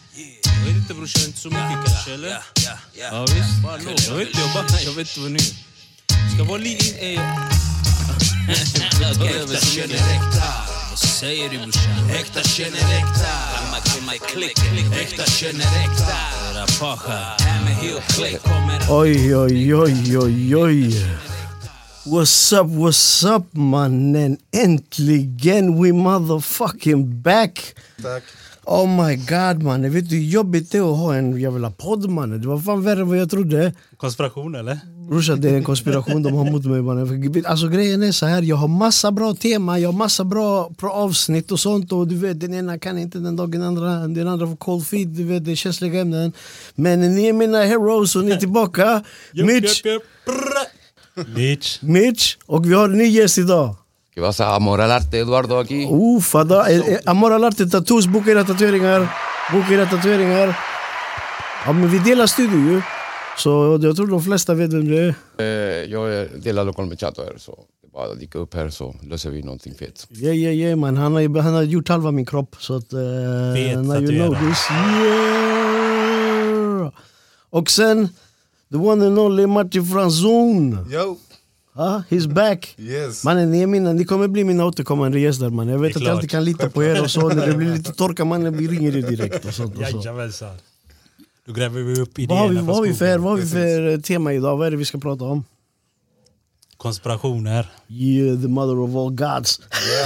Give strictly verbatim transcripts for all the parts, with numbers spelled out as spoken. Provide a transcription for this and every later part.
Jag vet inte brorsan, inte så mycket kanske eller? Ja, ja, ja. Ja visst, bara nog. Jag vet inte, jag, bara, jag vet inte vad nu. Ska vara lite... Eh, Äkta känner äkta. Vad säger du brorsan? Äkta känner äkta. Äkta känner äkta. Oj, oj, oj, oj, oj. What's up, what's up, mannen? Äntligen, we motherfucking back. Tack. Oh my god, man. Vet du hur jobbigt det är att ha en jävla podd, man. Det var fan värre än vad jag trodde. Konspiration, eller? Brorsa, det är en konspiration de har mot mig, man. Alltså grejen är så här, jag har massa bra tema, jag har massa bra, bra avsnitt och sånt. Och du vet, den ena kan inte den dagen, den andra, den andra får cold feet, du vet, det är känsliga ämnen. Men ni är mina heroes och ni är tillbaka. Mitch. Mitch. Mitch. Och vi har en ny gäst idag. ¿Qué pasa? Amor al arte, Eduardo aquí. Uh, fada. Amor al arte, tattoos, boka era tatueringar. Boka era tatueringar. Ja, men vi delar studio ju. Så jag tror de flesta vet vem det är. Eh, jag delar lokal med Chato här, så det bara dyka upp här så löser vi någonting fett. Ja, ja, ja, man. Han har, han har gjort halva min kropp. Så att... Uh, now you know this. Yeah! Och sen, the one and only Martin Franzon. Yo. Ah, he's back. Yes. Mannen, ni, är mina, ni kommer bli mina återkommande gäster, man. Jag vet att jag alltid kan lita på er och så. När det blir lite torka, mannen, vi ringer er direkt och sånt. Och så. Jajamensan. Då gräver vi upp Vad har vi, idéerna vad har vi, för, från vad har vi för tema idag? Vad är det vi ska prata om? konspirationer. Yeah, the mother of all gods.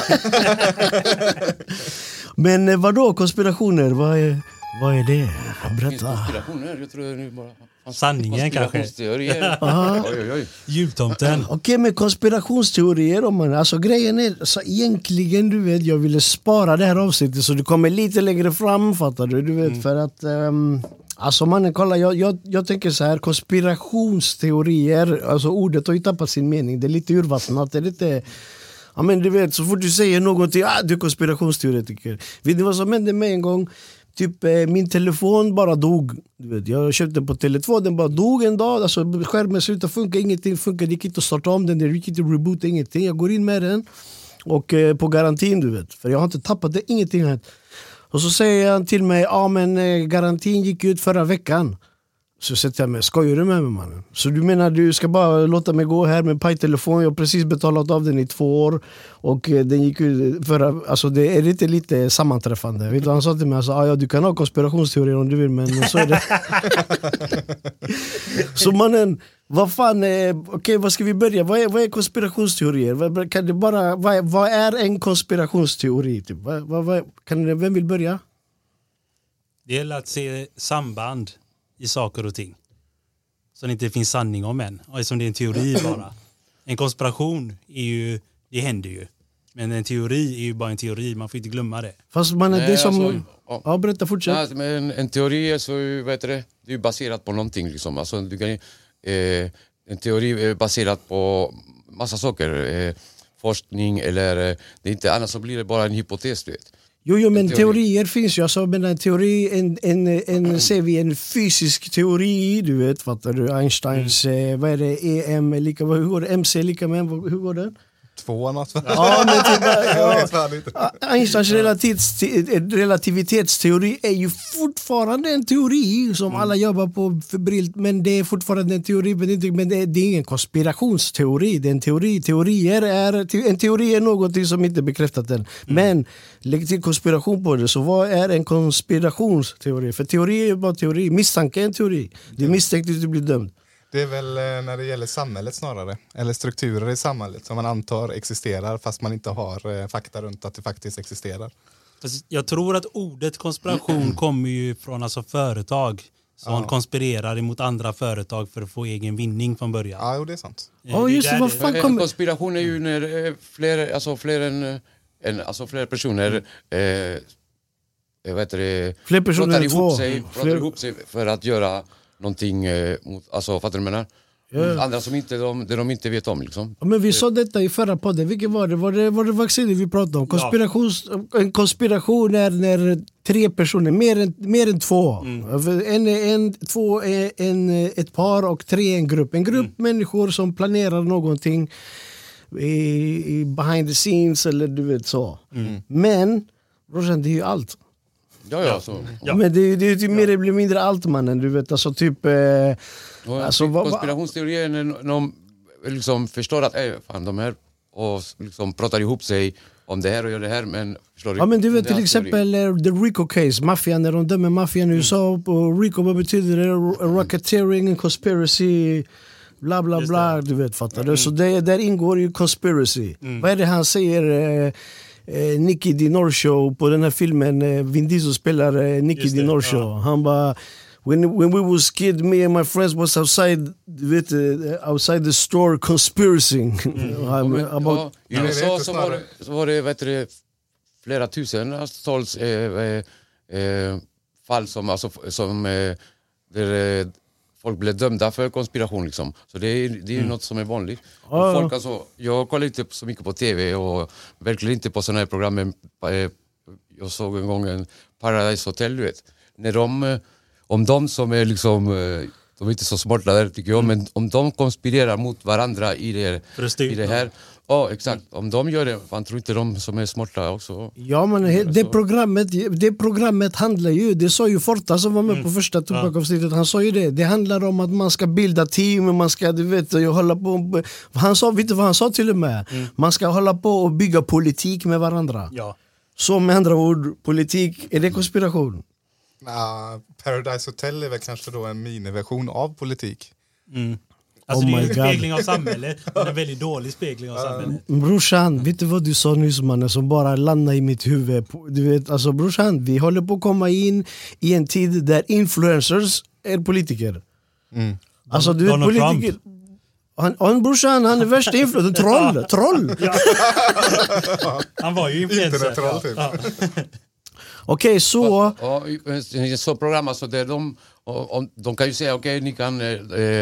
Men eh, vadå konspirationer? Vad är, vad är det? Berätta. Konspirationer, jag tror nu bara... Sanningen kanske. Konspirationsteorier. Oj, oj, oj. Jultomten. Okej, med konspirationsteorier om man, alltså grejen är så egentligen, du vet, jag ville spara det här avsnittet så det kommer lite längre fram, fattar du, du vet, mm. för att um, alltså mannen, kolla, jag, jag, jag tänker så här, konspirationsteorier, alltså ordet har ju tappat sin mening, det är lite urvattnat, det är lite, ja men du vet, så fort du säger någonting, ah, du är konspirationsteoretiker. Vet du vad som hände med en gång? Typ eh, min telefon bara dog. Du vet, jag köpte på Tele två, den bara dog en dag. Alltså skärmen slutade funka, ingenting funkar. Det gick inte att starta om den, det gick inte att reboota, ingenting. Jag går in med den och eh, på garantin, du vet. För jag har inte tappat det, ingenting här. Och så säger han till mig, ja men eh, garantin gick ut förra veckan. Så sätter jag mig, skojar du med mig, mannen? Så du menar du ska bara låta mig gå här med pajtelefon? Jag har precis betalat av den i två år och den gick ut för, alltså det är lite lite sammanträffande. Vet du, han sa till mig, alltså, ah, ja, du kan ha konspirationsteorier om du vill, men så är det. Så mannen, vad fan, eh, okej, okay, vad ska vi börja? Vad är, vad är konspirationsteorier? Vad, kan det bara, vad, vad är en konspirationsteori? Typ? Vad, vad, vad, kan, vem vill börja? Det gäller att se samband i saker och ting så det inte finns sanning om än. Och som det är en teori bara. En konspiration är ju, det händer ju. Men en teori är ju bara en teori, man får inte glömma det. Fast man är Nej, det som... alltså, ja. Ja, berätta, fortsätt. Nej, men en teori är så, vad heter det? Det är ju baserat på någonting liksom. Alltså, du kan, eh, en teori är baserat på massa saker. Eh, forskning eller... Eh, det är inte, annars så blir det bara en hypotes, du vet. Jo, jo, men teori. Teorier finns ju. Alltså, men en teori, en, en, en, en, ser vi en fysisk teori, du vet, fattar du? Einsteins, mm. eh, vad är det, E M, lika, hur går det? M C lika med, hur går det? Två något. Ja, men typ, ja, Einsteins relativitets, relativitetsteori är ju fortfarande en teori som mm. alla jobbar på febrilt, men det är fortfarande en teori, men det, men det, är, det är ingen konspirationsteori, det är en teori. Teorier är, en teori är något som inte är bekräftat än. Mm. Men lägg till konspiration på det, så vad är en konspirationsteori? För teori är bara teori, misstanke är en teori. Det är misstänkt att du blir dömd. Det är väl när det gäller samhället snarare, eller strukturer i samhället som man antar existerar fast man inte har eh, fakta runt att det faktiskt existerar. Fast jag tror att ordet konspiration mm. kommer ju från alltså företag som ja. konspirerar emot andra företag för att få egen vinning från början. Ja, jo, det är sant. Ja, oh, just det, vad fan kommer... Konspiration är ju när eh, fler, alltså fler än, en, alltså fler personer eh, vad heter det, fler personer pratar ihop två. sig, pratar fler... ihop sig för att göra någonting eh, mot, alltså fattar du menar? Yeah. Andra som inte de, det de inte vet om liksom. Ja, men vi sa detta i förra podden. Vilket var det? Var det, var det vacciner vi pratade om? Konspirations, ja. En konspiration är när tre personer, mer än, mer än två. Mm. En, en, två är en, ett par och tre är en grupp. En grupp mm. människor som planerar någonting i, i behind the scenes eller du vet så. Mm. Men brorsan, det är ju allt. Ja, ja. Så. Ja. Men det, är- det är ju mer eller mindre allt mannen, du vet. Alltså typ... Eh, Och alltså, vad- vad- konspirationsteorier är när de liksom förstår att äh, fan, de här och liksom pratar ihop sig om det här och gör det här, men förstår Ja men du vet det är till allt teori. exempel eh, the Rico case, maffian, när de dömer maffian i U S A och Rico, vad betyder det? R- Racketeering, conspiracy, bla bla Just bla, du vet, fattar du? Så det, där ingår ju conspiracy. Vad är det han säger, eh, eh, Nicky Di Norshow på den här filmen, eh, Vin Diesel spelar eh, Nicky Just Di det, Norshow. ja. Han bara When, when we was kid, me and my friends was outside, du vet, eh, outside the store conspiracing. Ja, men, about, ja, I Ja, det är U S A inte så var snarare. det, så var det, vet du, flera tusentals eh, eh, eh, fall som, alltså, som eh, där eh, folk blev dömda för konspiration. Liksom. Så det är, det är Mm. något som är vanligt. Ja, Och ja. folk, alltså, jag kollar inte så mycket på tv och verkligen inte på sådana här program. Men, eh, jag såg en gång en Paradise Hotel, du vet. När de, eh, om de som är liksom... Eh, de är inte så smarta där tycker jag, men om de konspirerar mot varandra i det, För att styra. i det här. Ja, exakt. Om de gör det, fan tror inte de som är smarta också. Ja men he- det programmet, det programmet handlar ju, det sa ju Forta som var med på första Tupac-avsnittet, han sa ju det, det handlar om att man ska bilda team, man ska, du vet, ju hålla på, han sa, vet du vad han sa till och med? Man ska hålla på och bygga politik med varandra. Ja. Så med andra ord, politik, är det konspiration? Nah, Paradise Hotel är väl kanske då en miniversion av politik. Alltså Oh det är my en God. spegling av samhället, men en väldigt dålig spegling av samhället. Brorsan, vet du vad du sa nyss mannen som bara landade i mitt huvud? Du vet, alltså brorsan, vi håller på att komma in i en tid där influencers är politiker. Mm. Alltså du vet Donald politiker... Trump. Han, han brorsan, han är värsta influencer, troll, troll! Han var ju influencer. Internettroll, typ. Ja. Okej, så... Ja, i ett så program, alltså, där de, och, och, de kan ju säga okej, ni kan eh,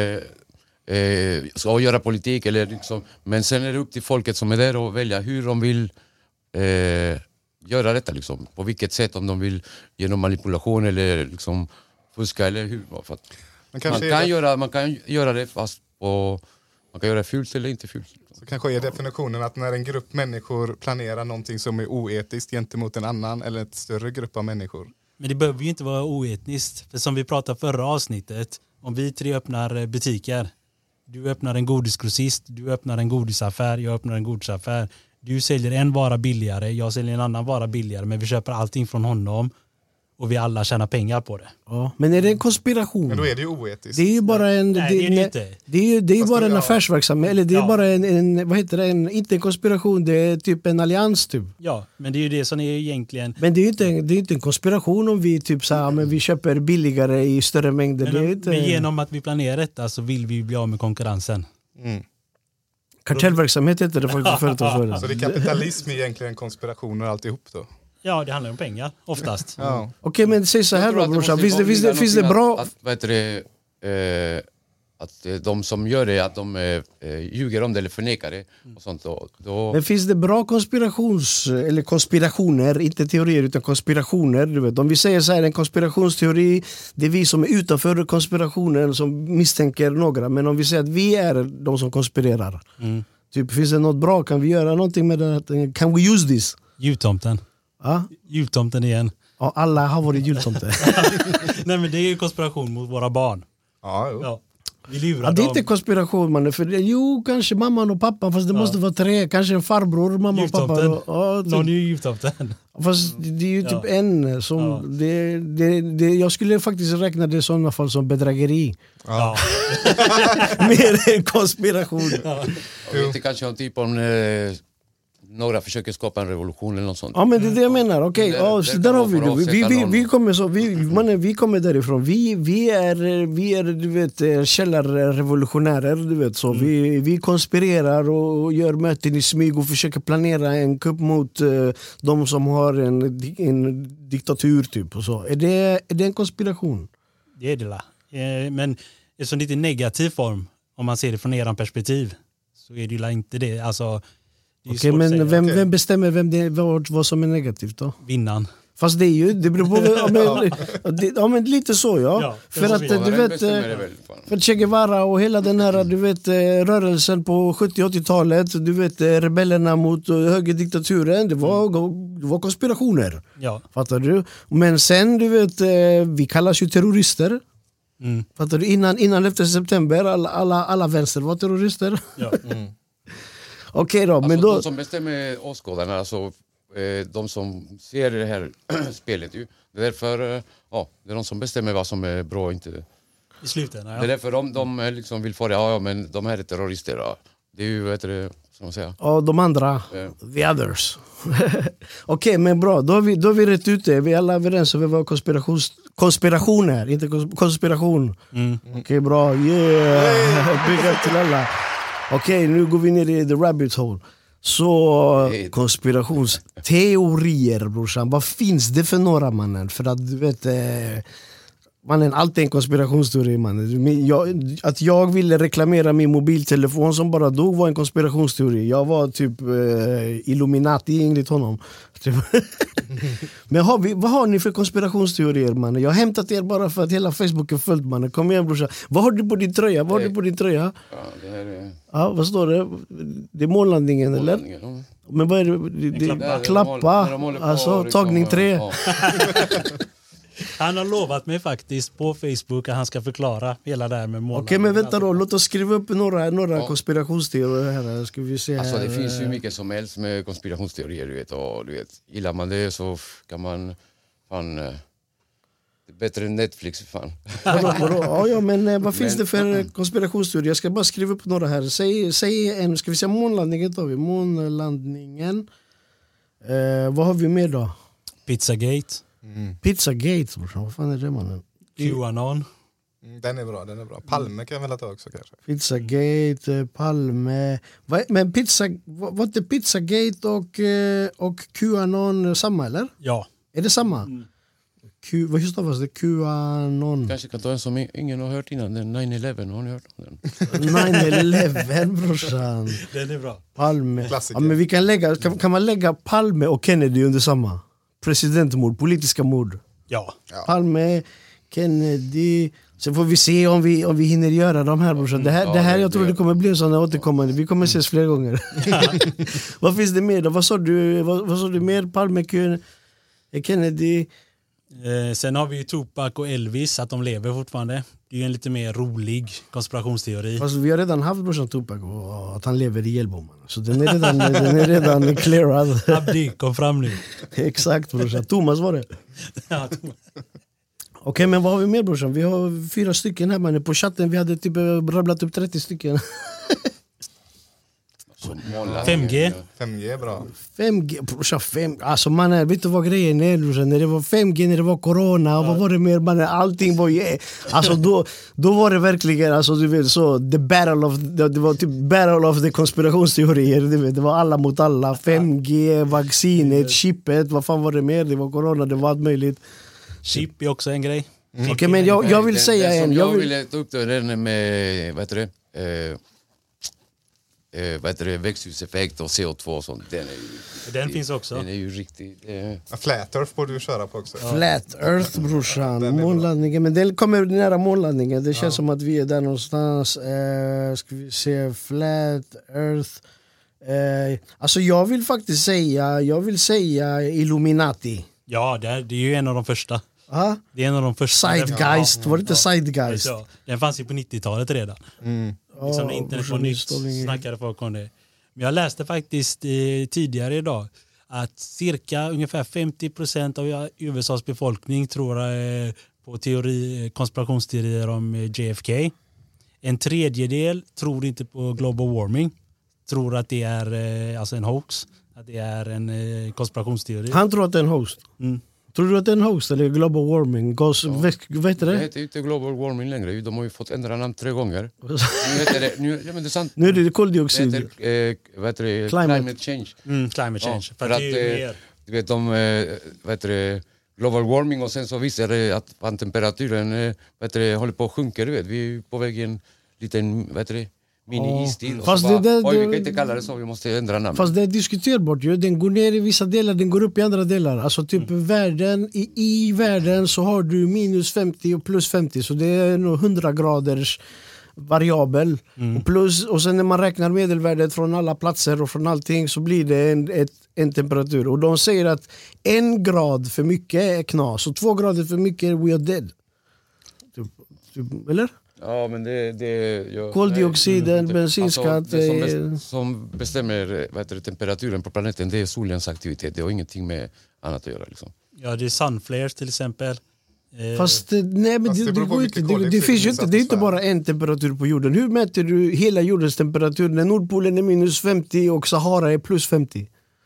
eh, ska göra politik, eller liksom, men sen är det upp till folket som är där och välja hur de vill eh, göra detta. Liksom. På vilket sätt, om de vill genom manipulation eller liksom, fuska eller hur. För att Men man, kanske, kan är, göra, man kan göra det fast på, man kan göra det fult eller inte fult. så kanske är definitionen att när en grupp människor planerar någonting som är oetiskt gentemot en annan eller ett större grupp av människor. Men det behöver ju inte vara oetniskt. För som vi pratade förra avsnittet, om vi tre öppnar butiker. Du öppnar en godisgrossist, du öppnar en godisaffär, jag öppnar en godisaffär. Du säljer en vara billigare, jag säljer en annan vara billigare, men vi köper allting från honom. Och vi alla tjänar pengar på det. Ja, men är det en konspiration? Men då är det ju oetiskt. Det är ju bara en... Nej, det är det ju inte. Det är ju, det är ju Fast bara det- en ja. affärsverksamhet, eller det är Ja. bara en, en... Vad heter det? En, inte en konspiration, det är typ en allians typ. Ja, men det är ju det som är egentligen... Men det är ju inte, det är inte en konspiration om vi typ så här, men vi köper billigare i större mängder. Men, det är inte, men genom att vi planerar detta så vill vi bli av med konkurrensen. Mm. kartellverksamhet heter det faktiskt för företagsvärlden. Så det är kapitalism egentligen konspirationer alltihop då? Ja, det handlar om pengar, oftast. Ja. Okej, men säg så här Jag tror då att det brorsan, måste finns det, finns det, ligga finns det någonting bra... Att, att, vad heter det, eh, att eh, de som gör det, att de eh, ljuger om det eller förnekar det. Och sånt, då, då, Men finns det bra konspirations eller konspirationer, inte teorier utan konspirationer, du vet. Om vi säger så här, en konspirationsteori, det är vi som är utanför konspirationen som misstänker några, men om vi säger att vi är de som konspirerar, Mm. typ finns det något bra, kan vi göra någonting med det? Can we use this? Jultomten. Ja, Jultomten igen. ja alla har varit jultomte. Nej, men det är ju konspiration mot våra barn. Ja, jo. Ja. Vi lurar Ja, det är dem. inte konspiration mannen, för det, jo kanske mamman och pappan, fast det måste vara tre, kanske en farbror, mamma och pappa. Jultomten. Och, ja, Någon är typ. ju jultomten. Fast det är ju typ Ja. en som, Ja. det, det, det, jag skulle faktiskt räkna det i sådana fall som bedrägeri. Ja. Mer än konspiration. jag vet, det kanske är en typ om eh, några försöker skapa en revolution eller något sånt. Ja men det är det jag menar, okej, Det- ja, det så kan där har vara vi för det. att Vi, vi, avsätta vi, någon. vi kommer så, vi, mannen, vi kommer därifrån. Vi, vi är, vi är du vet, källarrevolutionärer, du vet så. Vi, vi konspirerar och gör möten i smyg och försöker planera en kupp mot uh, de som har en, di- en diktatur typ och så. Är det, är det en konspiration? Det är det la. Eh, Men eftersom det inte är negativ form, om man ser det från eran perspektiv, så är det ju la inte det. Alltså, det är ju Okej, svårt att säga. men vem, okej. vem bestämmer vem det, vad, vad som är negativt då? Vinnaren. Fast det är ju, det beror på, ja, men, det, ja men lite så ja. Ja, för att Ja, du den vet, bestämmer det väl, fan. för Che Guevara och hela den här du vet, rörelsen på sjuttio-åttiotalet, du vet rebellerna mot högerdiktaturen, det var, det var konspirationer. Ja. Fattar du? Men sen du vet, vi kallas ju terrorister. Mm. Fattar du? Innan, innan efter september, alla, alla, alla vänster var terrorister. Ja. Mm. Okej då, Alltså, men då... de som bestämmer åskådarna, alltså eh, de som ser det här spelet ju. Det är därför, eh, ja, det är de som bestämmer vad som är bra och inte. I slutändan, Det är ja. därför de, de eh, liksom vill få det, ja, ja men de här är terrorister. Ja. Det är ju, vad heter det, ska man säga. Ja, de andra. Ja. The others. Okej, men bra. Då har vi, då har vi rätt ut det. Vi är alla överens om vad konspirations, konspirationer, inte kons- konspiration. Mm. Okej, bra. Yeah! Big up till alla. Okej, nu går vi ner i the rabbit hole. Så konspirationsteorier, brorsan. Vad finns det för några, mannen? För att du vet... Eh, mannen, allt är en konspirationsteori, mannen. Jag, att jag ville reklamera min mobiltelefon som bara dog var en konspirationsteori. Jag var typ eh, Illuminati enligt honom. Men har vi, vad har ni för konspirationsteorier, mannen? Jag har hämtat er bara för att hela Facebook är fullt, mannen. Kom igen, brorsan. Vad har du på din tröja? Vad har du på din tröja? Ja, det här är Ja, vad står det? Det är månlandningen, eller? mållandningen, ja. Men vad är det? det, det klappa. Där är de klappa, håller- när de håller på alltså liksom, tagning tre. ja. Han har lovat mig faktiskt på Facebook att han ska förklara hela det här med målen. Okej, men vänta då, låt oss skriva upp några, några Ja. konspirationsteorier här. Ska vi se Alltså här. det finns ju mycket som helst med konspirationsteorier, du vet. Och, du vet, gillar man det så kan man fan... eh, Det är bättre än Netflix, fan. Vadå, vadå? Ja, ja, men eh, vad finns Men- det för konspirationsteorier? Jag ska bara skriva upp några här. Säg, säg en, ska vi säga månlandningen tar vi. Månlandningen. Eh, vad har vi mer då? Pizzagate, Pizzagate, brorsan. Vad fan är det, mannen? Qanon. Mm, den är bra, den är bra. Palme kan jag väl ta också kanske. Pizzagate, eh, Palme. Va, men pizza, var var inte Pizzagate och, eh, och Qanon samma, eller? Ja. Är det samma? Q, vad stavas det? Qanon. Kanske kan ta en som ingen har hört innan, den nine eleven, har ni hört om den? nine eleven, brorsan. Den är bra. Palme. Klassiker. Ja, men vi kan, lägga, kan, kan man lägga Palme och Kennedy under samma? Presidentmord, politiska mord. Ja. Palme, Kennedy. Sen får vi se om vi, om vi hinner göra de här, brorsan. Det här, Ja, det här det- jag tror det- det kommer bli en sån här återkommande. Vi kommer ses flera gånger. Vad finns det mer då? Vad sa du, vad, vad sa du mer? Palme, Ken- Kennedy. Eh, sen har vi ju Tupac och Elvis, att de lever fortfarande. Det är ju en lite mer rolig konspirationsteori. Fast vi har redan haft brorsan Tupac och att han lever i Hjällbommen. Så den är redan, den är redan clearad. Abdi, kom fram nu. Exakt, brorsan. Thomas var det. Ja, Okej, men vad har vi mer, brorsan? Vi har fyra stycken här, man. På chatten vi hade typ rabblat upp trettio stycken. Så månlandningen, fem G. ja. fem G är bra. fem G, brorsan, fem alltså mannen, vet du vad grejen är, brorsan? När det var fem G, när det var corona, och vad var det mer, mannen? Allting var ju, alltså då, då var det verkligen, alltså du vet så, the battle of, det det var typ battle of the konspirationsteorier, du vet, det var alla mot alla, fem G, vaccinet, chippet, vad fan var det mer? Det var corona, det var allt möjligt. Chip är också en grej. Okej, men jag, jag vill den, säga den som en, jag, jag vill, ville ta upp då, den med, vad heter det? Eh, eh, vad heter det? Växthuseffekt och C O två och sånt. Den, är ju, Den finns också. Den är ju riktigt... Eh, Ja, Flat Earth borde du köra på också. Flat Earth, brorsan, Den är bra. månlandningen, men den kommer nära månlandningen, det känns som att vi är där någonstans. Eh, ska vi se, Flat Earth. Eh, alltså jag vill faktiskt säga, jag vill säga Illuminati. Ja, det är, det är ju en av de första. Ah? Det är en av de första. Zeitgeist, var det inte Zeitgeist? Ja, den fanns ju på nittiotalet redan. Mm. Liksom när Ja, internet var brorsan, nytt det står inget- snackade folk om det. Men jag läste faktiskt eh, tidigare idag att cirka ungefär femtio procent av U S A:s befolkning tror eh, på teori, konspirationsteorier om eh, J F K. En tredjedel tror inte på global warming. Tror att det är eh, alltså en hoax. Att det är en eh, konspirationsteori. Han tror att det är en host. Mm. Tror du att det är en host eller global warming? Gos, vet, vet du det det? heter ju inte global warming längre. De har ju fått ändra namn tre gånger. Nu heter det... Nu, ja, men det är sant. Nu är det Det koldioxid. heter eh, vad heter det? Climate. Climate. change. Mm, climate Ja, change. för för att, det är ju eh, mer. du vet, de, eh, vad heter det, global warming och sen så visar det att fan, temperaturen eh, vad heter det, håller på att sjunka. Du vet. Vi är ju på väg i en liten vad heter det, mini-istid. Och Fast så bara, det- det- oj, vi det- kan inte kalla det så, vi måste ändra namn. Fast det är diskuterbart ju. Den går ner i vissa delar, den går upp i andra delar. Alltså typ världen, i, i världen så har du minus femtio och plus femtio. Så det är nog hundra graders variabel. Och, plus, och sen när man räknar medelvärdet från alla platser och från allting så blir det en, ett, en temperatur. Och de säger att en grad för mycket är knas. Och två grader för mycket, we are dead. Typ, typ, eller? Ja, men det... det jag, Koldioxiden, nej, bensinskatt. Alltså, det som, eh, bes- som bestämmer vad heter det, temperaturen på planeten, det är solens aktivitet. Det har ingenting med annat att göra. Liksom. Ja, det är sunflares till exempel. Eh, Fast, eh, nej, men Fast det, det det, beror på går mycket inte, det, det koldioxid finns ju finns inte, det är inte atmosfären. bara en temperatur på jorden. Hur mäter du hela jordens temperatur när Nordpolen är minus femtio och Sahara är plus femtio?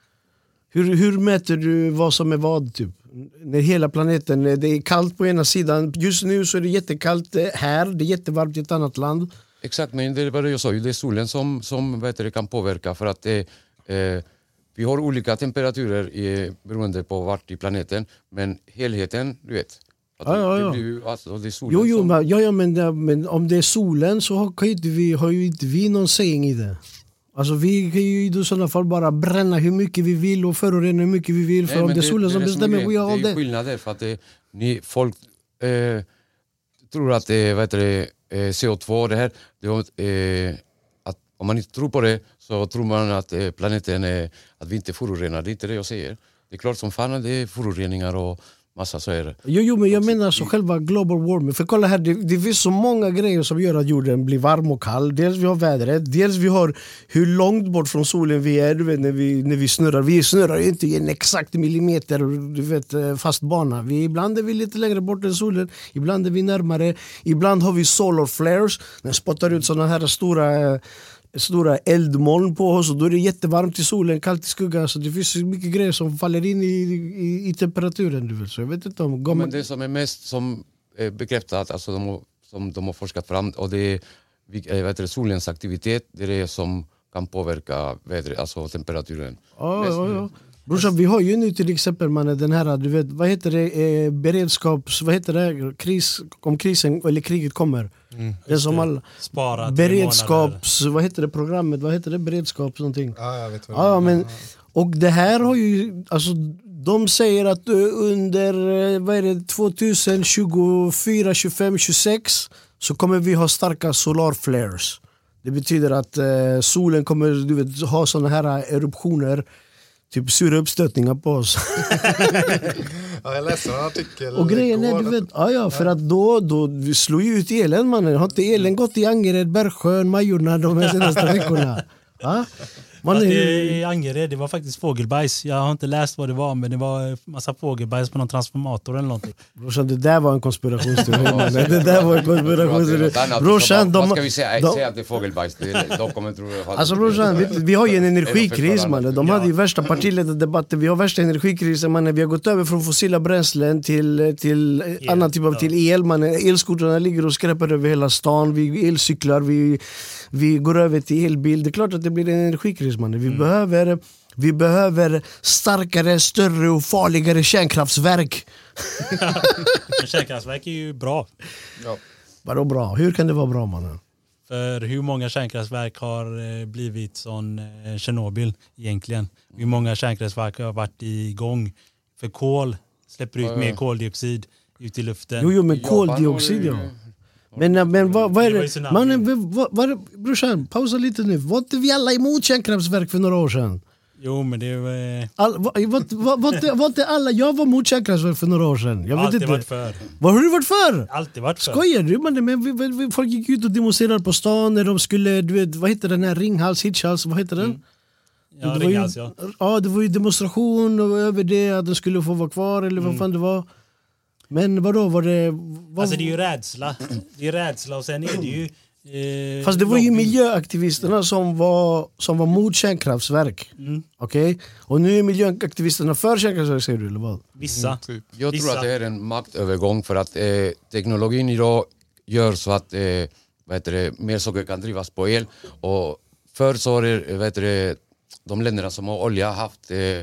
Hur, hur mäter du vad som är vad typ? När hela planeten, det är kallt på ena sidan. Just nu så är det jättekallt här, det är jättevarmt i ett annat land. Exakt, men det är vad jag sa, det är solen som, som vad heter det, kan påverka för att det, eh, vi har olika temperaturer i, beroende på vart i planeten, men helheten, du vet. Att Ja, ja, ja. Det blir, ju- alltså, det är solen Jo, jo, som... men, ja, ja, men, det- men om det är solen så har, kan ju inte vi, har ju inte vi någon saying i det. Alltså vi kan ju i sådana fall bara bränna hur mycket vi vill och förorena hur mycket vi vill. För Nej, om men det är solen som det bestämmer, är we are all det är ju dead. skillnader för att det, ni, folk eh, tror att det, vad heter det, eh, C O två det här, det, eh, att om man inte tror på det så tror man att eh, planeten är, att vi inte förorenar. Det är inte det jag säger. Det är klart som fan att det är föroreningar och massa så är det. Jo, jo, men jag menar så själva global warming. För kolla här, det, det finns så många grejer som gör att jorden blir varm och kall. Dels vi har vädret, dels vi har hur långt bort från solen vi är, du vet, när, vi, när vi snurrar. Vi snurrar ju inte i en exakt millimeter, du vet, fast bana. Vi, ibland är vi lite längre bort än solen, ibland är vi närmare. Ibland har vi solar flares, den spottar ut sådana här stora... stora eldmoln på oss och då är det jättevarmt i solen, kallt i skuggan, så det finns så mycket grejer som faller in i, i, i temperaturen, du vet. Så jag vet inte om... Men det som är mest som är bekräftat, alltså de har, som de har forskat fram, och det är vi- eh, vad heter det, solens aktivitet, det är det som kan påverka vädret, alltså temperaturen. Ja, Mest- ja, ja. Brorsan, vi har ju nu till exempel man, den här, du vet, vad heter det, eh, beredskaps, vad heter det, kris, om krisen eller kriget kommer. Det som all, Spara tre beredskaps, vad heter det programmet, vad heter det, beredskaps någonting. Ja, jag vet vad Ja, men, och det här har ju, alltså de säger att eh, under, eh, vad är det, tjugohundratjugofyra, tjugofem, tjugosex så kommer vi ha starka solar flares. Det betyder att eh, solen kommer, du vet, ha såna här eruptioner, typ sura uppstötningar på oss. Ja, jag läste en artikel Och grejen är, igår du att- vet, ja, ja, för att då, då vi slår ju ut elen, mannen. Har inte elen gått i Angered, Bergsjön, Majorna de här senaste veckorna? Ja? Man Fast är, det, i Angered, det var faktiskt fågelbajs. Jag har inte läst vad det var, men det var massa fågelbajs på någon transformator eller någonting. brorsan, det där var en konspirationsteori. mannen. Det där var en konspirationsteori. Något annat. Brorsan, Vad de, ska vi säga? de, Säga att det är fågelbajs. Det är- De kommer tro att... Alltså brorsan, vi, vi har ju en energikris, Det är mannen. De hade ju värsta partiledardebatten. Vi har värsta energikrisen, mannen. Vi har gått över från fossila bränslen till, till El, annan typ av ja. till el, mannen. Elskotrarna ligger och skräpar över hela stan. Vi elcyklar, vi, vi går över till elbil. Det är klart att det blir en energikris, mannen. Vi behöver Vi behöver starkare, större och farligare kärnkraftsverk. Men kärnkraftverk är ju bra. Ja. Vadå bra? Hur kan det vara bra, mannen? För hur många kärnkraftverk har eh, blivit sån eh, Tjernobyl egentligen? Hur många kärnkraftverk har varit igång? För kol släpper ut Ja, ja. mer koldioxid ut i luften. Jo, jo, men Japan koldioxid, har ja. ju- Men, men vad, vad är Det var det? ju tsunami. Mannen, vad, vad, brorsan, pausa lite nu. Var inte vi alla emot kärnkraftverk för några år sedan? Jo, men det är eh, All, var, var, var, var, inte, var inte alla, jag var emot kärnkraftverk för några år sedan. Jag vet alltid inte. varit för. Vad har du varit för? Alltid varit för. Skojar du? Men, men vi, vi, vi, folk gick ut och demonstrerade på stan när de skulle, du vet, vad heter den här Ringhals, Hitchhals, vad heter den? Mm. Ja, det var Ringhals, ju, ja. ja, det var ju demonstration över det, att den skulle få vara kvar eller vad Mm. fan det var. Men vadå, var det... Vad, Alltså det är ju rädsla. Det är rädsla och sen är det ju... Eh, fast det var ju lobby. miljöaktivisterna som var, som var mot kärnkraftverk. Mm. Okej? Och nu är miljöaktivisterna för kärnkraftverk, säger du, eller vad? Vissa. Typ. Jag tror Vissa. att det är en maktövergång för att eh, teknologin idag gör så att eh, vad heter det, mer saker kan drivas på el. Och förr så har det, vad heter det, de länderna som har olja haft eh,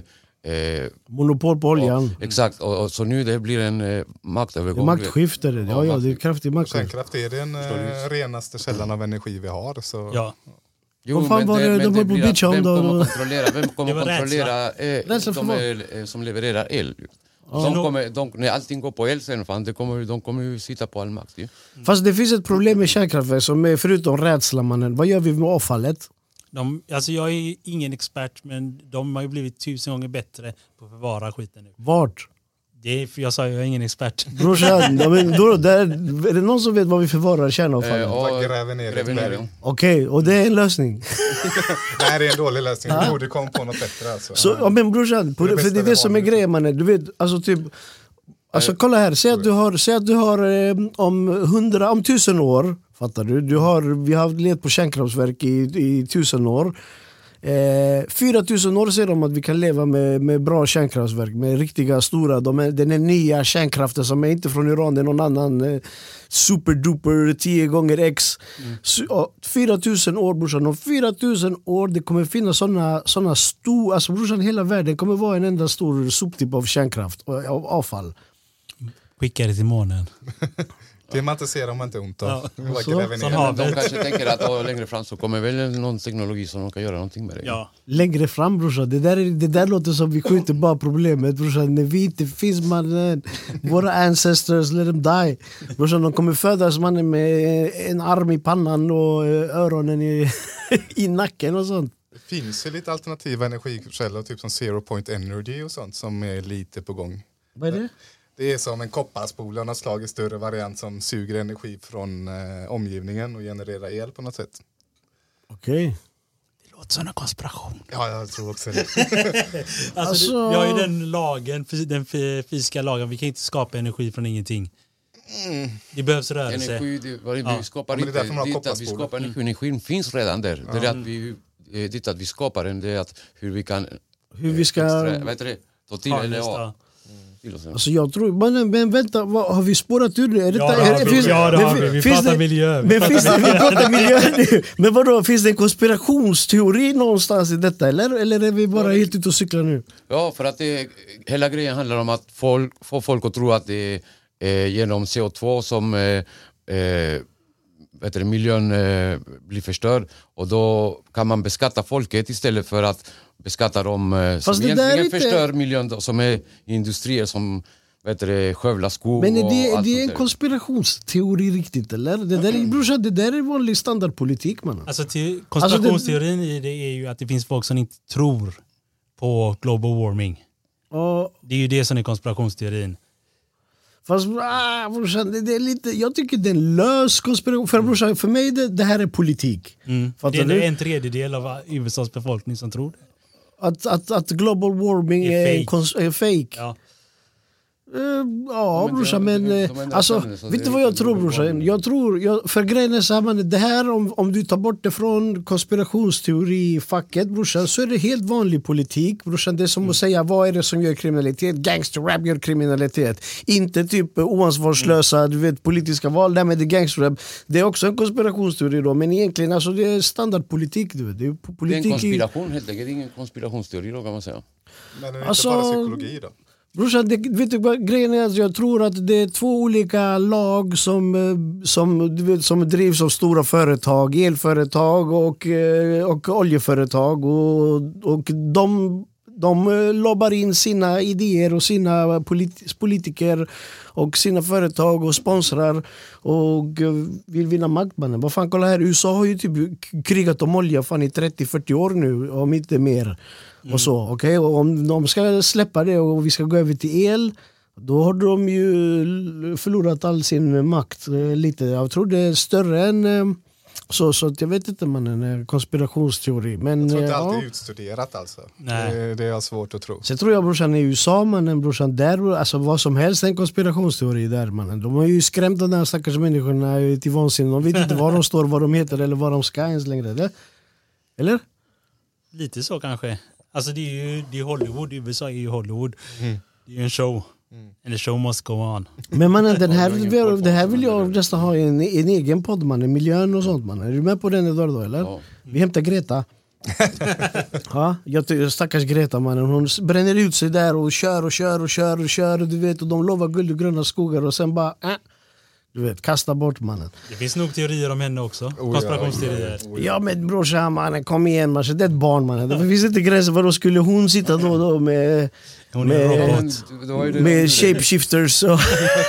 Eh, Monopol på oljan. och, exakt, och, och så nu det blir en eh, maktövergång. Maktskifte, det. Ja, ja, det är kraftig maktskifte. Kärnkraft är den eh, renaste källan av energi vi har. Så. Ja. Jo, Vad fan men var det, det men de det höll på blir att att bitcha om vem då? kommer att kontrollera, vem kommer Det att var kontrollera eh, Rädsla för de vad? är, eh, som levererar el? Ja. De kommer, de, när allting går på el sen, fan, det kommer, de kommer ju sitta på all makt. Ju. Fast det finns ett problem med kärnkraftverk som är förutom rädsla, mannen. Vad gör vi med avfallet? De, alltså jag är ingen expert, men de har ju blivit tusen gånger bättre på att förvara skiten nu. Vart? Det är, för jag sa jag är ingen expert. Brorsan, ja, men då, där, är det någon som vet vad vi förvarar kärnavfallet? Eh, Bara och, gräver ner gräver ett ner berg. det. Okej, och det är en lösning. Det här är en dålig lösning. Vi borde komma på något bättre. Alltså. Så, ja, men brorsan, på, Det är det för det är bästa vi det som har är nu. grejen, mannen. Du vet, alltså typ... Alltså kolla här, säg att du har, säg att du har eh, om hundra, om tusen år, fattar du? Du har, vi har levt på kärnkraftverk i, i tusen år. Eh, fyra tusen år säger de att vi kan leva med, med bra kärnkraftverk, med riktiga stora, de är, den är nya kärnkraften som är inte från Iran, det är någon annan eh, superduper tio gånger x. Mm. Så, ja, fyra tusen år brorsan, om fyra tusen år det kommer finnas såna, såna stor, alltså brorsan hela världen kommer vara en enda stor soptipp av kärnkraft och av avfall. Skicka det till månen. Det man inte ser om man inte ont av. Ja. Bara Så- gräver som ner. har- de kanske tänker att oh, längre fram så kommer väl någon teknologi som de kan göra någonting med det. Ja. Längre fram brorsan, det där, är- det där låter som vi skjuter bara problemet brorsan. När vi inte finns mannen, våra ancestors let them die. Brorsan, de kommer födas mannen med en arm i pannan och eh, öronen i, i nacken och sånt. Det finns ju lite alternativa energikällor, typ som Zero Point Energy och sånt som är lite på gång. Vad är det? Det är som en kopparspole av något slag i större variant som suger energi från eh, omgivningen och genererar el på något sätt. Okej. Det låter som en konspiration. Ja, jag tror också det. Alltså, Alltså- det, vi har ju den lagen, den fysiska lagen, vi kan inte skapa energi från ingenting. Det behövs rörelse. Energi, det, vad det, Ja. vi skapar Ja, men det är inte, därför man har det är inte att vi kopparspolor. skapar energi, energin finns redan där. Det är att vi, eh, det är inte att vi skapar den, det är att hur vi kan Hur vi ska... extra, vad heter det, ta till eller Harvest, ja. ja. till och så. Alltså jag tror, men, men vänta, vad, har vi spårat ur det? Är detta, Ja, det är, har vi. finns- Ja, det men har fi- vi. Vi finns pratar det- miljö. Vi Men pratar finns det, vi miljö. pratar miljö nu. Men vadå, finns det en konspirationsteori någonstans i detta? Eller, eller är vi bara helt ute och cyklar nu? Ja, för att det, hela grejen handlar om att folk, få folk att tro att det är eh, genom C O två som eh, eh, vet du, miljön eh, blir förstörd och då kan man beskatta folket istället för att beskatta dem eh, som Fast det där är egentligen inte- förstör miljön då, som är industrier som vet du, skövlar skog Men är och det, allt det är sånt en där. konspirationsteori riktigt eller? Det där är, brorsan, det där är vanlig standardpolitik man. Alltså te- konspirationsteorin i det är ju att det finns folk som inte tror på global warming. Och, Det är ju det som är konspirationsteorin. fast ah, brorsan, det, det är lite, jag tycker det är en lös konspiration. För, brorsan, för mig det, det här är politik. Mm. Fattar Det är ändå du? en tredjedel av U S As befolkning som tror det. Att, att, att global warming Det är är, fake. kons- är fake. Ja. Eh, ja men brorsan, det- men de- eh, de ändrar alltså, samhället, så vet det du är vad jag inte tror global brorsan? warming. Jag tror, jag, för grejen är så här, man, det här om, om du tar bort det från konspirationsteori-facket brorsan, så är det helt vanlig politik brorsan. Det är som att säga, vad är det som gör kriminalitet? Gangsterrap gör kriminalitet. Inte typ eh, oansvarslösa du vet, politiska val, där med det gangsterrap. Det är också en konspirationsteori då, men egentligen alltså, det är standardpolitik. Du vet. Det är po- Det är en politik i, konspiration helt enkelt, det är ingen konspirationsteori då kan man säga. Men det är Alltså- inte bara psykologi då. brorsan, det, vet du vad grejen är? Att jag tror att det är två olika lag som, eh, som, du vet, som drivs av stora företag, elföretag och, eh, och oljeföretag. Och, och de, de eh, lobbar in sina idéer och sina polit- politiker och sina företag och sponsrar och eh, vill vinna maktmannen. Vad fan, kolla här, U S A har ju typ krigat om olja fan i trettio fyrtio år nu, om inte mer. Och så, okay? Och om de ska släppa det och vi ska gå över till el, då har de ju förlorat all sin makt eh, lite. Jag tror det är större än eh, så, så att jag vet inte man en konspirationsteori. Men, Jag tror eh, inte alltid ja. är utstuderat alltså. Nej. Det, det är svårt att tro. Sen tror jag brorsan i U S A, mannen, brorsan där, alltså vad som helst en konspirationsteori där mannen. De har ju skrämt de där stackars människorna till vansinne. De vet inte var de står, vad de heter eller vad de ska ens längre. Eller? Eller? Lite så kanske. Alltså det är ju det är Hollywood, U S A är ju Hollywood. Det är ju en show. And the show must go on. Men mannen, den här, Jag har ingen det här koll på vill jag det. nästan ha en, en egen podd mannen, miljön och sånt mannen. Är du med på den idag då eller? Ja. Vi hämtar Greta. Ja, jag tycker stackars Greta, mannen. Hon bränner ut sig där och kör och kör och kör och kör. Och du vet, och de lovar guld och gröna skogar och sen bara... Äh, du vet, kasta bort, mannen. Det finns nog teorier om henne också. Oh, Konspirationsteorier. ja, oh, Ja, men brorsan, mannen, kom igen, man. Det är ett barn, mannen. Det finns inte gränser. Vadå skulle hon sitta då, då med... Hon är en med, robot. Det var ju det- med shapeshifters och...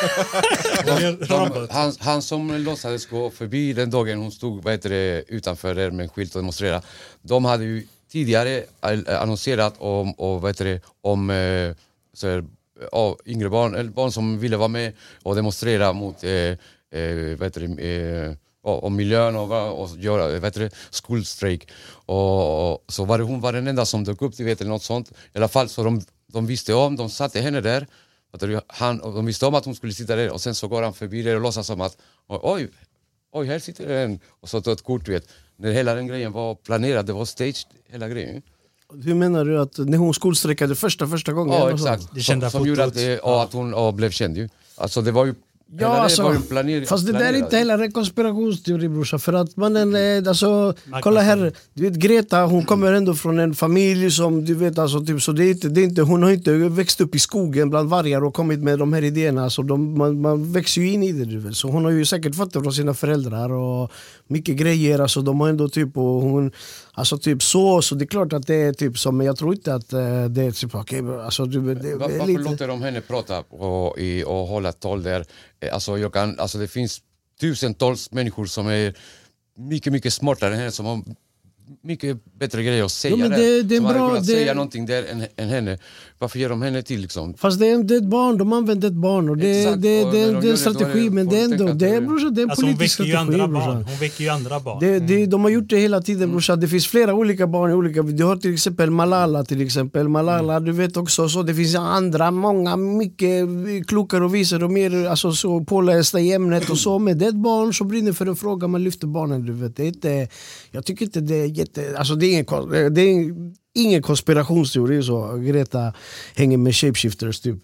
Hon är en De, robot. han, han som låtsades gå förbi den dagen hon stod vad heter det, utanför där med en skylt och demonstrera. De hade ju tidigare annonserat om, och, vad heter det, om eh, så här, ja, yngre barn, eller barn som ville vara med och demonstrera mot eh, eh, vad heter det, eh, om miljön och, och göra vad heter det, skolstrejk. Och, och så var det, hon var den enda som dök upp, du vet, eller något sånt. I alla fall så de, de visste om, de satte henne där. Han, och de visste om att hon skulle sitta där och sen så går han förbi där och låtsas som att oj, oj här sitter den och så tar ett kort, du vet. När hela den grejen var planerad, det var staged, hela grejen. Hur menar du att när hon skolsträckade första första gången? Ja, och så? exakt. Det kända som, som gjorde att, fotot. det, ja, att hon ja, blev känd ju. Alltså det var ju Ja, hela det alltså, var ju planer, fast det där är planerat. inte hela en konspirationsteori, brorsa. För att mannen, eh, alltså, kolla här, du vet Greta, hon kommer ändå från en familj som, du vet, alltså, typ, så det är inte, det är inte, hon har inte växt upp i skogen bland vargar och kommit med de här idéerna. Så de, man, man växer ju in i det, du vet. Så hon har ju säkert fått det från sina föräldrar och mycket grejer, alltså de har ändå typ, och hon, alltså typ så, så det är klart att det är typ som, men jag tror inte att eh, det är typ, okej, okay, alltså du vet, det, Var, det är varför lite... låter de henne prata och, i, och hålla tal där? Alltså, jag kan, alltså det finns tusentals människor som är mycket, mycket smartare än henne, som har mycket bättre grejer att säga. Ja, men där, det- det är som hade bra, kunnat det- säga någonting där än, än henne. Varför ger de henne till liksom? Fast det är, det är ett barn, de använder ett barn och det, Exakt, det, och det, när det, de är gör en det, då är strategi, det- men får det är du ändå, tänka att det är, det- brorsa, det är en Alltså hon politisk väcker ju strategi, andra barn. brorsa. Hon väcker ju andra barn. Det, det, de har gjort det hela tiden, brorsa. Det finns flera olika barn i olika... Du har till exempel Malala, till exempel. Malala, du vet också så. Det finns andra, många, mycket klokare och visare och mer alltså, så pålästa i ämnet och så. Men det är ett barn som brinner för en fråga, man lyfter barnen, du vet. Det är inte, jag tycker inte det är jätte... Alltså det är ingen, kon- det är ingen konspirationsteori så. Greta hänger med shapeshifters, typ.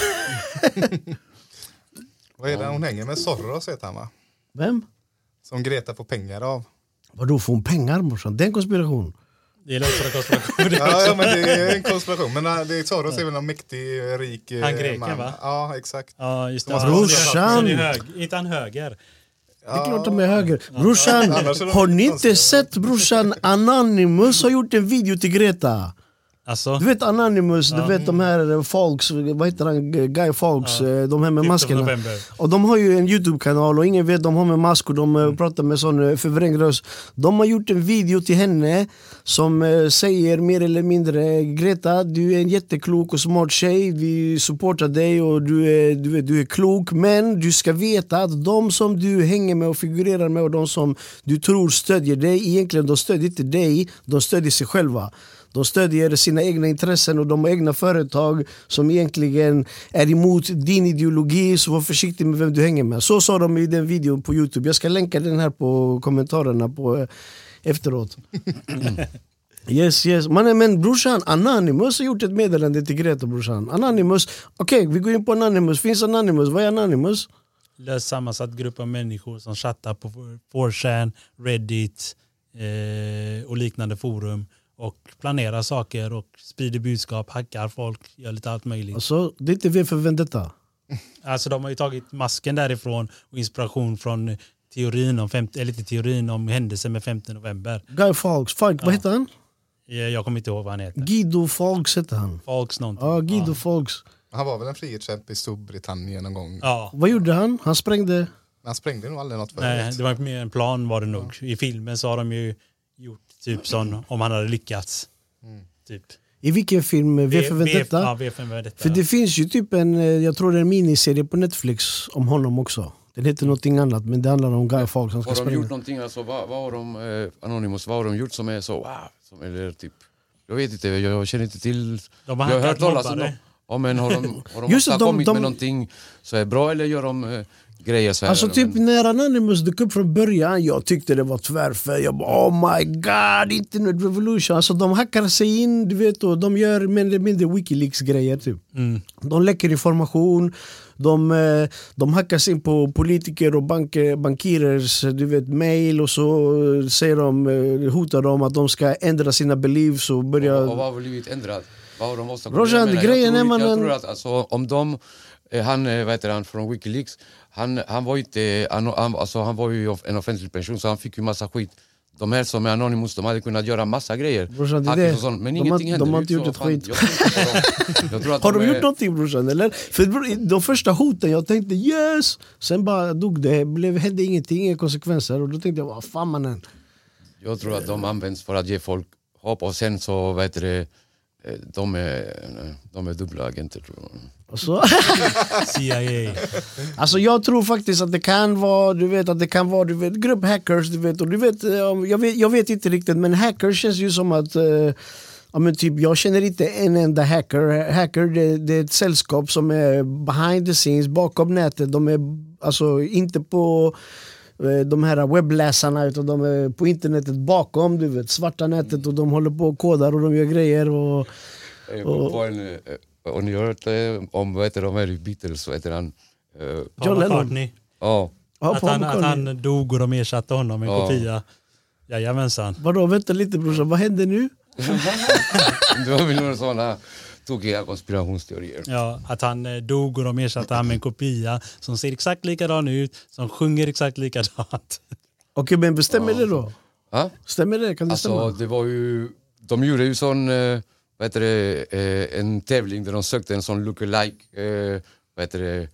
Vad är det hon hänger med? Soros heter han, va? Vem? Som Greta får pengar av. Vadå, får hon pengar, morsan? Det är en konspiration. Det är också en konspiration. Det är Ja, också- ja, men det är en konspiration. Men äh, det är Soros är väl någon mäktig, rik eh, Han greken, man. va? Ja, exakt. Ja, just det. De har Ja, brorsan. så är hög. Inte han höger. Det är klart de är höger. Brorsan, Annars är de har ni konstiga. inte sett brorsan Anonymous har gjort en video till Greta? Alltså, Du vet Anonymous, du vet de här Folks, vad heter han, Guy Fawkes, eh, de här med maskerna. november. Och de har ju en YouTube-kanal och ingen vet, de har med mask och de mm. pratar med sån eh, förvrängd röst. De har gjort en video till henne som eh, säger mer eller mindre: Greta, du är en jätteklok och smart tjej, vi supportar dig och du är, du är, du är klok, men du ska veta att de som du hänger med och figurerar med och de som du tror stödjer dig, egentligen de stödjer inte dig, de stödjer sig själva. De stödjer sina egna intressen och de har egna företag som egentligen är emot din ideologi, så var försiktig med vem du hänger med. Så sa de i den videon på YouTube. Jag ska länka den här på kommentarerna på, eh, efteråt. Yes, yes. Man, men brorsan, Anonymous har gjort ett meddelande till Greta, brorsan. Anonymous, okej, okay, vi går in på Anonymous. Finns Anonymous? Vad är Anonymous? Lös sammansatt grupp av människor som chattar på four chan, Reddit eh, och liknande forum och planerar saker och sprider budskap, hackar folk, gör lite allt möjligt. Alltså, det är inte V för Vendetta. Alltså de har ju tagit masken därifrån och inspiration från teorin om femte, eller inte teorin om händelsen med femte november. Guy Fawkes, Falk, Ja. vad heter han? Jag, jag kommer inte ihåg vad han heter. Guido Fawkes heter han. Folks någonting. Ja, Guido Fawkes. Han var väl en frihetskämpe i Storbritannien någon gång. Ja. Vad gjorde han? Han sprängde... Men han sprängde nog aldrig något förut. Nej, det var mer en plan var det nog. I filmen så har de ju gjort typ sån om han hade lyckats. Typ. I vilken film? V för Vendetta? Ja, V för Vendetta. För det finns ju typ en, eh, jag tror det är en miniserie på Netflix om honom också. Den heter någonting annat, men det handlar om Guy Fawkes som ska Har de spränga. gjort någonting, alltså, vad, vad har de, eh, Anonymous, vad har de gjort som är så, wow, som, eller typ, jag vet inte, jag, jag känner inte till, De har jag har hört hackat talas om mobbare. dem. Ja, men har de, har de Just det, de- kommit de- med någonting så är bra, eller gör de eh, grejer så här? Alltså eller? typ när Anonymous dök upp från början, jag tyckte det var tvärfär. Jag bara, oh my god, internet revolution. Alltså de hackar sig in, du vet, och de gör mer eller mindre Wikileaks grejer typ. Mm. De läcker information, De, eh, de hackas in på politiker och bank, bankirers du vet, mail och så säger de, eh, hotar de att de ska ändra sina beliefs och börja... Och, och vad har blivit ändrat? Vad har de åstadkommit? Roshan, Jag, grejen är man... jag tror att alltså, om de, han, vad heter han, från Wikileaks, han, han var ju inte, han, han, alltså, han var ju en offentlig person så han fick ju massa skit. De här som är Anonymous, de hade kunnat göra massa grejer. Brorsan, det är det. Sånt, men de ingenting har, händer. De har inte gjort ett skit. Har de, de gjort någonting brorsan? Eller? För de första hoten, jag tänkte yes! Sen bara dog det, blev, hände ingenting, inga konsekvenser. Och då tänkte jag, vad fan mannen? Jag tror att de används för att ge folk hopp. Och sen så, vad heter det, de är, de är dubbla agenter tror jag. Så? C I A. Alltså jag tror faktiskt att det kan vara, du vet att det kan vara, du vet, grupp hackers, du vet, och du vet, jag vet, jag vet inte riktigt, men hackers känns ju som att, uh, ja men typ, jag känner inte en enda hacker. Hacker, det, det är ett sällskap som är behind the scenes, bakom nätet, de är alltså inte på de här webbläsarna utan de är på internetet bakom, du vet, svarta nätet och de håller på och kodar och de gör grejer och... och, och en, och ni har hört om, vad heter de här Beatles, vad heter han? Uh, Paul McCartney. Ja. Ja, att, han, att han dog och de ersatte honom med en ja. kopia. Jajamensan. Vadå, vänta lite brorsan, vad händer nu? Det var väl några sådana tokiga konspirationsteorier. Ja, att han eh, dog och de ersatte han med en kopia som ser exakt likadan ut, som sjunger exakt likadant. Okej, men bestämmer ja. det då? Ha? Stämmer det? Kan det alltså, stämma? det var ju, de gjorde ju sån, eh, vad heter det, eh, en tävling där de sökte en sån lookalike, eh, vad heter det,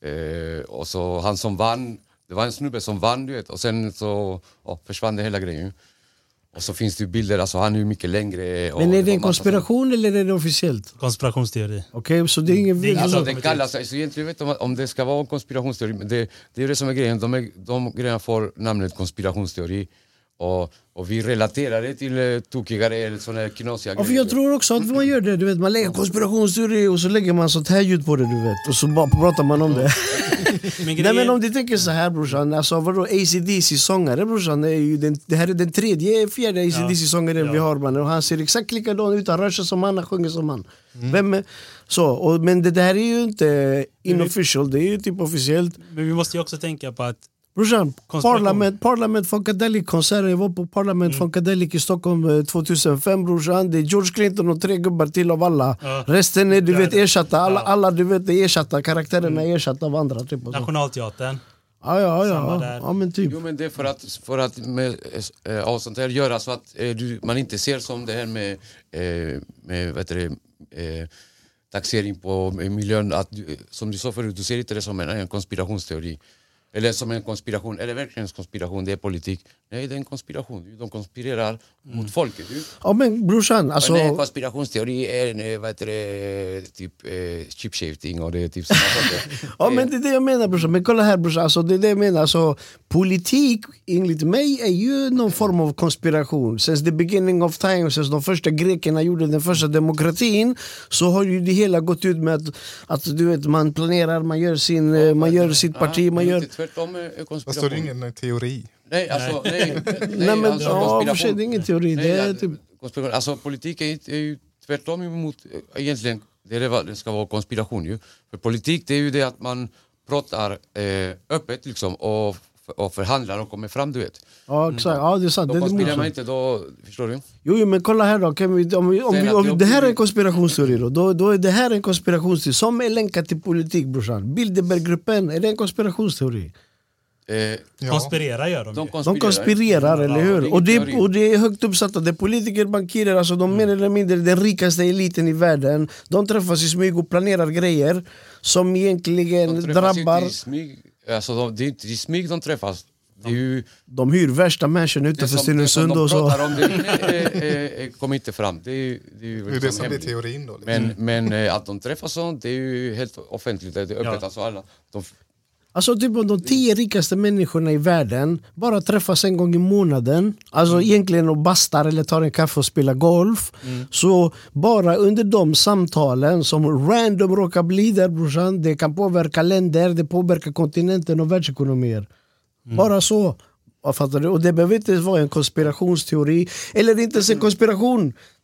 eh, och så han som vann, det var en snubbe som vann, du vet, och sen så ja, försvann det hela grejen. Och så finns det ju bilder, alltså han är ju mycket längre. Men är det en konspiration eller är det officiellt? Konspirationsteori. Okej, okay, så det är ingen... Det är alltså det kallas, alltså, egentligen vet om, om det ska vara en konspirationsteori, men det, det är det som är grejen, de, är, de grejerna får namnet konspirationsteori. Och, och vi relaterar det till uh, tokigare eller sådana här knasiga ja, för jag tror också att man gör det, du vet, man lägger konspirationsteori och så lägger man sånt här ljud på det, du vet, och så bara pratar man om det. men Nej men om du tänker så här brorsan, alltså vadå, A C D C-sångare brorsan, är ju den, det här är den tredje, fjärde A C D C-sångaren ja. vi har, man, och han ser exakt likadan ut, han rör sig som han, han sjunger som han. Mm. Vem är, så, och, men det där är ju inte inofficial, det är ju typ officiellt. Men vi måste ju också tänka på att brorsan, Parlament, Parlament Funkadelic-konserten, jag var på Parlament mm. Funkadelic i Stockholm tjugohundrafem brorsan, det är George Clinton och tre gubbar till av alla. Ja. Resten är du vet ersatta, alla, alla du vet är ersatta, karaktärerna är ersatta av andra. Typ, Nationalteatern. Ja, ja, ja. ja men typ. Jo men det är för att, för att med, äh, av sånt här göra så att äh, du, man inte ser som det här med, äh, med vad heter det, äh, taxering på miljön, att du, som du sa förut, du ser inte det som en, en konspirationsteori. Eller som en konspiration, eller verkligen en konspiration, det är politik. Nej, det är en konspiration, de konspirerar mm. mot folket. Du. Ja men brorsan, alltså... Men en konspirationsteori är en, vad heter det, typ eh, chipshifting och det är typ sådana saker. Ja men det är det jag menar brorsan, men kolla här brorsan, alltså, det är det jag menar, alltså, politik enligt mig är ju någon form av konspiration. Since the beginning of time, since de första grekerna gjorde den första demokratin, så har ju det hela gått ut med att, att du vet, man planerar, man gör, sin, ja, man gör sitt parti, ja, man gör... Tvärtom är konspiration. Vad står det ingen teori? Nej, alltså, nej, nej, nej men alltså, ja, för sig, det är ingen teori. Nej, det är typ... Alltså politik är, är ju tvärtom emot, egentligen, det, är, det ska vara konspiration ju. För politik det är ju det att man pratar eh, öppet liksom och, och förhandlar och kommer fram, du vet. Ja, exakt. Ja, det är sant. Då det konspirerar man inte, då, förstår du? Jo, jo, men kolla här då. Kan vi, om vi, om vi, om vi, det här är en konspirationsteori då, då, då är det här en konspirationsteori som är länkad till politik, brorsan. Bilderberggruppen, är det en konspirationsteori? Eh, ja. Konspirerar gör de. De konspirerar, de konspirerar ja, eller hur? Det och, det, och det är högt uppsatta. Det är politiker, bankirer, alltså de mm. mer eller mindre den rikaste eliten i världen. De träffas i smyg och planerar grejer som egentligen de drabbar... I smyg. Alltså de, det är inte i smyg de träffas. Det är ju... De hyr värsta människan utanför Stenungsund och så. Det som de pratar om det kommer inte fram. Det är, det är ju det, är det som är teorin då. Liksom. Men, men att de träffas sånt, det är ju helt offentligt. Det är öppet, ja. Alltså alla. De... Alltså typ om de tio rikaste människorna i världen bara träffas en gång i månaden, alltså mm. egentligen och bastar eller tar en kaffe och spelar golf, mm. så bara under de samtalen som random råkar bli där brorsan, det kan påverka länder, det påverkar kontinenten och världsekonomier. Mm. Bara så. Fattar du? Och det behöver inte vara en konspirationsteori eller inte ens en konspiration.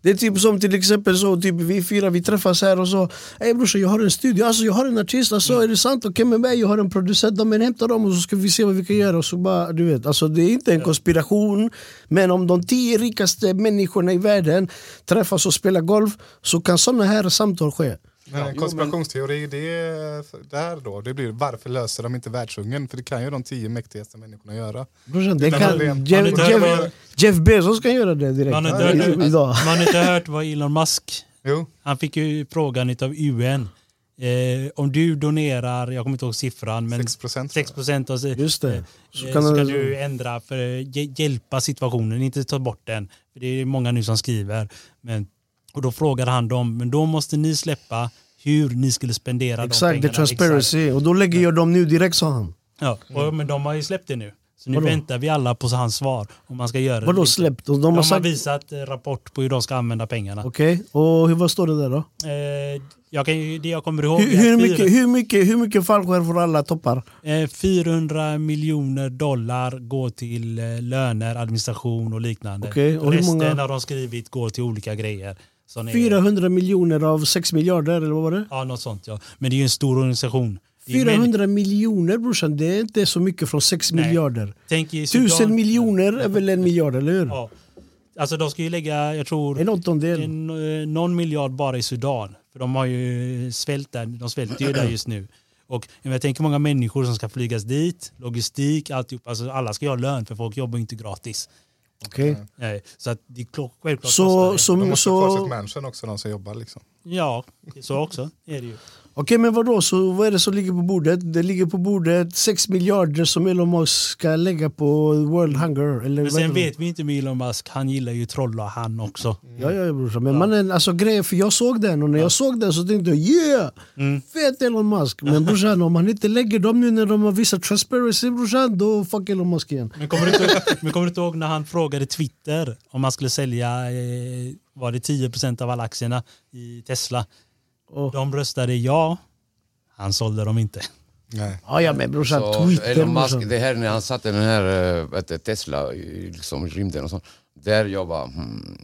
Det är typ som till exempel så, typ vi fyra, vi träffas här och så, hej brorsan, jag har en studio, alltså jag har en artist, alltså mm. är det sant? Okej okay, med mig, jag har en producent, men hämta dem och så ska vi se vad vi kan göra och så bara, du vet, alltså det är inte en konspiration, men om de tio rikaste människorna i världen träffas och spelar golf så kan sådana här samtal ske. Men en konspirationsteori, det är där då, det blir varför löser de inte världshungern? För det kan ju de tio mäktigaste människorna göra. Brorsan, det kan, Jeff, Jeff, Jeff Bezos kan göra det direkt. Man har inte, hört, man har inte hört vad Elon Musk, jo. Han fick ju frågan utav U N. Eh, om du donerar, jag kommer inte ihåg siffran, men sex procent av sig, just det. Så, eh, kan, så kan du ändra för att hjälpa situationen, inte ta bort den. För det är många nu som skriver, men och då frågade han dem, men då måste ni släppa hur ni skulle spendera exakt, de pengarna. Exakt, the transparency. Exakt. Och då lägger jag dem nu direkt, sa han. Ja, och, men de har ju släppt det nu. Så nu Vadå? Väntar vi alla på hans svar om man ska göra det. Vadå släppt? Och de, de har, sagt... har visat rapport på hur de ska använda pengarna. Okej, okay. Och hur, vad står det där då? Eh, jag kan, det jag kommer ihåg... Hur, hur, mycket, hur, mycket, hur mycket fallskärm för alla toppar? Eh, fyrahundra miljoner dollar går till eh, löner, administration och liknande. Okay. Och resten hur många... har de skrivit går till olika grejer. Är... fyrahundra miljoner av sex miljarder, eller vad var det? Ja, något sånt, ja. Men det är ju en stor organisation. fyrahundra men... miljoner, brorsan, det är inte så mycket från sex Nej. miljarder. Tänk i Sudan... Tusen miljoner är väl en miljard, eller hur? Ja. Alltså de ska ju lägga, jag tror... En åttondel. En, någon miljard bara i Sudan. För de har ju svält där, de svälter ju där just nu. Och jag tänker många människor som ska flygas dit, logistik, alltihop. Alltså alla ska ju ha lön, för folk jobbar inte gratis. Okej. Okay. Nej, så att det är självklart så, så, de måste så... få sitt människan också, de som jobbar liksom. Ja, så också är det ju. Okej, men vadå? Så vad är det som ligger på bordet? Det ligger på bordet sex miljarder som Elon Musk ska lägga på World Hunger. Eller men sen vet vi inte med Elon Musk. Han gillar ju trolla han också. Mm. Ja, ja, brorsan. Men ja. mannen, alltså grejen, för jag såg den och när ja. jag såg den så tänkte jag, yeah! Mm. Fet Elon Musk. Men brorsan, om han inte lägger dem nu när de har visat transparency, brorsan, då fuck Elon Musk igen. Men kommer du inte, men kommer du inte ihåg när han frågade Twitter om man skulle sälja, eh, var det tio procent av alla aktierna i Tesla? Oh. De röstade ja. Han sålde dem inte. Nej. Ja, ja, men brorsan, Twitter. Elon Musk, det här när han satte den här vet, Tesla i liksom, rymden och sånt. Där jag bara, hmm,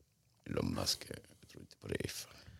Elon Musk, jag tror inte på det.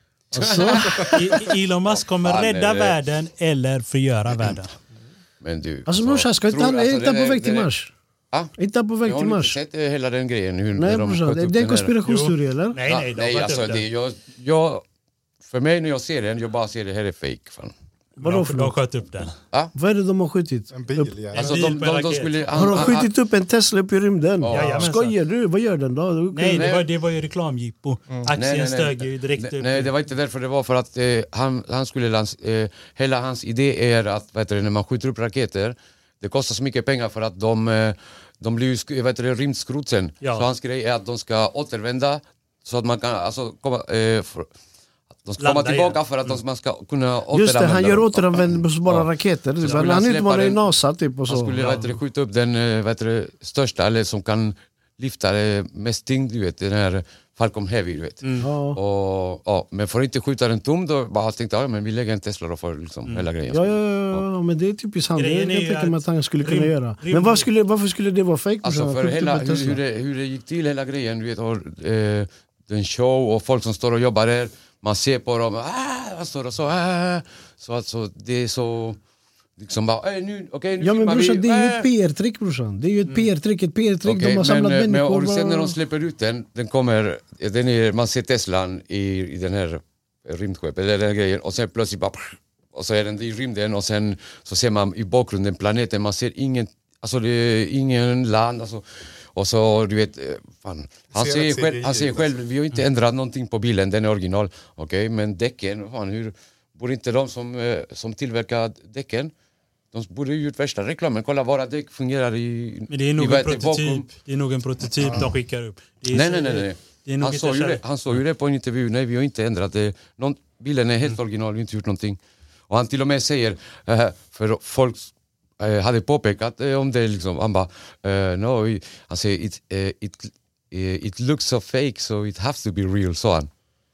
Alltså? Elon Musk kommer Fan, rädda världen eller förgöra världen. Men du, alltså brorsan, ska inte han inte på väg till Mars? Ah? Inte på väg till Mars. Jag har inte sett hela den grejen. Hur nej, de brorsan, det, det är en konspirationsteori, eller? Nej, nej, de nej alltså, det, jag, jag, för mig när jag ser den, jag bara ser det här är fake. Fan. Vadå för de sköt upp den? Ah? Vad är det de har skjutit? En bil, ja. Alltså, de, de, de skulle, han, har de skjutit upp en Tesla upp i rymden? Ja, ja, skojar du? Vad gör den då? Nej, det var, det var ju reklamgippo. Mm. Aktien nej, nej, nej, stög ju direkt nej, upp. Nej, det var inte därför. Det var för att eh, han, han skulle lans, eh, hela hans idé är att vet du, när man skjuter upp raketer, det kostar så mycket pengar för att de, eh, de blir ju vet du, rymdskrot sen. Ja. Så hans grej är att de ska återvända så att man kan alltså, komma... Eh, för, de ska komma tillbaka igen. För att de, man ska kunna återanvända. Just det, han gör återanvändbara ja. raketer. Typ. Han, han utmanar i NASA typ. Och så. Han skulle ja. vet du, skjuta upp den vet du, största, eller som kan lyfta mest tyngd, du vet, den här Falcon Heavy, du vet. Mm. Och, ja, men för att inte skjuta den tom, då bara tänkte jag, ja, men vi lägger en Tesla då för liksom, mm. hela grejen. Ja, ja, ja, ja, men det är typiskt han. Det jag tänker mig att han skulle kunna rym, göra. Men vad skulle, varför skulle det vara fake? Alltså för hela, hur, hur, det, hur det gick till hela grejen, du vet, och, eh, den show och folk som står och jobbar där. Man ser på dem, ah, står och så, ah. Så alltså, det är så, liksom bara, äh, nu, okej, okay, nu ja, men brorsan, vi, det är ju ett P R-trick, brorsan. Det är ju ett P R-trick, ett P R-trick. Okay, de har samlat men, människor. Men, och sen när de släpper ut den, den kommer, den är, man ser Teslan i, i den här rymdskeppet, eller den grejen, och sen plötsligt bara, och så är den i rymden, och sen så ser man i bakgrunden planeten, man ser ingen, alltså det är ingen land, alltså. Och så, du vet, fan, han säger själv, han säger själv, vi har inte ändrat någonting på bilen, den är original. Okej, okay, men däcken, fan, hur, borde inte de som, som tillverkar däcken, de borde ju gjort värsta reklamen. Kolla, våra däck fungerar i... Men det är nog en prototyp, vakuum. Det är nog en prototyp ja. de skickar upp. Nej, nej, nej, nej. Det är han, såg ju det, han såg ju det på en intervju, nej, vi har inte ändrat det. Någon, bilen är helt mm. original, vi har inte gjort någonting. Och han till och med säger, äh, för folk... Uh, hade påpekat uh, om det liksom, han bara uh, no, han säger it, uh, it, uh, it looks so fake so it has to be real, sa han.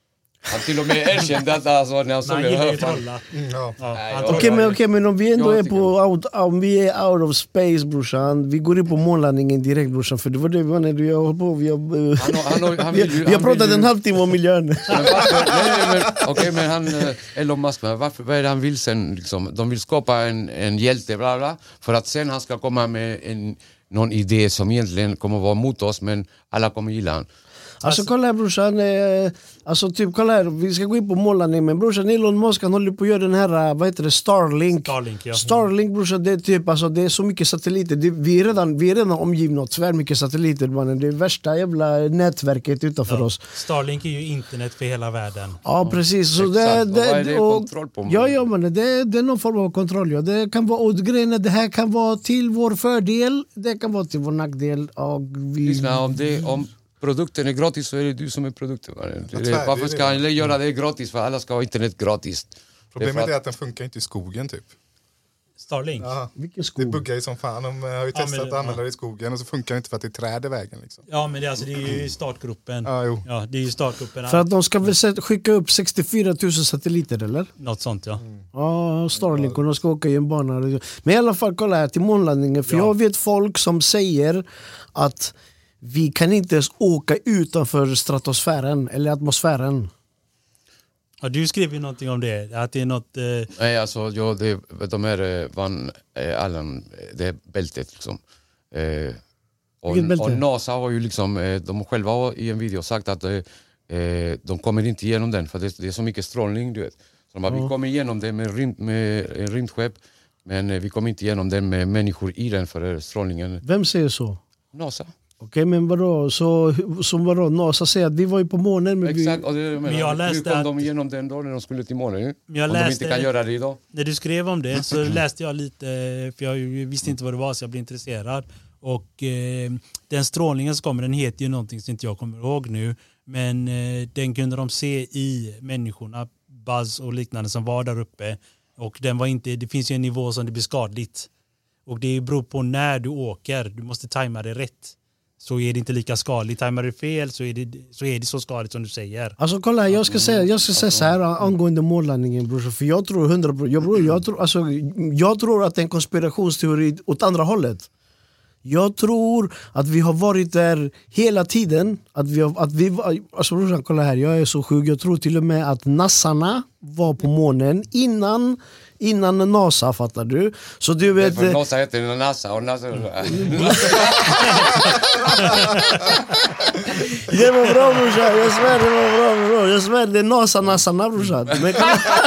Han till och med erkände att alltså, när han såg Nej, det. det trolla. Mm, ja. Ja, Nej, han ja, trollar Okej, men, ju. okej, men om vi ändå Jag är tycker- på out, om vi är out of space brorsan, vi går in på månlandningen direkt brorsan, för det var det vi var när du har på, vi har, Han, har- han, har- han vi, vill ju- vi har han vill pratat ju- en halvtimme om miljön. Men varför, nej, men, okej, men han, eh, Elon Musk, men varför, vad är det han vill sen? Liksom? De vill skapa en, en hjälte, bla, bla, för att sen han ska komma med en, någon idé som egentligen kommer vara mot oss, men alla kommer gilla han. Alltså kolla här brorsan, eh, alltså typ kolla här, vi ska gå in på månlandning, men brorsan Elon Musk han håller på att göra den här, eh, vad heter det, Starlink. Starlink, ja. Starlink brorsan, det är typ, alltså det är så mycket satelliter, det, vi, är redan, vi är redan omgivna av tvär mycket satelliter mannen. Det är värsta jävla nätverket utanför Ja. oss. Starlink är ju internet för hela världen. Ja precis, så det, Exakt. Och vad är det, det och, kontroll på? ja, ja men det, det är någon form av kontroll, ja. Det kan vara, och grejen är, det här kan vara till vår fördel, det kan vara till vår nackdel. Och vi, Lyssna, om, det, om produkten är gratis så är det du som är produkten. Det, det, tvär- varför det ska är han göra det gratis? För alla ska ha internet gratis. Problemet Det är för är att- att den funkar inte i skogen typ. Starlink? Aha. vilken Det skog. buggar ju som fan. De har ju Ja, testat men- att använda ja. det i skogen och så funkar det inte för att det är träd i vägen. Liksom. Ja, men det, är alltså, det är ju startgruppen. Ja, jo. Ja, det är ju startgruppen. För att de ska väl sätt- skicka upp sextiofyra tusen satelliter eller? Något sånt, ja. Ja, Starlink, och de ska åka i en bana. Men i alla fall, kolla här till månlandningen. För Ja. jag vet folk som säger att vi kan inte ens åka utanför stratosfären eller atmosfären. Ja, du skrev ju någonting om det. Att det är något... Eh, Nej, alltså, ja, det, de här eh, vann eh, Allen, det är bältet liksom. Eh, och, Vilket bälte? och NASA har ju liksom, eh, de själva har i en video sagt att eh, eh, de kommer inte igenom den för det, det är så mycket strålning, du vet. Så de bara, vi kommer igenom det med, rymd, med en rymdskepp, men eh, vi kommer inte igenom den med människor i den för strålningen. Vem säger så? NASA. Okej, men vadå? Så, så vadå? NASA säger att vi var ju på månen, men vi... Exakt, och det, jag menar, Men jag hur läste kom att- de igenom den då när de skulle till månen? ju? Men jag Om de läste- inte kan göra det idag. när du skrev om det så läste jag lite, för jag visste inte vad det var så jag blev intresserad. Och eh, den strålningen som kommer, den heter ju någonting som inte jag kommer ihåg nu. Men eh, den kunde de se i människorna, Buzz och liknande som var där uppe. Och den var inte, det finns ju en nivå som det blir skadligt. Och det beror på när du åker, du måste tajma det rätt. Så är det inte lika skadligt. Tajmar du fel så är det så, är det så skadligt som du säger. Alltså kolla här, jag ska säga, jag ska säga så här angående månlandningen brorsan. För jag tror hundra procent, jag, bror, jag, tror, alltså, jag tror att det är en konspirationsteori åt andra hållet. Jag tror att vi har varit där hela tiden. Att vi har, att vi var, alltså brorsan, kolla här, jag är så sjuk. Jag tror till och med att nassarna var på månen innan, innan NASA, fattar du? Så du vet... För NASA heter NASA och NASA... Det var bra brorsan, jag svär det var bra bror. Jag svär det är NASA-nassarna brorsan. Men,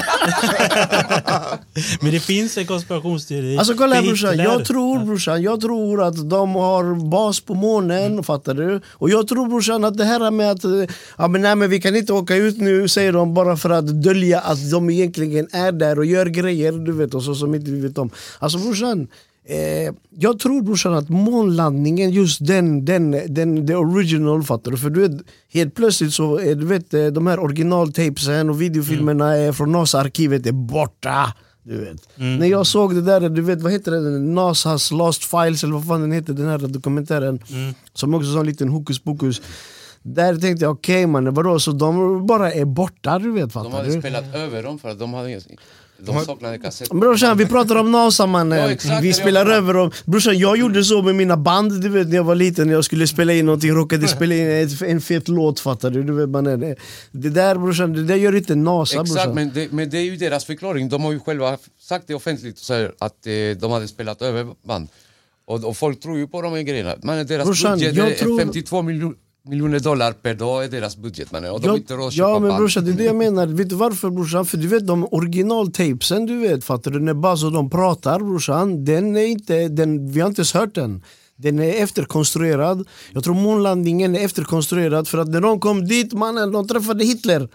Men det finns en konspirationsteori. alltså kolla här för brorsan, Hitler. jag tror brorsan, jag tror att de har bas på månen, fattar du? Och jag tror brorsan att det här med att eh, ja, men nej, men vi kan inte åka ut nu, säger de, bara för att dölja att de egentligen är där och gör grejer, du vet, och så som inte vi vet om. Alltså brorsan, eh, jag tror brorsan att månlandningen, just den, den, den the original, fattar du? För du vet, helt plötsligt så är du vet, eh, de här originaltapesen och videofilmerna är från NASA-arkivet är borta. Du vet. När jag såg det där, du vet vad heter det, NASA's Lost Files eller vad fan den heter, den här dokumentären som också är en liten hokus pokus. Där tänkte jag okej okay, man, vadå, så de bara är borta, du vet, De fattar hade du? spelat över dem för att de hade de saknade kassetter. Brorsan, vi pratar om NASA mannen, Ja, exakt, vi det spelar är över dem. Brorsan, jag gjorde så med mina band, du vet, när jag var liten, när jag skulle spela in någonting, råkade spela in ett, en fet låt, fattar du? Du vet, man, det, det där brorsan, det där gör inte NASA. Exakt, brorsan. men det, men det är ju deras förklaring. De har ju själva sagt det offentligt så här, att eh, de hade spelat över band. Och, och folk tror ju på de här grejerna. Man, deras Brorsan, budget jag är tror- femtiotvå miljoner miljoner dollar per dag är deras budget, man. Och de har Ja, inte råd att köpa ja men band. brorsan, det är det jag menar. Vet du varför brorsan? För du vet de originaltapesen, du vet, fattar du? När Buzz och de pratar brorsan, den är inte, den, vi har inte ens hört den. Den är efterkonstruerad. Jag tror månlandningen är efterkonstruerad för att när de kom dit, mannen, de träffade Hitler.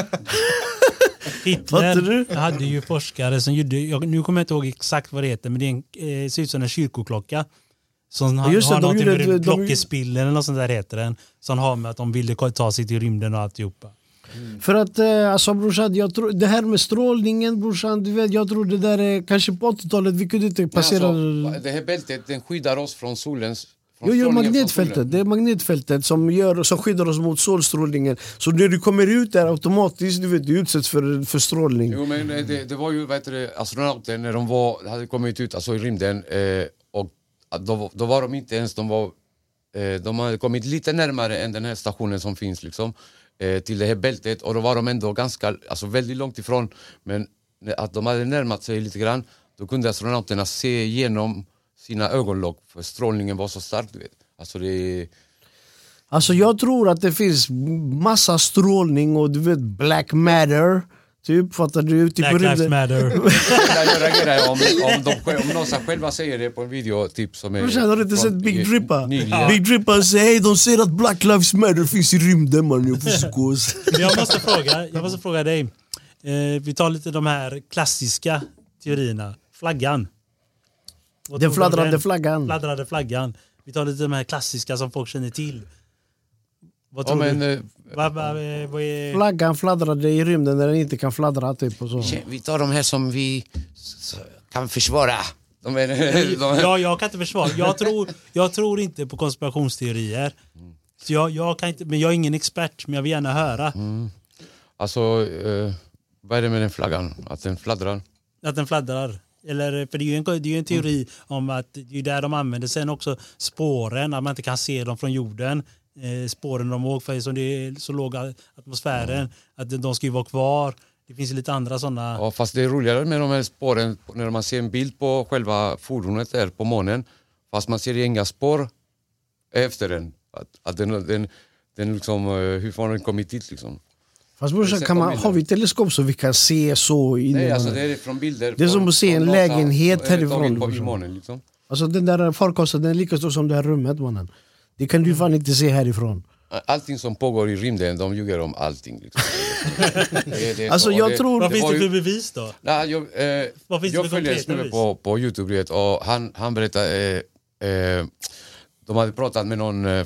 Fattar du? Hitler hade ju forskare som gjorde, jag, nu kommer jag inte ihåg exakt vad det heter, men det är en, eh, ser ut som en kyrkoklocka. Som har, just det, har de någonting gjorde- med de- klockespiller eller något sånt där heter den. Som har med att de ville ta sig till rymden och alltihopa. För att eh, alltså brorsan, jag tror, det här med strålningen brorsan, du vet, jag tror det där är kanske på åttiotalet vi kunde inte passera. Alltså, det här bältet den skyddar oss från solens, Jo, jo, magnetfältet. Det är magnetfältet som, gör, som skyddar oss mot solstrålningen. Så när du kommer ut där automatiskt, du vet, du utsätts för, för strålning. Jo, men det, det var ju, vet du, astronauter när de var, hade kommit ut alltså, i rymden eh, och då, då var de inte ens, de var eh, de hade kommit lite närmare än den här stationen som finns liksom, eh, till det här bältet, och då var de ändå ganska, alltså väldigt långt ifrån, men att de hade närmat sig lite grann, då kunde astronauterna se igenom sina ögonlock, för strålningen var så stark, du vet. Alltså det... Alltså jag tror att det finns massa strålning och du vet black matter. Typ, fattar du? Typ Black Lives Matter. Jag reagerar om, om, de, om någon själva säger det på en video typ som är... Jag har inte sett Big Drippa. Ja. Big Drippa säger hej, de säger att Black Lives Matter finns i rymden, man. Jag får psykos. Jag måste fråga, jag måste fråga dig. Eh, vi tar lite de här klassiska teorierna. Flaggan. Vad Den tror du fladdrande den? flaggan. Fladdrande flaggan. Vi tar lite de här klassiska som folk känner till. Vad Ja, tror men, du? eh, Vad, vad, vad är... Flaggan fladdrade i rymden när den inte kan fladdra typ och så. vi tar de här som vi s- kan försvara. De är, de Ja, jag kan inte försvara. Jag tror, jag tror inte på konspirationsteorier. Så jag, jag kan inte, men jag är ingen expert, men jag vill gärna höra. Mm. Alltså, eh, vad är det med den flaggan? Att den fladdrar? Att den fladdrar. Eller, för det är ju en, det är ju en teori mm. om att det är där de använder. Sen också spåren, att man inte kan se dem från jorden. Eh, spåren de åker för som det är så låg atmosfären. Mm. Att de ska ju vara kvar. Det finns ju lite andra sådana. Ja, fast det är roligare med de här spåren när man ser en bild på själva fordonet där på månen. Fast man ser inga spår efter den. Att, att den, den, den liksom, hur får den kommit dit liksom? Fast brorsan, kan man, har vi teleskop så vi kan se så in? Nej, alltså det är från bilder. Det är som att se en lägenhet härifrån. På, i månen, liksom. Alltså den där farkosten, den är lika stor som det här rummet, mannen. Det kan du fan inte se härifrån. Allting som pågår i rymden, de ljuger om allting. Liksom. det, det alltså så, jag det, tror... Vad det finns det för bevis då? Nej, jag eh, Vad finns jag det för följer en snubbe på, på YouTube, vet, och han, han berättade... Eh, eh, de hade pratat med någon, eh,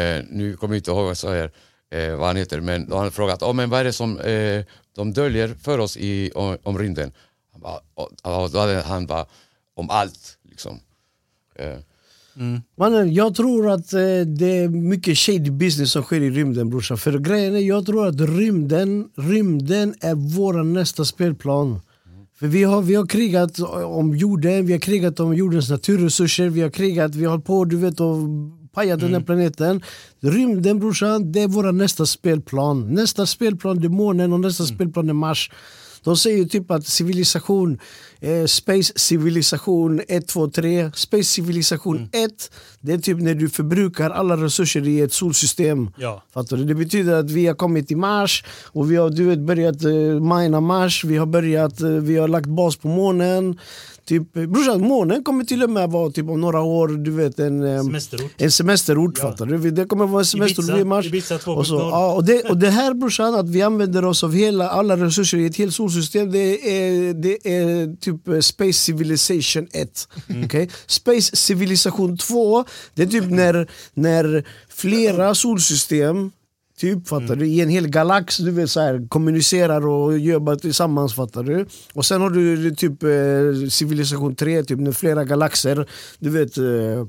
nu kommer jag inte ihåg vad, så här, eh, vad han heter, men de hade frågat, oh, men vad är det som eh, de döljer för oss i, om, om rymden? Han bara, och, och då hade han bara, om allt, liksom. Eh. Mm. Mannen, jag tror att eh, det är mycket shady business som sker i rymden, brorsan. För grejen är, jag tror att rymden, rymden är vår nästa spelplan. Mm. För vi har, vi har krigat om jorden, vi har krigat om jordens naturresurser, vi har krigat, vi har på, du vet, och pajat mm. den här planeten. Rymden, brorsan, det är vår nästa spelplan. Nästa spelplan är månen och nästa mm. spelplan är Mars. De säger typ att civilisation, eh, space civilisation ett, två, tre, space civilisation mm. ett, det är typ när du förbrukar alla resurser i ett solsystem. Ja. Fattar du? Det betyder att vi har kommit till Mars och vi har du vet, börjat eh, mina Mars, vi har börjat, eh, vi har lagt bas på månen. Typ, brorsan, månen kommer till och med vara typ om några år, du vet, en um, semesterort. En semesterort, ja. Fattar du? Det kommer vara en semesterort i Mars. Ibiza två och, så, ja, och, det, och det här, brorsan, att vi använder oss av hela, alla resurser i ett helt solsystem, det är, det är typ Space Civilization ett. Mm. Okay? Space Civilization två, det är typ när, när flera solsystem typ, fattar mm. du, i en hel galax, du vet, så här, kommunicerar och jobbar tillsammans, fattar du. Och sen har du typ eh, civilisation tre, typ när flera galaxer, du vet, eh,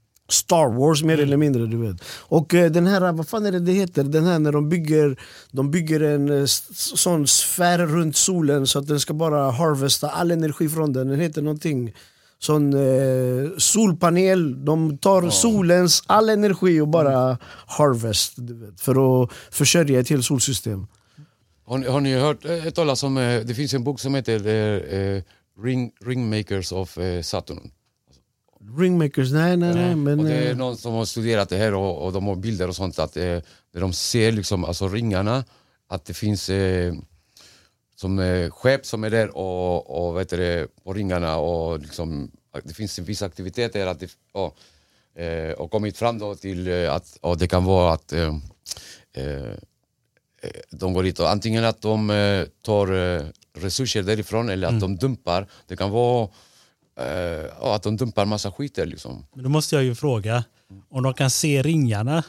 Star Wars mer mm. eller mindre, du vet. Och eh, den här, vad fan är det det heter? Den här när de bygger, de bygger en eh, sån sfär runt solen så att den ska bara harvesta all energi från den. Den heter någonting sån eh, solpanel, de tar oh. solens all energi och bara mm. harvest, du vet, för att försörja ett helt solsystem. Har ni, har ni hört ett talas om, eh, det finns en bok som heter eh, Ring, Ringmakers of eh, Saturn. Ringmakers, nej nej nej. Men, och det är någon som har studerat det här och, och de har bilder och sånt, att eh, där de ser liksom, alltså ringarna, att det finns eh, som eh, skepp som är där och, och vet du, på ringarna, och liksom, det finns en viss aktivitet där, att det, och, eh, och kommit fram då till eh, att och det kan vara att eh, eh, de går dit och antingen att de eh, tar eh, resurser därifrån eller att mm. de dumpar. Det kan vara eh, att de dumpar massa skit där liksom. Men då måste jag ju fråga, om de kan se ringarna,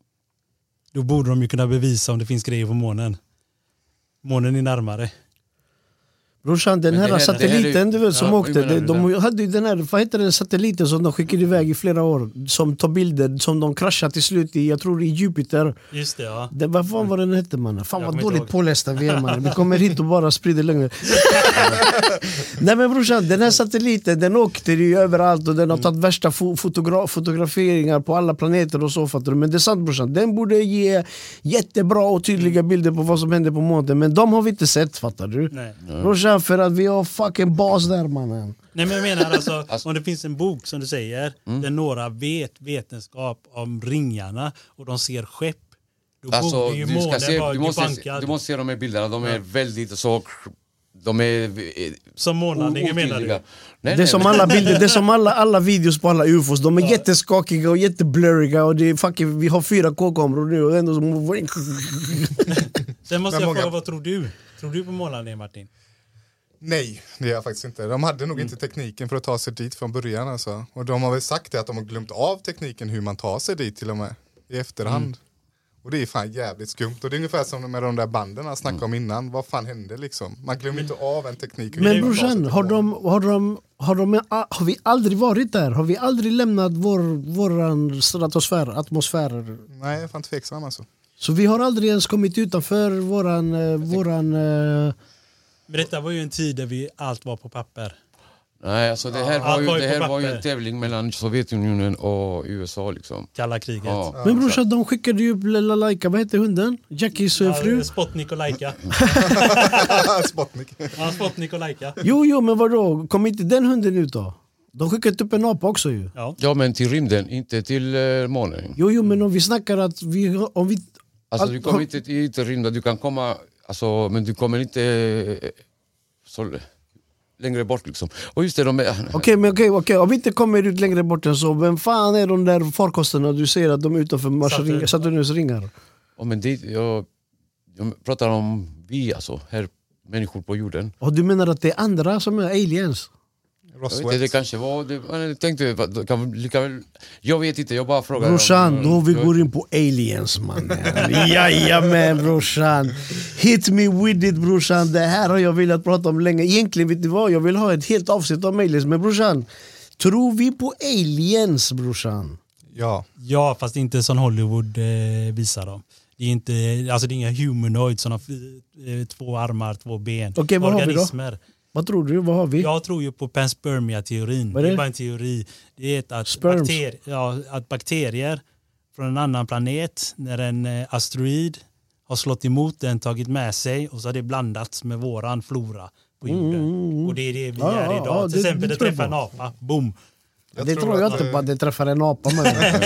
då borde de ju kunna bevisa om det finns grejer på månen. Månen är närmare. Brorsan, den här det här- satelliten det här är- du vet som ja, åkte, hur menar de, du de det? hade ju den här, vad heter den satelliten som de skickade iväg i flera år, som tar bilder, som de kraschade till slut i, jag tror i Jupiter. Just det, ja. Det, vad fan var den hette mannen? Fan Jag vad kommer dåligt inte ihåg. pålästa vi är mannen. Vi kommer hit och bara sprider lögner. Nej men brorsan, den här satelliten den åkte ju överallt och den har tagit värsta fo fotogra fotograferingar på alla planeter och så, fattar du. Men det är sant brorsan, den borde ge jättebra och tydliga bilder på vad som händer på månen. Men de har vi inte sett, fattar du. Nej. Brorsan, för att vi har fucking bas där mannen. Nej, men jag menar alltså, om det finns en bok som du säger, där några vet vetenskap om ringarna och de ser skepp, då Alltså, borde ju du, ska månen se, vara du, måste, debankad. du måste se de här bilderna, de är väldigt så... De är... Som månlandningen menar du? Nej, Det är nej, som alla bilder, det är som alla, alla videos på alla ufos. De är jätteskakiga och jätteblurriga och det är fucking, vi har fyra K-kameror nu och ändå så... Sen måste Men jag många- fråga, vad tror du? Tror du på månlandningen, Martin? Nej, det gör jag faktiskt inte. De hade nog inte tekniken för att ta sig dit från början. Alltså. Och de har väl sagt det att de har glömt av tekniken hur man tar sig dit till och med i efterhand. Mm. Och det är fan jävligt skumt. Och det är ungefär som med de där banden jag snackade om innan. Vad fan hände liksom? Man glömmer inte av en teknik. hur Men man tar sig brorsan, till har, månen. de, har, de, har, de, har vi aldrig varit där? Har vi aldrig lämnat vår, våran stratosfär, atmosfär? Nej, jag är fan tveksam alltså. Så vi har aldrig ens kommit utanför våran... eh, våran eh, Men detta var ju en tid där vi allt var på papper. nej, alltså det här, Ja, var, ju, var ju det på här var ju papper. en tävling mellan Sovjetunionen och U S A liksom. Kalla kriget. Ja. men brorsan, de skickade ju upp Lilla Laika, vad heter hunden? Jackies eh, fru? Ja, Spotnik och Laika. Spotnik. Ja, Spotnik och Laika. Jo, jo, men vadå? Kom inte den hunden ut då? De skickade upp en apa också ju. Ja. Ja, men till rymden, inte till uh, månen. Jo, jo, men om vi snackar att vi... Om vi Alltså All- du kommer inte till till rymden, du kan komma, alltså, men du kommer inte eh, så längre bort liksom. Och just det, de är... Okej, men okej, okej. Om vi inte kommer ut längre bort än så, vem fan är de där farkosterna du ser att de är utanför Mars Saturn. ring, Saturnus ringar? Ja, men det, jag, jag pratar om vi alltså, här människor på jorden. Och du menar att det är andra som är aliens? Jag vet inte, Roswell. det kanske var, det, jag tänkte, vad- kan, lika väl, jag vet inte, jag bara frågar. Brorsan, om- då vi jag- går in på aliens mannen. Jajamän brorsan. Hit me with it brorsan. Det här har jag velat prata om länge. Egentligen vet du vad, jag vill ha ett helt avsnitt om aliens. Men brorsan, tror vi på aliens brorsan? Ja. Ja, fast inte som Hollywood eh, visar dem. Det är inte, alltså det är inga humanoids som har eh, två armar, två ben. Okej, vad har vi då? organismer. Vad tror du? Vad har vi? Jag tror ju på panspermia-teorin. Vad är Det det? är bara en teori. Det är ett att, Sperms. bakter, ja, att bakterier från en annan planet, när en eh, asteroid har slått emot den, tagit med sig och så har det blandats med våran flora på jorden. Och det är det vi Ja, är ja, idag. ja, Till det- exempel det det tror jag träffar en på. apa. Boom. Jag det tror tror jag att, inte på eh, att det träffar en apa. Men,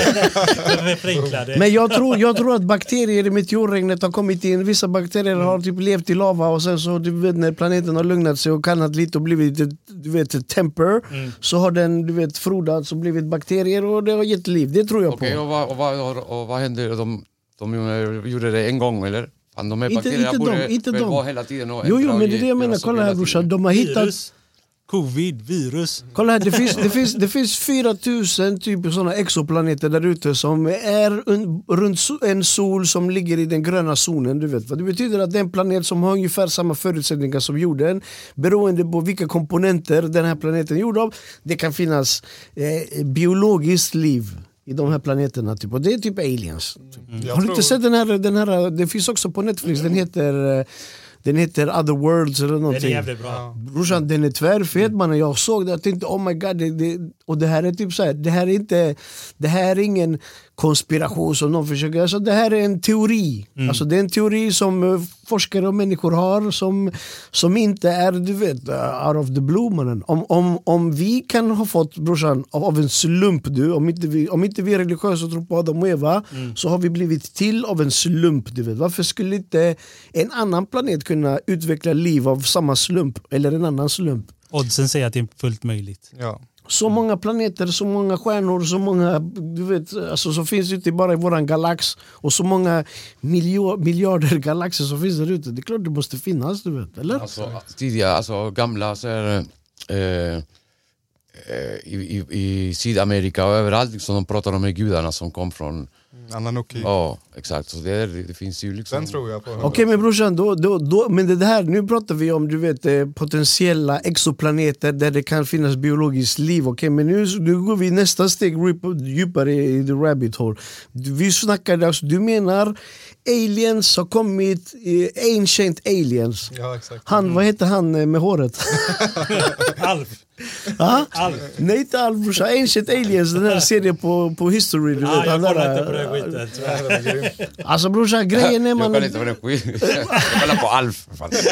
Det förenklade. men jag, tror, jag tror att bakterier i meteorregnet har kommit in. Vissa bakterier har typ levt i lava och sen så du vet, när planeten har lugnat sig och kallnat lite och blivit ett, du vet, ett temper så har den du vet, frodats och blivit bakterier och det har gett liv. Det tror jag Okej, på. och, vad, och, vad, och vad hände? De, de gjorde det en gång eller? Fan, de här Inte- bakterierna inte borde de, inte väl de. vara hela tiden och Jo, ändra jo, och men det är det jag göra menar. så Kolla hela här tiden. brorsan, de har hittat... Virus. Covid, virus. Kolla här, det finns, det finns, det finns fyra tusen typ sådana exoplaneter där ute som är un, runt so- en sol som ligger i den gröna zonen. Du vet vad det betyder, att det är en planet som har ungefär samma förutsättningar som jorden. Beroende på vilka komponenter den här planeten är gjord av. Det kan finnas eh, biologiskt liv i de här planeterna. Typ. Och det är typ aliens. Jag Har du tror- inte sett den här, den här? Det finns också på Netflix. Den heter... eh, Den heter Other Worlds eller Den är någonting. jävligt bra. Brorsan, den är tvärfet mannen. Jag såg det och tänkte oh my god. Det, det, och det här är typ så här, det här är inte, det här är ingen konspiration som någon försöker. Alltså det här är en teori. Mm. Alltså det är en teori som uh, forskare och människor har som, som inte är, du vet, uh, out of the blue mannen. Om, om, om vi kan ha fått, brorsan, av, av en slump du, om inte vi, om inte vi är religiösa och tror på Adam och Eva, Mm. så har vi blivit till av en slump, du vet. Varför skulle inte en annan planet kunna utveckla liv av samma slump eller en annan slump? Oddsen säger att det är fullt möjligt. Ja. Så många planeter, så många stjärnor, så många, du vet, alltså, som finns ute bara i våran galax och så många miljo- miljarder galaxer som finns där ute. Det är klart det måste finnas, du vet, eller? Alltså, tidiga, alltså gamla så här, eh, eh, i, i, i Sydamerika och överallt liksom, de pratar om de här gudarna som kom från Anunnaki. Ja, exakt. Så det, är, det finns ju liksom... Den tror jag på. Okej okay, men brorsan, då, då, då, men det här, nu pratar vi om du vet, eh, potentiella exoplaneter där det kan finnas biologiskt liv. Okay? Men nu, nu går vi nästa steg djupare i the rabbit hole. Vi snackar, alltså, du menar aliens har kommit, eh, ancient aliens. Ja, exakt. Han, mm. vad heter han med håret? Alf. Ah? Alf. Nej inte Alf brorsan, Ancient Aliens, den här serien på, på History du ah, vet, jag kollar där, inte på den skiten. Alltså brorsan, grejen är man... Jag kollar inte på den skiten, jag kollar på Alf.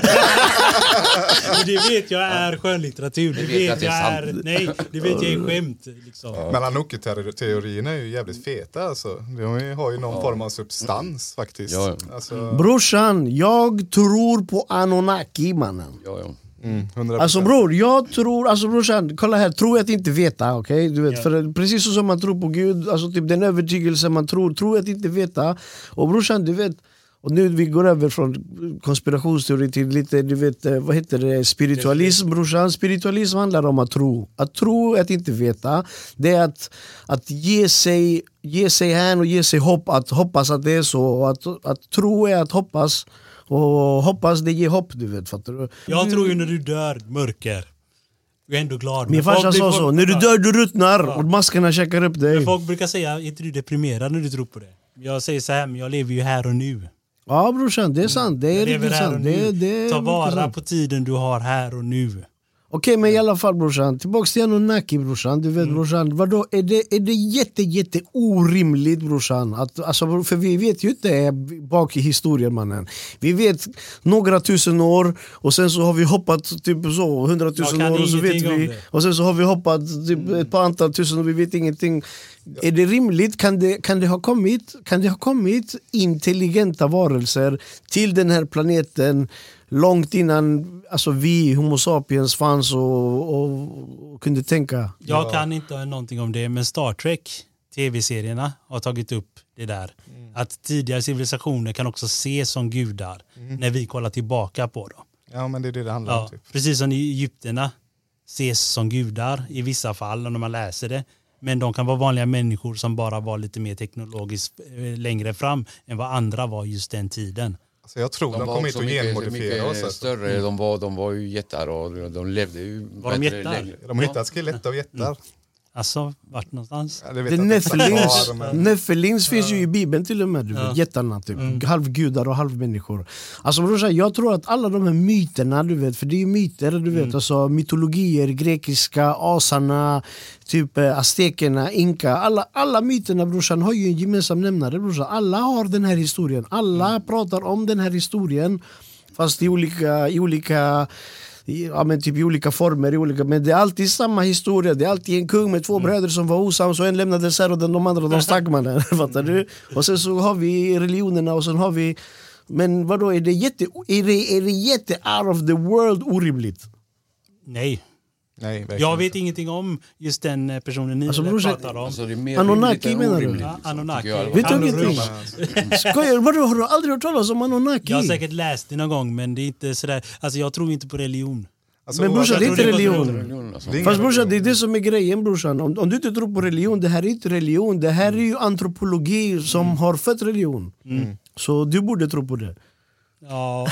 Det vet jag är skönlitteratur, det, det vet, vet jag är, nej, det vet jag är skämt liksom. Men Anunnaki-teorierna är ju jävligt feta alltså. De har ju någon ja. form av substans faktiskt. Ja. Alltså... Brorsan, jag tror på Anunnaki mannen. Ja, ja. Mm, alltså bror, jag tror, alltså brorsan, kolla här, tror att inte veta, okej? Okay? Du vet, yeah. för precis så som man tror på Gud, alltså typ den övertygelse man tror, tror att inte veta. Och brorsan, du vet, och nu vi går över från konspirationsteori till lite, du vet, vad heter det, spiritualism, brorsan. Spiritualism handlar om att tro. Att tro, att inte veta, det är att, att ge sig, ge sig hän och ge sig hopp, att hoppas att det är så. Och att, att tro är att hoppas. Och hoppas det ger hopp, du vet, fattar du? Jag tror ju när du dör, mörker. Jag är ändå glad. Min farsa sa så, när du dör du ruttnar ja. och maskerna käkar upp dig. Men folk brukar säga, är inte du deprimerad när du tror på det? Jag säger så här, men jag lever ju här och nu. Ja brorsan, det är sant, det är riktigt sant. Det, det Ta vara på tiden du har här och nu. Okej, men i alla fall brorsan, tillbaka till Anunnaki brorsan, du vet mm. brorsan, vadå, är det, är det jätte, jätte orimligt brorsan? Att, alltså, för vi vet ju inte bak i historien mannen. Vi vet några tusen år och sen så har vi hoppat typ så, hundratusen år och så vet vi. Och sen så har vi hoppat typ ett par antal tusen och vi vet ingenting. Ja. Är det rimligt? Kan det, kan det ha kommit, kan det ha kommit intelligenta varelser till den här planeten långt innan alltså vi, Homo sapiens, fanns och, och, och kunde tänka? Jag kan inte någonting om det, men Star Trek, tv-serierna, har tagit upp det där. Mm. Att tidigare civilisationer kan också ses som gudar mm. när vi kollar tillbaka på dem. Ja, men det är det det handlar om. Ja, typ. Precis som egyptierna ses som gudar i vissa fall när man läser det. Men de kan vara vanliga människor som bara var lite mer teknologiskt längre fram än vad andra var just den tiden. Alltså jag tror de, de kom inte att genmodifiera oss. Mycket större, mm. de, var, de var ju jättar och de levde ju var de jättar? Längre. De har hittat skelett av jättar. Mm. Alltså, vart någonstans? Ja, det det Nephelins, men... Nephelins finns ju i Bibeln till och med, du vet, ja. jättarna typ, mm. halvgudar och halvmänniskor. Alltså brorsan, jag tror att alla de här myterna, du vet, för det är ju myter, du vet, mm. alltså mytologier, grekiska, asarna, typ aztekerna, inka, alla, alla myterna brorsan har ju en gemensam nämnare brorsan. Alla har den här historien, alla mm. pratar om den här historien, fast i olika, i olika ja, men typ i olika former, i olika, men det är alltid samma historia. Det är alltid en kung med två mm. bröder som var osams och en lämnade sär och den, de andra de stack man. Fattar du? Och sen så har vi religionerna och sen har vi, men vadå, är det jätte, är det, är det jätte out of the world orimligt? Nej. Nej, jag vet inte. ingenting om just den personen ni alltså, pratar om. Alltså, Anunnaki menar du? Ja, Anunnaki. Vet du ingenting? Skojar, vadå, har du aldrig hört talas om Anunnaki? Jag har säkert läst det någon gång, men det är inte sådär, alltså jag tror inte på religion. Alltså, men brorsan, det är inte religion. religion alltså. Fast brorsan, det är det som är grejen brorsan. Om, om du inte tror på religion, det här är inte religion. Det här är ju antropologi som mm. har fött religion. Mm. Så du borde tro på det. Ja,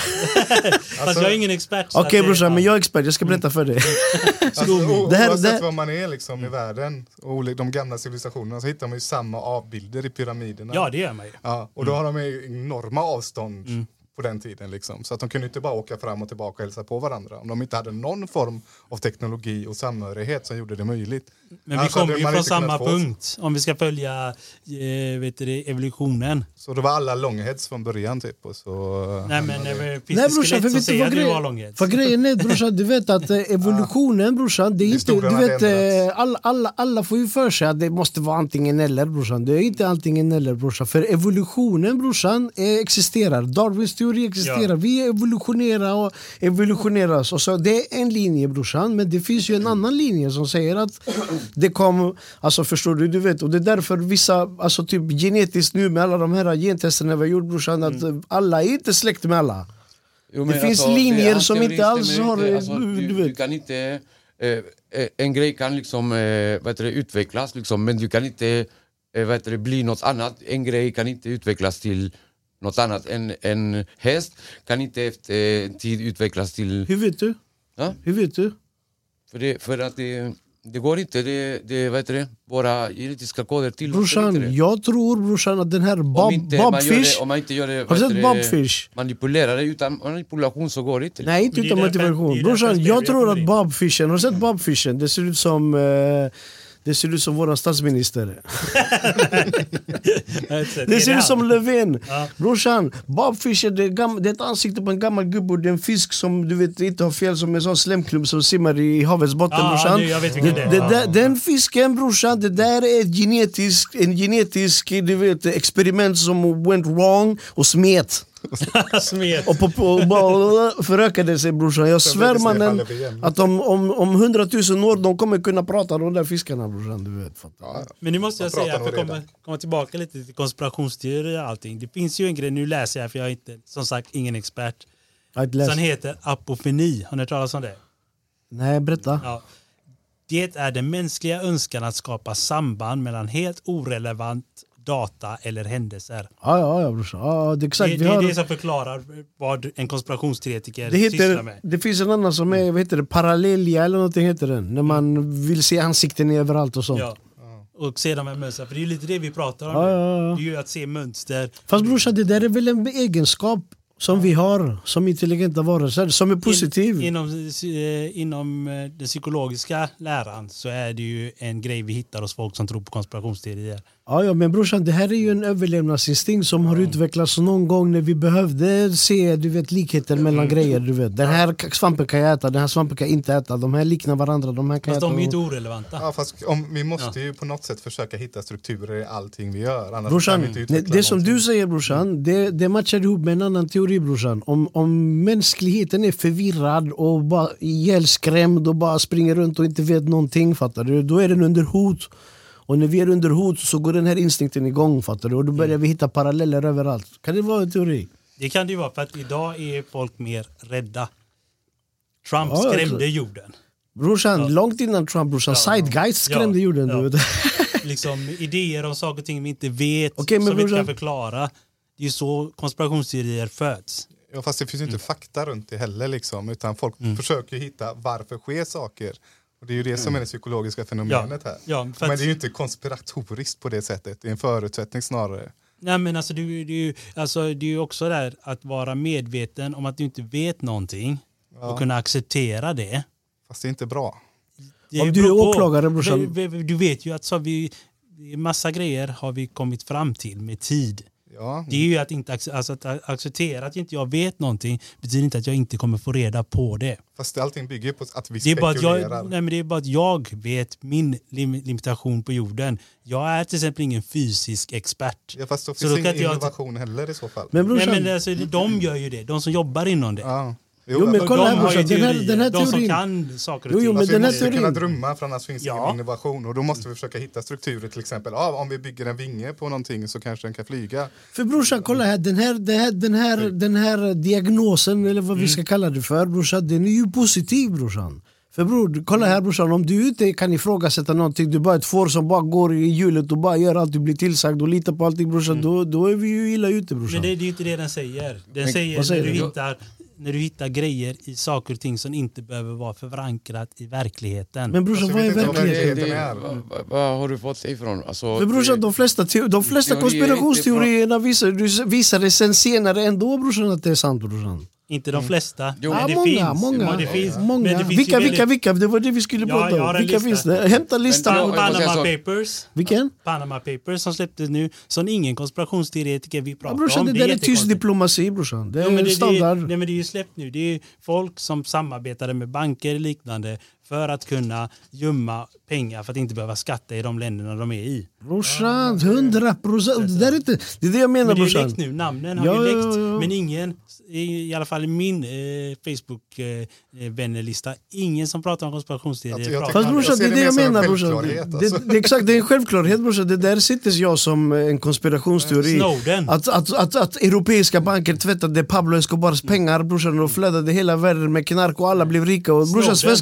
fast jag är ingen expert. Okej okay, brorsan, ja. men jag är expert, jag ska berätta för dig. Alltså, o- det här, oavsett det... vad man är liksom mm. i världen och de gamla civilisationerna, så hittar man ju samma avbilder i pyramiderna. Ja, det gör man ju. Ja, och då har de enorma avstånd mm. på den tiden liksom. Så att de kunde inte bara åka fram och tillbaka och hälsa på varandra om de inte hade någon form av teknologi och samhörighet som gjorde det möjligt. Men vi kommer ju från samma punkt om vi ska följa eh, vet du, evolutionen. Så det var alla longheads från början typ och så. Nej men det finns Nej, brorsan, skelett som säger att grej... det var longheads. För grejen är brorsan, du vet att evolutionen brorsan, det är inte, du vet alla, alla, alla får ju för sig att det måste vara antingen eller brorsan. Det är inte antingen eller brorsan, för evolutionen brorsan existerar. Darwins teori existerar. Ja. Vi evolutionerar och evolutioneras och så det är en linje brorsan, men det finns ju en annan linje som säger att det kom, alltså förstår du, du vet, och det är därför vissa, alltså typ genetiskt nu med alla de här gentesterna vi har gjort brorsan, att mm. alla är inte släkt med alla. Jo, det finns alltså, linjer det, som inte alls har, inte, alltså, du, du, vet. Du kan inte, eh, en grej kan liksom, eh, vad heter det, utvecklas liksom, men du kan inte eh, vad heter det, bli något annat. En grej kan inte utvecklas till något annat. En, en häst kan inte efter en tid utvecklas till... Hur vet du? Ja? Hur vet du? För, det, för att det, det går inte, det, det, vad heter det, våra genetiska koder tillåter inte Brorsan, det. jag tror brorsan att den här bob, inte man gör Bobfish... det, om man inte gör det, Har vad du heter sett det, Bobfish? manipulerar det, utan manipulation så går det inte. Nej, inte Men det är utan därför- motivation. det är därför Brorsan, jag jag spelar tror på att det. Bobfishen, har du sett Bobfishen? Det ser ut som... Eh, det ser ut som våran statsminister. Det ser ut som Löfven. Ja. Brorsan, Bobfish är, det, gam- det är ett ansikte på en gammal gubbe. Det är en fisk som du vet inte har fel, som en sån slemklubb som simmar i havets botten, Ja, brorsan. nu, jag vet vilken det är. Det, Ja. där, den fisken, brorsan, det där är ett genetisk, en genetisk du vet, experiment som went wrong och smet. Smet. Och, på, på, och bara förökade sig, brorsan. Jag Sen svär blir det mannen snedfall igen. att om, om, om hundratusen år de kommer kunna prata de där fiskarna, brorsan. Du vet, fattar. Ja, Men nu måste jag Man pratar säga, för nog att komma, redan. komma tillbaka lite till konspirationsteorier och allting. Det finns ju en grej, nu läser jag för jag är inte, som sagt, ingen expert. Jag har inte läst. Som heter apofeni. Har ni hört talas om det? Nej, berätta. Ja. Det är den mänskliga önskan att skapa samband mellan helt orelevant data eller händelser. Ja, ja, ja brorsan. Ja, det är exakt. Det, Vi det är har, det som förklarar vad en konspirationsteoretiker det, sysslar heter, med. det finns en annan som är, vad heter det, parallelja eller någonting heter den. När man vill se ansikten överallt och sånt. Ja. Och se de här mönstren. För det är ju lite det vi pratar om. Ja, nu. ja, ja. Det är ju att se mönster. Fast brorsan, det där är väl en egenskap som vi har som intelligenta varelser, som är positiv. In, inom, eh, inom eh, den psykologiska läran så är det ju en grej vi hittar hos folk som tror på konspirationsteorier. Ja, ja, men brorsan, det här är ju en överlevnadsinstinkt som har utvecklats någon gång när vi behövde se, du vet, likheter mellan grejer, du vet. Den här svampen kan jag äta, den här svampen kan jag inte äta. De här liknar varandra, de här kan Fast jag de är ju äta. inte orelevanta. Ja, fast om, vi måste ju på något sätt försöka hitta strukturer i allting vi gör. Annars kan Brorsan, vi inte det, utveckla det som någonting. du säger brorsan, det, det matchar ihop med en annan teori brorsan. Om, om mänskligheten är förvirrad och bara ihjälskrämd och bara springer runt och inte vet någonting, fattar du? Då är den under hot. Och när vi är under hot så går den här instinkten igång, fattar du? Och då börjar vi hitta paralleller överallt. Kan det vara en teori? Det kan det ju vara för att idag är folk mer rädda. Trump Ja, skrämde alltså. jorden. Brorsan, Ja. långt innan Trump brorsan, Ja. Zeitgeist skrämde Ja. jorden. Ja. Du vet. Liksom idéer om saker och ting vi inte vet, Okej, men som vi inte brorsan- kan förklara. Det är ju så konspirationsteorier föds. Ja, fast det finns ju inte fakta runt det heller liksom, utan folk Mm. försöker ju hitta varför sker saker. Och det är ju det som är det psykologiska fenomenet här. Ja, för Men att, det är ju inte konspiratoriskt på det sättet, det är en förutsättning snarare. nej, men alltså, det, är- det, är ju, alltså, det är ju också där att vara medveten om att du inte vet någonting och kunna acceptera det. Fast det är inte bra. Det Om du är beror på. åklagare, brorsan. Vi- vi- Du vet ju att så vi, massa grejer har vi kommit fram till med tid. Ja, Det är ju att inte ac- alltså att acceptera att inte jag vet någonting betyder inte att jag inte kommer få reda på det. fast allting bygger ju på att vi Det är, bara att spekulerar. jag, nej men det är bara att jag vet min lim- limitation på jorden. Jag är till exempel ingen fysisk expert. Ja, fast då Så finns då det kan ingen inte jag- innovation heller i så fall. Men Nej, brorsan, men alltså, de gör ju det. De som jobbar inom det. Ja. Jo, men Och kolla här, de har ju brorsan, den här- teorier. den här De som teorin- kan saker och Jo, ting. jo, men Alltså, den vi här måste kunna teorin- drömma för annars finns Ja. ingen innovation. Och då måste vi försöka hitta strukturer till exempel. Ja, om vi bygger en vinge på någonting så kanske den kan flyga. för brorsan, kolla här, den här, den här, den här, den här diagnosen, eller vad vi ska kalla det för, brorsan, den är ju positiv, brorsan. För bror, kolla här brorsan, om du inte kan ifrågasätta någonting, du är bara ett får som bara går i hjulet och bara gör allt du blir tillsagd och litar på allting brorsan, då, då är vi ju illa ute brorsan. Men det, det är ju inte det den säger. Den Men- säger, vad säger när, du den? hittar, när du hittar grejer i saker och ting som inte behöver vara förankrat i verkligheten. Men brorsan, Alltså, vad är vet inte om Men det, verkligheten? det, verkligheten är. vad, vad har du fått det ifrån? Alltså, Men brorsan, det- de flesta, te- de flesta Teorier är inte konspirationsteorierna visar, visar det sen senare ändå brorsan att det är sant brorsan. Inte de flesta. Jo, men Ja, det många, finns. många, Men det finns, många. Men det finns vilka, ju vilka, vilka? Det var det vi skulle Ja, prata jag har om. en Vilka lista. finns det? Hämta listan. Men- väldigt, jag måste Panama säga så- Papers. Vilken? Panama Papers som släpptes nu. Som ingen konspirationsteoretiker vi Ja, pratar brorsan, om. det där är tyst jättekonstigt. diplomati brorsan. Det är Jo, men det, standard. det, nej, men det är ju släppt nu. Det är folk som samarbetade med banker och liknande för att kunna gömma pengar för att inte behöva skatta i de länderna de är i. Brorsan, hundra procent. Det där är inte... Det är det jag menar Men det är ju brorsan. läckt nu, namnen har Ja, ju ja, läckt. ja, ja. Men ingen, i, i alla fall i min eh, Facebook-vännerlista, ingen som pratar om konspirationsteorier. Alltså, jag pratar tycker- Fast om brorsan, det ser är det det jag mer som en menar brorsan. självklarhet, Det, alltså. det, exakt, det är en självklarhet brorsan. Det där sitter jag som en konspirationsteori. Snowden. Att, att, att, att europeiska banker tvättade Pablo Escobars pengar brorsan och flödade hela världen med knark och alla blev rika. Och brorsan, Snowden. svenska företag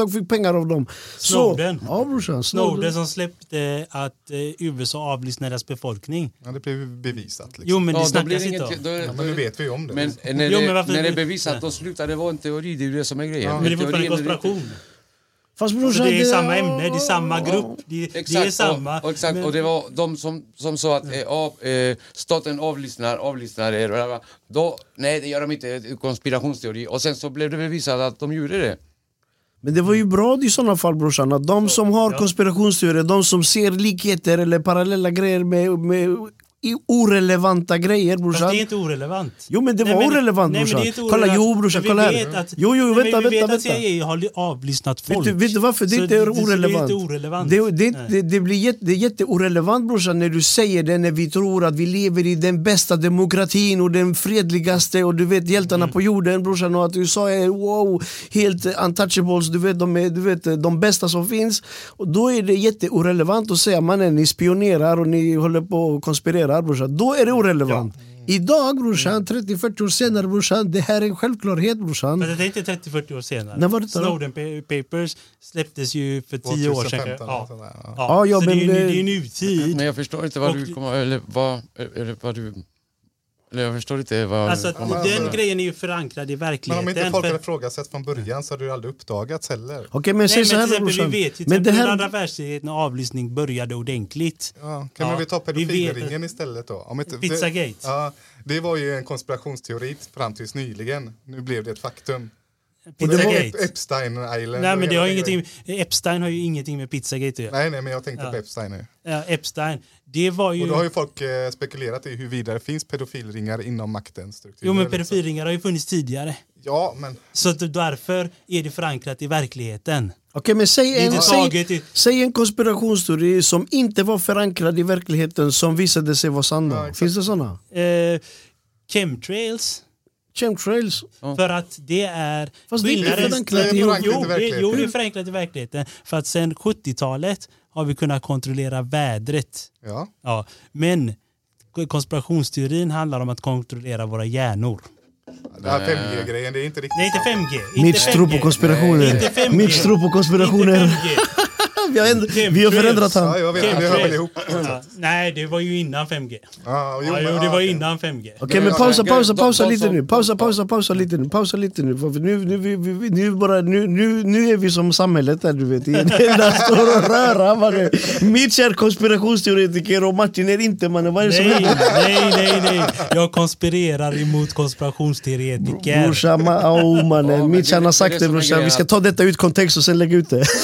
företag fick pengar av dem. Snowden. Så, ja, brorsan, Snowden Snowden. som släppte att eh, U S A avlyssnar deras befolkning. Ja, det blev bevisat. Liksom. Jo, men det Ja, då snackas blir det inte inget, om. då, Ja, men nu vet vi om det. Men när, Jo, det, men varför- när det är bevisat, då slutar det vara en teori. Det är ju det som är grejen. Ja, Men det är fortfarande Teorin är konspiration. Fast Alltså brorsan, det är det- samma ämne, det är samma grupp. Det, Exakt, det är samma. och, och, exakt men- och det var de som, som sa att eh, av, eh, staten avlyssnar, avlyssnar er. bla, bla. Då, nej, det gör de inte. Konspirationsteori. Och sen så blev det bevisat att de gjorde det. Men det var ju bra i sådana fall, brorsan, att de som har Ja. konspirationsteorier, de som ser likheter eller parallella grejer med, med i orelevanta grejer, Fast brorsan. det är inte orelevant. Jo, men det Nej, var men- orelevant, nej, men brorsan. det är inte Kolla, orelevant. jo, brorsan, Men vi kolla här. vet att- Jo, jo, Nej, vänta, men vi vänta, vet att vänta. C I A har avlyssnat Vet folk. du, vet du varför det Så inte är det- så orelevant? Det är inte orelevant. Det, det, Nej. det, det blir jätte, det är jätteorelevant, brorsan, när du säger det, när vi tror att vi lever i den bästa demokratin och den fredligaste och du vet hjältarna Mm. på jorden, brorsan, och att U S A är wow, helt untouchables, du vet, de är du vet, de bästa som finns. Och då är det jätteorelevant att säga, mannen, ni spionerar och ni håller på och konspirerar, brorsan. Då är det orelevant. Idag, brorsan, trettio fyrtio år senare, brorsan, det här är en självklart, brorsan. Men det är inte trettio fyrtio år senare. När var det då? Snowden pa- Papers släpptes ju för tio år sedan. tjugohundrafemton, Ja. sådär, ja. Ja. Ja, ja, så men det är ju det- det är ju nutid. Men jag förstår inte vad Och- du kommer... Eller vad, eller vad du... Eller jag förstår inte vad... Alltså att men den alltså- grejen är ju förankrad i Men verkligheten. om inte folk för- hade ifrågasatt från början så hade det aldrig uppdagats heller. Okej, men Nej, säg men så till här, exempel, brorsan. vi vet ju Men det att här... andra världskriget när avlyssning började ordentligt. Ja, kan Ja, man väl ta vi vet pedofilringen istället då? Om inte, Pizzagate. Det, ja, det var ju en konspirationsteori fram tills nyligen. Nu blev det ett faktum. Och det var Pizzagate. Epstein Island. Nej, och men det hela har den ingenting, grejen. Epstein har ju ingenting med Pizzagate att göra. Nej, nej, men jag tänkte Ja. på Epstein nu. Ja, Epstein, det var ju... Och då har ju folk eh, spekulerat i huruvida det finns pedofilringar inom maktens struktur. Jo, men pedofilringar har ju funnits tidigare. Ja, men Så att därför är det förankrat i verkligheten. Okej, men säg Det är en, inte säg, taget i- säg en konspirationsteori som inte var förankrad i verkligheten som visade sig vara sanna. Ja, exakt. Finns det sådana? Eh, chemtrails, Chemtrails. för att det är... Fast det är inte skillnaden- förankrat i- Jo, förankrat i jo, det, verkligheten. jo, det är förankrat i verkligheten. För att sedan sjuttiotalet har vi kunnat kontrollera vädret. ja. Ja, men konspirationsteorin handlar om att kontrollera våra hjärnor. Det här fem G-grejen, det är inte riktigt Nej, inte sant. fem G. Inte Mitch fem tror G. på konspirationer. Inte fem G. Mitch tror på Inte konspirationer. fem G. Vi har, änd- vi har förändrat Ja, han. jag vet, men det hör väl ihop. Ja, nej, det var ju innan fem G. Ja, jo, Ja, men- jo, det ja, var okej. innan fem G. Okej, men Men pausa, jag- pausa, de- pausa de lite som- nu. Pausa, pausa, pausa lite nu. Pausa lite nu. För nu, nu, vi- vi- vi- nu, bara, nu, nu, nu är vi som samhället där, du vet. Det enda står och röra, mannen. Mitch är konspirationsteoretiker och Martin är inte, mannen. Vad är det som Nej, händer? nej, nej, nej. Jag konspirerar emot konspirationsteoretiker. Brorsan, ma- oh, mannen. men Mitch det- han det har är sagt det det, som är brorsan. grejen. Vi ska ta detta ut kontext och sen lägga ut det.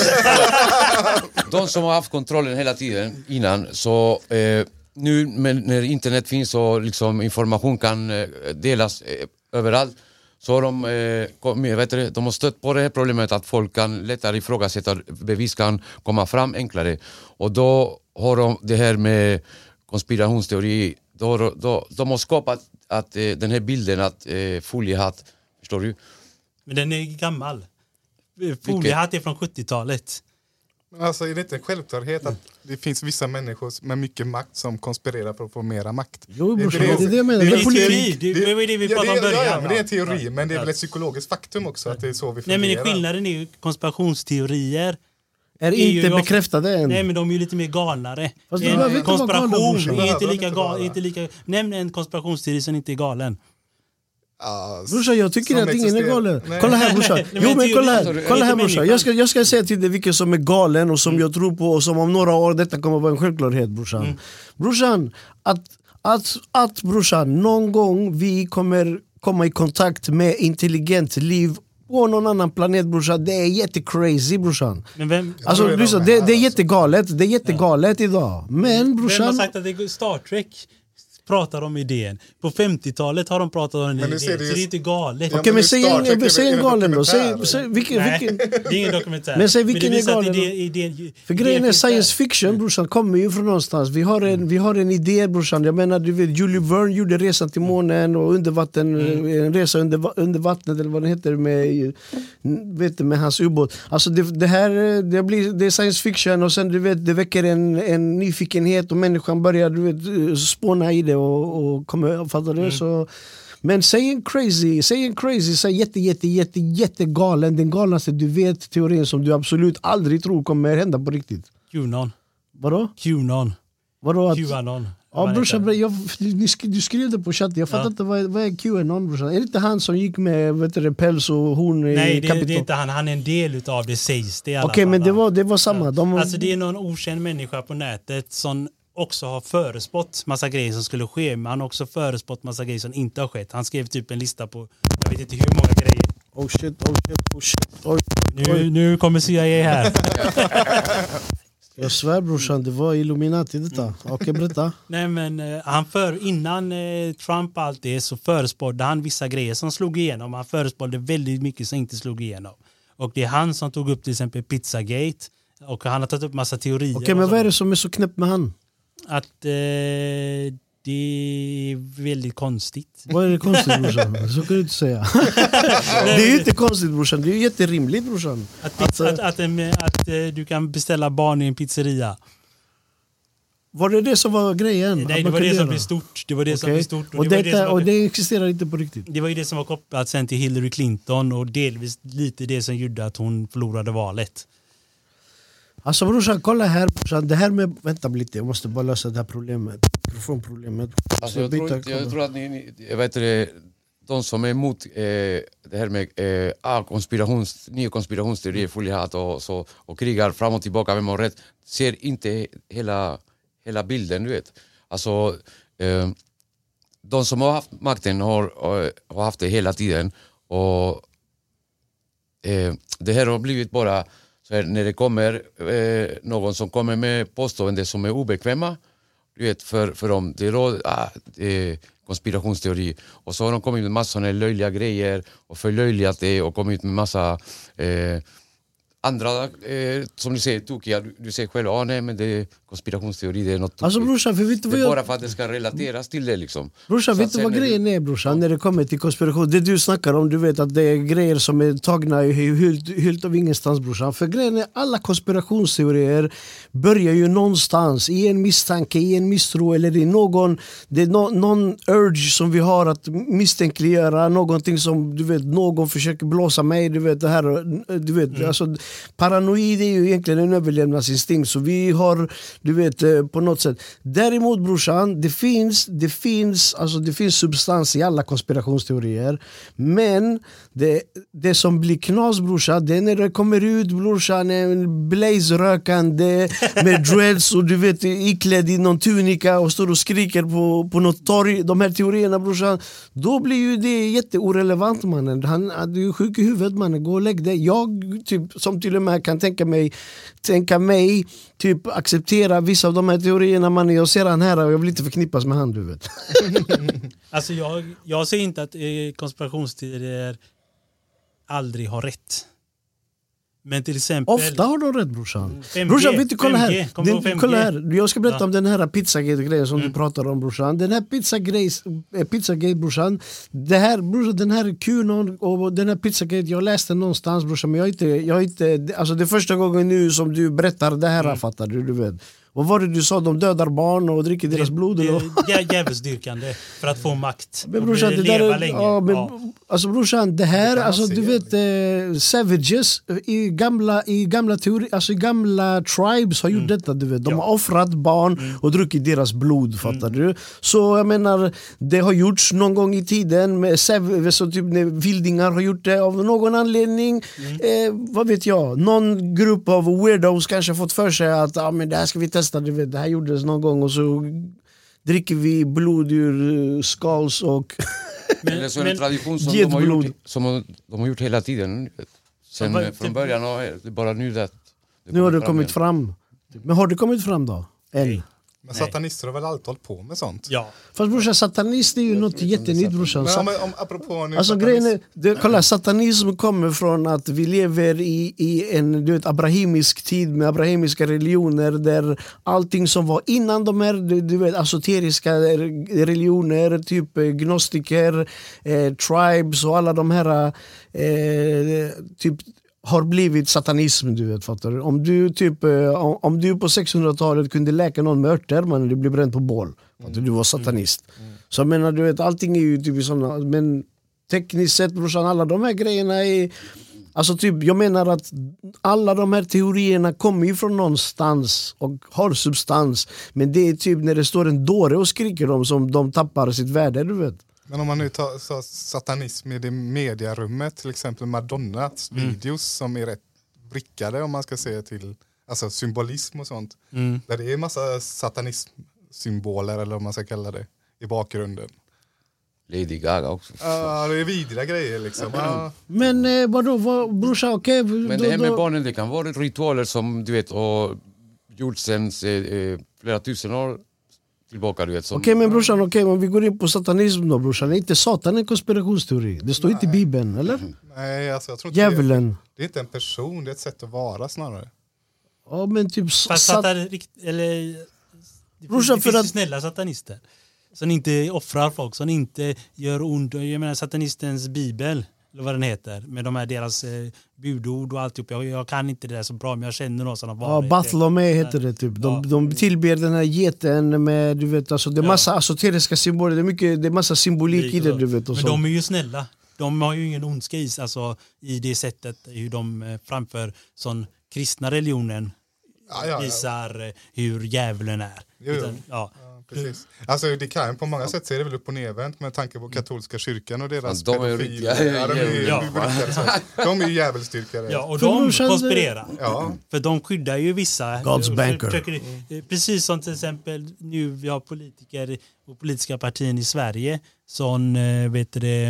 De som har haft kontrollen hela tiden innan, så eh, nu men när internet finns och liksom information kan eh, delas eh, överallt, så har de, eh, kom, vet du, de har stött på det här problemet att folk kan lättare ifrågasätta, bevis kan komma fram enklare. Och då har de det här med konspirationsteori, då, då, de har skapat att, eh, den här bilden att eh, foliehatt, förstår du? Men den är gammal. Foliehatt är från sjuttiotalet. Alltså är det inte en självklarhet att det finns vissa människor med mycket makt som konspirerar för att få mera makt? Jo, Det är brorsan, inte det är det jag menar. det är Det är en politik. teori. Det- det var det vi Ja, pratade om det är- början. Ja, men det är en Ja. teori, men det är väl Ja. ett psykologiskt faktum också att det är så vi Nej, fungerar. men det skillnaden är ju konspirationsteorier. Är är ju inte ofta- bekräftade än. Nej, men de är ju lite mer galnare. Fast du En behöver inte vara galen, konspiration brorsan. är inte Behöver lika inte gal, vara. inte lika... Nämn en konspirationsteori som inte är galen. Ja, Brorsan, jag tycker som att ingen är existerar. galen. Nej. Kolla här, brorsan. Nej, men Jo, men teori- kolla alltså, här, det är kolla här inte brorsan. människan. Jag ska, jag ska säga till dig vilken som är galen och som jag tror på och som om några år detta kommer vara en självklarhet, brorsan. Mm. Brorsan, att, att, att brorsan, någon gång vi kommer komma i kontakt med intelligent liv på någon annan planet, brorsan, det är jättecrazy, brorsan. Men vem, Alltså, tror det är lyssna, de det, här, det är alltså. jättegalet, det är jättegalet idag. Men vem har brorsan, sagt att det är Star Trek pratar om idén? På femtiotalet har de pratat om den Men nu idén, ser det ju- så det är inte galet. Ja, okej, men men det säg är Star en, Trek, säg är en det galen då. Säg, dokumentär, säg, vilken, Nej, vilken, det är ingen dokumentär. Men säg vilken det visar är att galen idén, idén, För grejen är finns där. science fiction, brorsan, kommer ju från någonstans. Vi har en, vi har en idé, brorsan. Jag menar, du vet, Julie Verne gjorde resan till månen och undervatten, en resa under, va- under vattnet, eller vad det heter, med, vet du, med hans ubåt. Alltså det, det här det, blir, det är science fiction och sen du vet, det väcker en, en nyfikenhet och människan börjar, du vet, spåna i det och, och kommer, fattar du? Så Men säg en crazy, säg en crazy, säg jätte, jätte, jätte, jättegalen, den galnaste du vet teorin som du absolut aldrig tror kommer hända på riktigt. Qanon. Vadå? Qanon. Vadå att... Qanon. Ja brorsan, jag, du, du skrev det på chatten, jag fattar Ja. inte vad, vad är Qanon brorsan? Är det inte han som gick med vet du, päls och horn i Nej, det, Capitol? det är inte han. Han är en del utav det, sägs det i alla Okej, fall. men det var, det var samma. De... Alltså det är någon okänd människa på nätet som också har förespått massa grejer som skulle ske, men han har också förespått massa grejer som inte har skett. Han skrev typ en lista på, jag vet inte hur många grejer. Oh shit, oh shit, oh shit. Oj, Nu, nu kommer C I A här. jag svär brorsan, det var Illuminati detta. Okej, berätta. Nej men eh, han för, innan eh, Trump och allt det så förespådde han vissa grejer som slog igenom. Han förespådde väldigt mycket som inte slog igenom. Och det är han som tog upp till exempel Pizzagate. Och han har tagit upp massa teorier. Okej, men vad är det som är så knäppt med han? Att eh, det är väldigt konstigt. Vad är det konstigt brorsan? Så kan du inte säga. Det är ju inte konstigt brorsan, det är ju jätterimligt brorsan. Att, pizza, att, att, att, att eh, du kan beställa barn i en pizzeria. Var det det som var grejen? Nej, Att det man var det kunde som göra? blev stort. Det var det som Okej. blev stort. Och Och, det, var detta, det, som var, och det existerar inte på riktigt. det var ju det som var kopplat sen till Hillary Clinton och delvis lite det som gjorde att hon förlorade valet. Alltså brorsan, kolla här brorsan. Det här med, vänta lite, jag måste bara lösa det här problemet. Mikrofonproblemet. Alltså, jag, tror, inte- jag tror att ni, ni jag vet det, de som är emot eh, det här med eh, ah, konspirations, nya konspirationsteorier, foliehatt och, så, och krigar fram och tillbaka, vem har rätt, ser inte hela, hela bilden, du vet. Alltså, eh, de som har haft makten har, har haft det hela tiden och eh, det här har blivit bara så här, när det kommer eh, någon som kommer med påståenden som är obekväma, du vet, för, för dem, det är, då, ah, det är konspirationsteori. Och så har de kommit med massa såna löjliga grejer och förlöjligat det och kommit med massa eh, andra, eh, som du säger, tokiga. Du, du säger själv, ah, nej men det är konspirationsteori, det är något tokigt. Alltså brorsan, för vet du Det vad är jag... bara för att det ska relateras till det liksom. Brorsan, Så vet att du sen vad är det- grejen är brorsan när det kommer till konspiration? Det du snackar om, du vet att det är grejer som är tagna i hylt, hylt av ingenstans brorsan. För grejen är, alla konspirationsteorier börjar ju någonstans i en misstanke, i en misstro eller i någon, det är no, någon urge som vi har att misstänkliggöra någonting som du vet, någon försöker blåsa mig, du vet det här, du vet, mm. alltså paranoid är ju egentligen en överlevnadsinstinkt så vi har, du vet, på något sätt. Däremot brorsan, det finns, det finns, alltså det finns substans i alla konspirationsteorier. Men det, det som blir knas brorsan, det är när det kommer ut brorsan en blazerökande med dreads och du vet iklädd i någon tunika och står och skriker på, på något torg, de här teorierna brorsan. Då blir ju det jätteorelevant mannen. Han, du är sjuk i huvudet mannen, gå och lägg dig. Jag typ, som till och med kan tänka mig tänka mig typ acceptera vissa av de här teorierna man, jag ser han här och jag vill inte förknippas med han, du vet. Alltså jag, jag ser inte att eh, konspirationsteorier aldrig har rätt. Men till exempel... Ofta har de rätt brorsan. fem G, Brorsan, vet du, kolla fem G, här. kommer du ihåg Det, fem G? kolla här. Jag ska berätta Ja. om den här Pizzagate-grejen som Mm. du pratar om brorsan. Den här Pizzagate, äh, Pizzagate brorsan. Det här, brorsan, den här Qanon och den här Pizzagate, jag läste någonstans brorsan, men jag har inte, jag har inte, alltså det är första gången nu som du berättar det här, mm. fattar du, du vet. Vad var det du sa? De dödar barn och dricker deras blod? Det, eller? det är djävulsdyrkande för att få makt. Men och brorsan, det leva där är, länge. ja, men, Ja. alltså brorsan, det här, Det kan alltså man du se, vet, eh, savages i gamla, i gamla teori, alltså i gamla tribes har gjort detta, du vet. De Ja. har offrat barn Mm. och druckit deras blod, fattar du? Så jag menar, det har gjorts någon gång i tiden med savages, så typ när vildingar har gjort det av någon anledning. Mm. Eh, vad vet jag, någon grupp av weirdos kanske fått för sig att ah, men det här ska vi testa, du vet, det här gjordes någon gång och så dricker vi blod ur uh, skulls och Men, Eller så är det en men, tradition som de har, Getblod. gjort, som de har gjort hela tiden. Sen Ja, eh, från typ- början har det bara nu det, det nu har det fram kommit igen. fram. Men har det kommit fram då? Än? Men Nej. satanister har väl alltid hållit på med sånt? ja. Fast brorsan, satanist är ju något jättenytt brorsan. Men Sa- om, om, apropå nu Alltså satanism- grejen är, det, kolla, satanism kommer från att vi lever i, i en du vet, abrahamisk tid med abrahamiska religioner där allting som var innan de här du, du vet, esoteriska religioner, typ eh, gnostiker, eh, tribes och alla de här eh, typ har blivit satanism, du vet, fattar du? Om du typ om, om du på sexhundratalet kunde läka någon med örter, man, det blev bränt på bål. Mm. Du var satanist. Mm. Mm. Så jag menar, du vet, allting är ju typ såna, men tekniskt sett, brorsan, alla de här grejerna är, alltså typ, jag menar att alla de här teorierna kommer ju från någonstans och har substans, men det är typ när det står en dåre och skriker dem som de tappar sitt värde, du vet. Men om man nu tar så satanism i det mediarummet, till exempel Madonnas mm. videos som är rätt brickade om man ska se till alltså symbolism och sånt. Mm. Där det är massa satanism-symboler eller vad man ska kalla det i bakgrunden. Lady Gaga också. Ja, det är vidriga grejer liksom. Ja. Men eh, vadå, vad, brorsa, okej. Okay, Men det här med barnen, det kan vara ritualer som du vet och gjorts sen eh, flera tusen år tillbaka, du vet. Som... Okej, okay, men brorsan, okej, okay, om vi går in på satanism då, brorsan. Är inte satan en konspirationsteori? Det står Nej. inte i Bibeln, eller? Nej, alltså jag tror inte Djävulen. Det, det är inte en person, det är ett sätt att vara snarare. Ja, men typ... Fast satan, eller... Det brorsan, finns, det finns att... snälla satanister. Som inte offrar folk, som inte gör ont. Jag menar satanistens bibel, eller vad den heter, med de här deras eh, budord och alltihop. Jag, jag kan inte det där så bra, men jag känner någon som har varit. Ja, Bartolomé heter det typ. De, ja. de tillber den här geten med, du vet, alltså det är massa ja. esoteriska symboler, det är mycket, det är massa symbolik i det, du vet. Och men så. De är ju snälla. De har ju ingen ondska i, alltså, i det sättet hur de framför sån kristna religionen ja, ja, ja. visar hur djävulen är. Jo, jo. Utan, ja. Precis. Alltså det kan på många sätt se det väl upp och nervänt med tanke på katolska kyrkan och deras ja, de är pedofiler. Ja, de är ju ja. de är ju djävulsdyrkare. Ja, och de konspirerar. Ja. För de skyddar ju vissa. God's banker. Försöker, precis som till exempel nu vi har politiker och politiska partier i Sverige som vet det,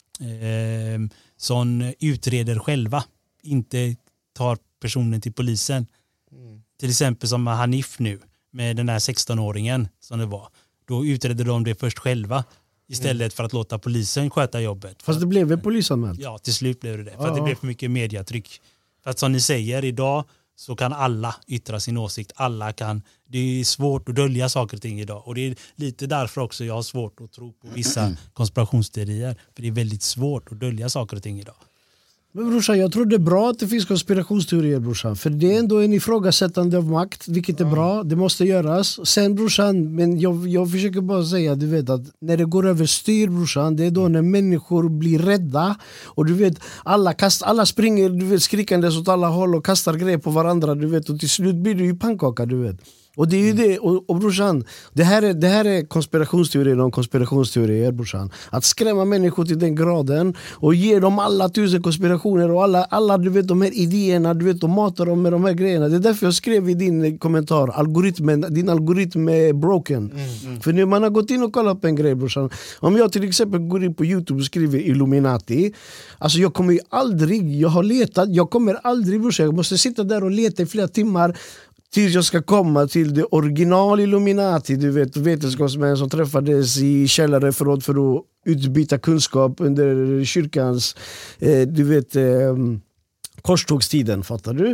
eh, som utreder själva. Inte tar personen till polisen. Mm. Till exempel som Hanif nu. Med den här sexton-åringen som det var. Då utredde de det först själva istället mm. för att låta polisen sköta jobbet. Fast det blev väl polisanmält? Ja, till slut blev det det. För ja. att det blev för mycket mediatryck. För att som ni säger, idag så kan alla yttra sin åsikt. Alla kan. Det är svårt att dölja saker och ting idag. Och det är lite därför också jag har svårt att tro på vissa konspirationsteorier. För det är väldigt svårt att dölja saker och ting idag. Men brorsan, jag tror det är bra att det finns konspirationsteorier, brorsan. För det är ändå en ifrågasättande av makt, vilket är ja. bra. Det måste göras. Sen, brorsan, men jag, jag försöker bara säga, du vet att när det går över styr, brorsan, det är då när människor blir rädda. Och du vet, alla, kast, alla springer, du vet, skrikandes åt alla håll och kastar grejer på varandra, du vet. Och till slut blir det ju pannkaka, du vet. Och det är ju det, och, och brorsan, det här är, det här är konspirationsteorier och konspirationsteorier, brorsan. Att skrämma människor till den graden och ge dem alla tusen konspirationer och alla, alla du vet, de här idéerna, du vet, och matar dem med de här grejerna. Det är därför jag skrev i din kommentar, algoritmen, din algoritm är broken. Mm, mm. För när man har gått in och kollat på en grej, brorsan. Om jag till exempel går in på YouTube och skriver Illuminati, alltså jag kommer ju aldrig, jag har letat, jag kommer aldrig, brorsan, jag måste sitta där och leta i flera timmar tills jag ska komma till det original Illuminati, du vet, vetenskapsmän som träffades i källare förråd för att utbyta kunskap under kyrkans, eh, du vet, eh, korstågstiden, fattar du?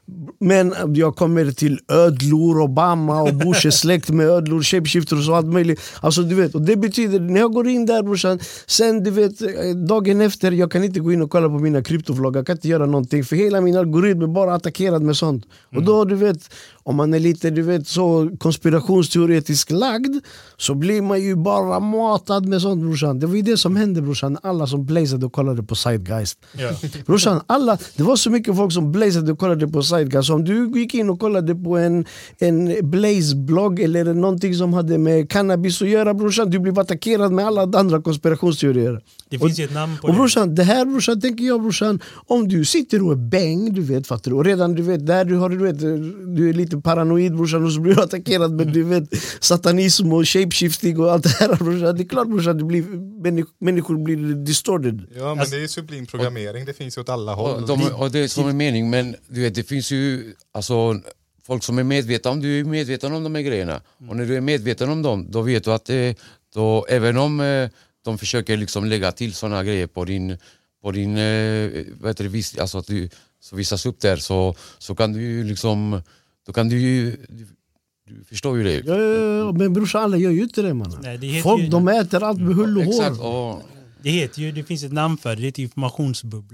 Men jag kommer till ödlor, Obama och Bush är släkt med ödlor, shapeshifters och allt möjligt. Alltså du vet, och det betyder, när jag går in där, brorsan, sen du vet, dagen efter, jag kan inte gå in och kolla på mina kryptovloggar, jag kan inte göra någonting, för hela min algoritm är bara attackerad med sånt. Mm. Och då, du vet, om man är lite, du vet, så konspirationsteoretisk lagd, så blir man ju bara matad med sånt, brorsan. Det var ju det som hände, brorsan. Alla som blazade och kollade på Zeitgeist. Yeah. Brorsan, alla, det var så mycket folk som blazade och kollade på Zeitgeist. Om du gick in och kollade på en, en Blaze-blogg eller någonting som hade med cannabis att göra, brorsan, du blev attackerad med alla andra konspirationsteorier. Det finns ju ett namn på och det. Brorsan, det här, brorsan, tänker jag, brorsan, om du sitter och är bäng, du vet, fattar du, och redan, du vet, där du har, du vet, du är lite paranoid, brorsan, och så blir du attackerad med, du vet, satanism och shapeshifting och allt det här, brorsan. Det är klart, brorsan, det blir, människor blir distorted. Ja, men det är sublim programmering, det finns ju åt alla håll. Och, de, och det är som en mening, men du vet, det finns ju, alltså, folk som är medvetna om, du är medveten om de här grejerna. Mm. Och när du är medveten om dem, då vet du att det, då, även om de försöker liksom lägga till sådana grejer på din, på din vad heter det, alltså att du så visas upp där, så, så kan du ju liksom, då kan du ju, du, du förstår ju det. Ja, ja, ja, men brorsan, alla gör ju inte det, man. Nej, det folk, ju, de äter allt med hull och hår. Exakt, och, det heter ju, det finns ett namn för det, det heter informationsbubbla.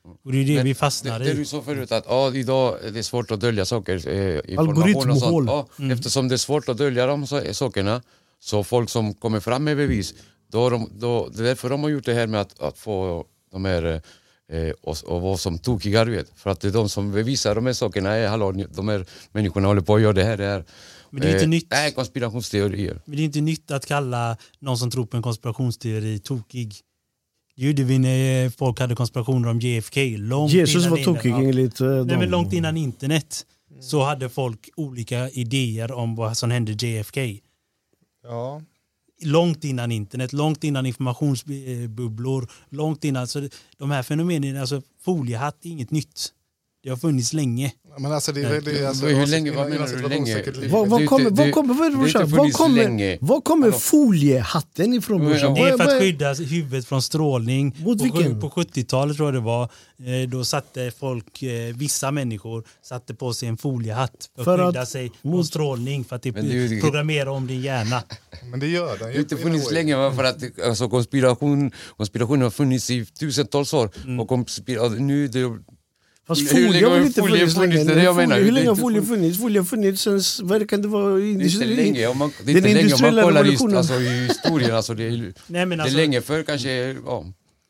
Och det är det Men vi fastnar det, det i. du sa förut att ja, idag är det svårt att dölja saker. Eh, Algoritm och hål. Ja, Mm. Eftersom det är svårt att dölja de så, sakerna, så folk som kommer fram med bevis, då, de, då, det är därför de har gjort det här med att, att få de här eh, och, och vara som tokiga, du vet. För att det är de som bevisar de här sakerna, är, hallå, de här människorna håller på att göra det här, det här. Men det är inte eh, nytt. Nej, konspirationsteorier. Men det är inte nytt att kalla någon som tror på en konspirationsteori tokig. Det gjorde vi när folk hade konspirationer om J F K. Långt Jesus innan var innan- tokig ja. enligt uh, Nej, dem. men långt innan internet så hade folk olika idéer om vad som hände J F K. Ja. Långt innan internet, långt innan informationsbubblor, långt innan, så de här fenomenen, alltså foliehatt är inget nytt. Det har funnits länge. Men alltså det, det, det alltså, Hur oavsett- länge- vad inom- menar inom du länge? situationssäkert liv. Vad, vad Det- kommer, det- vad kommer, vad är det, det har inte brorsan? Vad funnits kommer, länge. vad kommer Hallå. foliehatten ifrån, Ja, brorsan? ja. Det Vad är för vad att skydda huvudet från strålning. Mot På, vilken? på sjuttiotalet tror jag det var. eh, Då satte folk, eh, vissa människor satte på sig en foliehatt för, För att att- skydda sig från mot- strålning. För att det, Men det är ju- programmerar om din hjärna. Men det gör den Det ju. har inte in a funnits way. länge, va, för att alltså, konspiration, konspirationen har funnits i tusentals år. Och konspira, nu det, Fast Hur folie länge har har väl inte folie funnits funnits? länge? Det är det jag Folie- menar. Hur Det är länge har inte folie funnits. funnits? Folie har funnits sen, vad kan det vara? det är inte länge. Om man, det är Den inte länge om man industriella kollar just, revolutionen. alltså, i historien. Alltså, det är, Nej, men det är alltså, länge för kanske ja,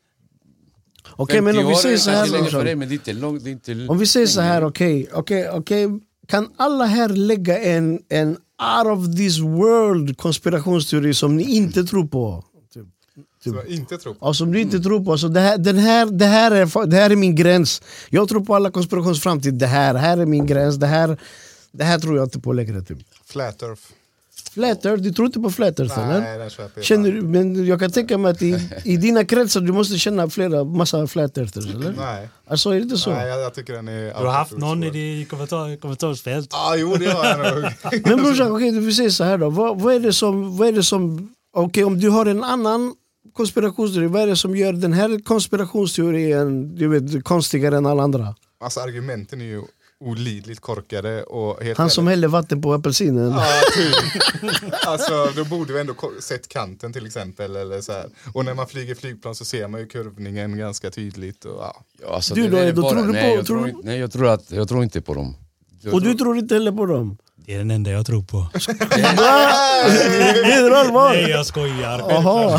Okej, men om vi säger så här, kanske länge för brorsan. det, men det är inte långt. Det är inte Om vi säger så här, okej, okej, okej. Kan alla här lägga en, en out of this world konspirationsteori som ni inte tror på? Typ. Som jag inte tror på. Ja, som du inte tror på. Så det, här, den här, det, här är, det här är min gräns. Jag tror på alla konspirationsframtid. Det här, här är min gräns. Det här, det här tror jag inte på längre. Typ. Flat Earth. Flat Earth, du tror inte på Flat Earth? eller? Nej, den köper jag. Känner du, men jag kan tänka mig att i, i dina kretsar du måste känna flera, massa Flat Earthers, eller? Nej, Alltså är det inte så? Nej jag, jag tycker den är... du har haft någon i det kommentar, kommentarsfält. Ja, jo det har jag nog. Men brorsan, okej, vi säger så här då. Vad, vad är det som... Vad är det som okej, om du har en annan konspirationsteori, vad är det som gör den här konspirationsteorin du vet, konstigare än alla andra? Alltså argumenten är ju olidligt korkade och helt Han som häller vatten på apelsinen. Ja, typ. Alltså då borde vi ändå ko- sett kanten till exempel eller så här. Och när man flyger flygplan så ser man ju kurvningen ganska tydligt och ja. Ja, alltså, Du det då, är då bara- tror du nej, på- jag tror tror du- inte- Nej, jag tror, att, jag tror inte på dem. Jag Och tror, du tror inte heller på dem? Det är den enda jag tror på. Är det allvar? Nej, jag skojar. Jaha.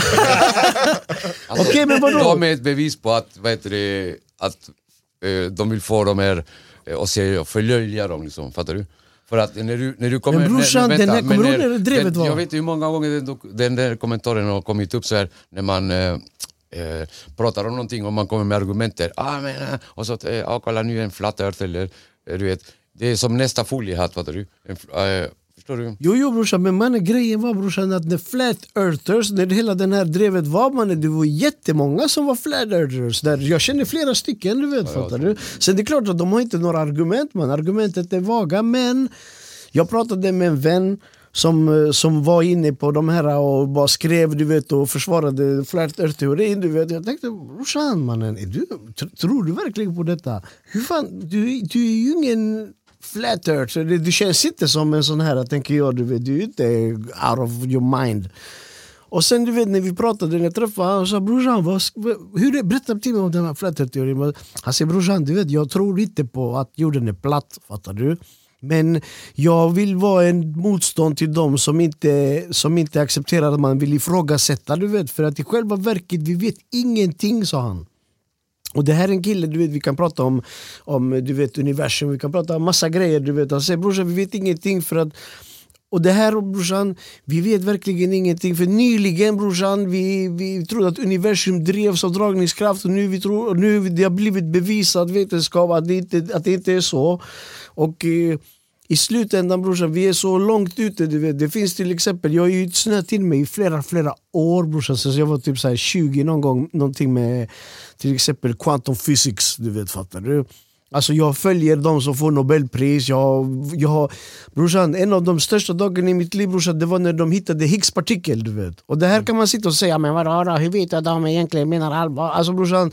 alltså, Okej, men vadå? De är ett bevis på att, vad heter det, att eh, de vill få dem här eh, och se och förlöjliga dem, liksom, fattar du? För att när du, när du kommer... Men brorsan, när, den här- men kommer du ihåg när- när det drevet den- var? Jag vet inte hur många gånger den, dok- den där kommentaren har kommit upp så här när man eh, eh, pratar om någonting och man kommer med argumenter. Ah, men, eh, och så, eh, ah, kolla nu en flat earth eller eh, du vet. Det är som nästa foliehatt, fattar du? En, fl- eh, förstår du? Jo, jo brorsan, men mannen, grejen var brorsan att när Flat Earthers, när hela den här drevet var, mannen, det var jättemånga som var Flat Earthers. Där jag känner flera stycken, du vet, fattar du? Sen det är klart att de har inte några argument, man. Argumentet är vaga, men jag pratade med en vän som, som var inne på de här och bara skrev, du vet, och försvarade Flat Earth-teorin, du vet. Jag tänkte, brorsan, mannen, är du, tr- tror du verkligen på detta? Hur fan, du, du är ju ingen Flat Earth, det, det känns inte som en sån här, tänker jag, du vet, du är inte out of your mind. Och sen du vet när vi pratade, när jag träffade han, sa brorsan, vad, hur är, berätta till mig om den här Flat Earth-teorin. Han säger brorsan, du vet, jag tror inte på att jorden är platt, fattar du? Men jag vill vara en motstånd till dem som inte, som inte accepterar att man vill ifrågasätta, du vet. För att i själva verket, vi vet ingenting, sa han. Och det här är en kille, du vet, vi kan prata om, om du vet, universum, vi kan prata om massa grejer, du vet. Han säger brorsan, vi vet ingenting för att... Och det här brorsan, vi vet verkligen ingenting. För nyligen brorsan, vi, vi trodde att universum drevs av dragningskraft. Och nu, vi tror, nu det har blivit bevisat vetenskap att det inte, att det inte är så. Och eh, i slutändan brorsan, vi är så långt ute. Du vet. Det finns till exempel, jag har ju snöat till mig i flera, flera år brorsan. Så jag var typ så här tjugo någon gång, någonting med till exempel quantum physics, du vet, fattar du? Alltså jag följer de som får Nobelpris. Jag, jag, brorsan, en av de största dagarna i mitt liv brorsan, det var när de hittade Higgs-partikel, du vet. Och det här kan man sitta och säga, men vadå, hur vet jag att de egentligen menar allvar? Alltså brorsan,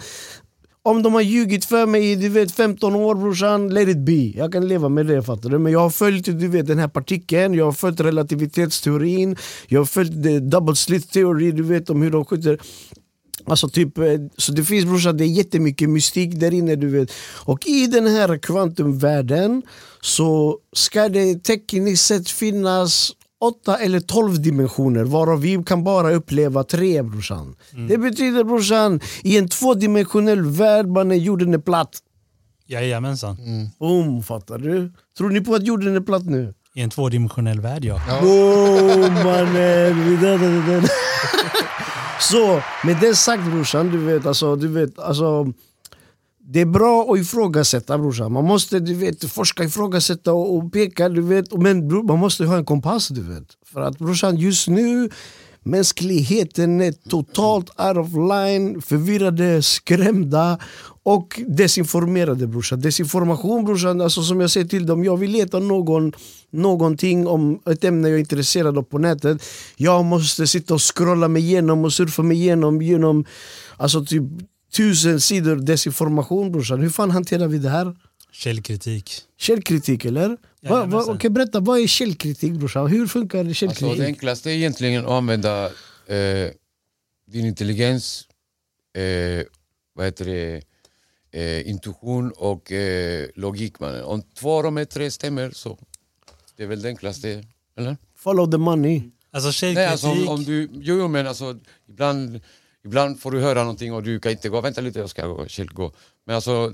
om de har ljugit för mig i du vet, femton år brorsan, let it be. Jag kan leva med det, fattar du? Men jag har följt du vet, den här partikeln, jag har följt relativitetsteorin, jag har följt the double slit theory, du vet om hur de skjuter. Alltså typ, så det finns brorsan, det är jättemycket mystik där inne, du vet. Och i den här kvantumvärlden så ska det tekniskt sett finnas åtta eller tolv dimensioner, varav vi kan bara uppleva tre, brorsan. Mm. Det betyder, brorsan, i en tvådimensionell värld, man är jorden är platt. Jajamensan. Mm. Boom, fattar du? Tror ni på att jorden är platt nu? I en tvådimensionell värld, ja. ja. Boom, mannen. Så, med det sagt, brorsan, du vet, alltså, du vet, alltså, det är bra att ifrågasätta, brorsan. Man måste, du vet, forska, ifrågasätta och, och peka, du vet. Men bro, man måste ha en kompass, du vet. För att, brorsan, just nu, mänskligheten är totalt out of line, förvirrade, skrämda och desinformerade, brorsan. Desinformation, brorsan, alltså som jag säger till dem, jag vill leta någon, någonting om ett ämne jag är intresserad av på nätet. Jag måste sitta och scrolla mig igenom och surfa mig igenom, genom, alltså typ tusen sidor desinformation, brorsan. Hur fan hanterar vi det här? Källkritik. Källkritik, eller? Va, va, Okej, okay, berätta, vad är källkritik, brorsan? Hur funkar källkritik? Alltså, det enklaste är egentligen att använda eh, din intelligens, eh, vad heter det, eh, intuition och eh, logik. Man. Om två av de här tre stämmer så det är väl det enklaste, eller? Follow the money. Alltså källkritik. Nej, alltså, om, om du, jo, men alltså, ibland, ibland får du höra någonting och du kan inte gå, vänta lite, jag ska gå, källgå. Men alltså,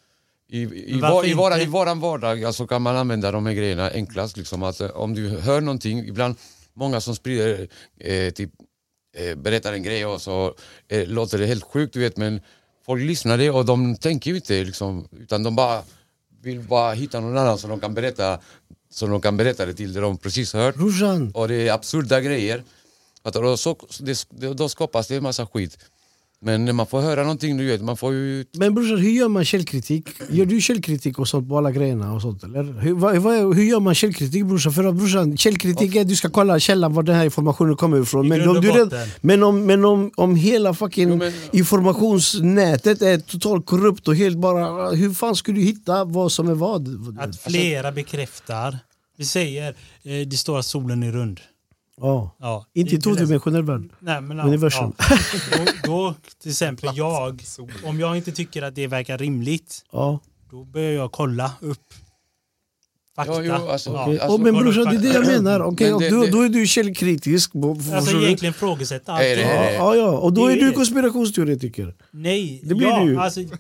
i, i, var, i, våra, i våran vardag alltså, kan man använda de här grejerna enklast. Liksom, att, om du hör någonting, ibland många som sprider, eh, typ, eh, berättar en grej och så eh, låter det helt sjukt, du vet, men folk lyssnar det och de tänker ju inte, liksom, utan de bara vill bara hitta någon annan som de kan berätta, som de kan berätta det till det de precis hört. Brorsan. Och det är absurda grejer. Att då, så, det, då skapas det en massa skit. Men när man får höra någonting, du vet, man får ju... Men brorsan, hur gör man källkritik? Gör du källkritik och sånt på alla grejerna och sånt, eller? Hur, vad, vad, hur gör man källkritik, brorsan? För att brorsan, källkritik är att du ska kolla källan var den här informationen kommer ifrån. Men om, du red, men om, men om, om hela fucking jo, men, informationsnätet är totalt korrupt och helt bara... Hur fan skulle du hitta vad som är vad? Att flera bekräftar. Vi säger, eh, det står att solen är rund. Oh. Ja, inte i tvådimensionell värld. Nej, men universum. Ja. Då, då till exempel jag, om jag inte tycker att det verkar rimligt, ja. Då börjar jag kolla upp fakta. Jo, jo, alltså, okay. alltså, oh, men brorsan, det är det jag menar. Okay, och då, då är du källkritisk. Alltså egentligen frågesätta allt. Är det, är det. Ja, ja, och då är du konspirationsteoretiker. Nej, det blir ja, du. Alltså, jag...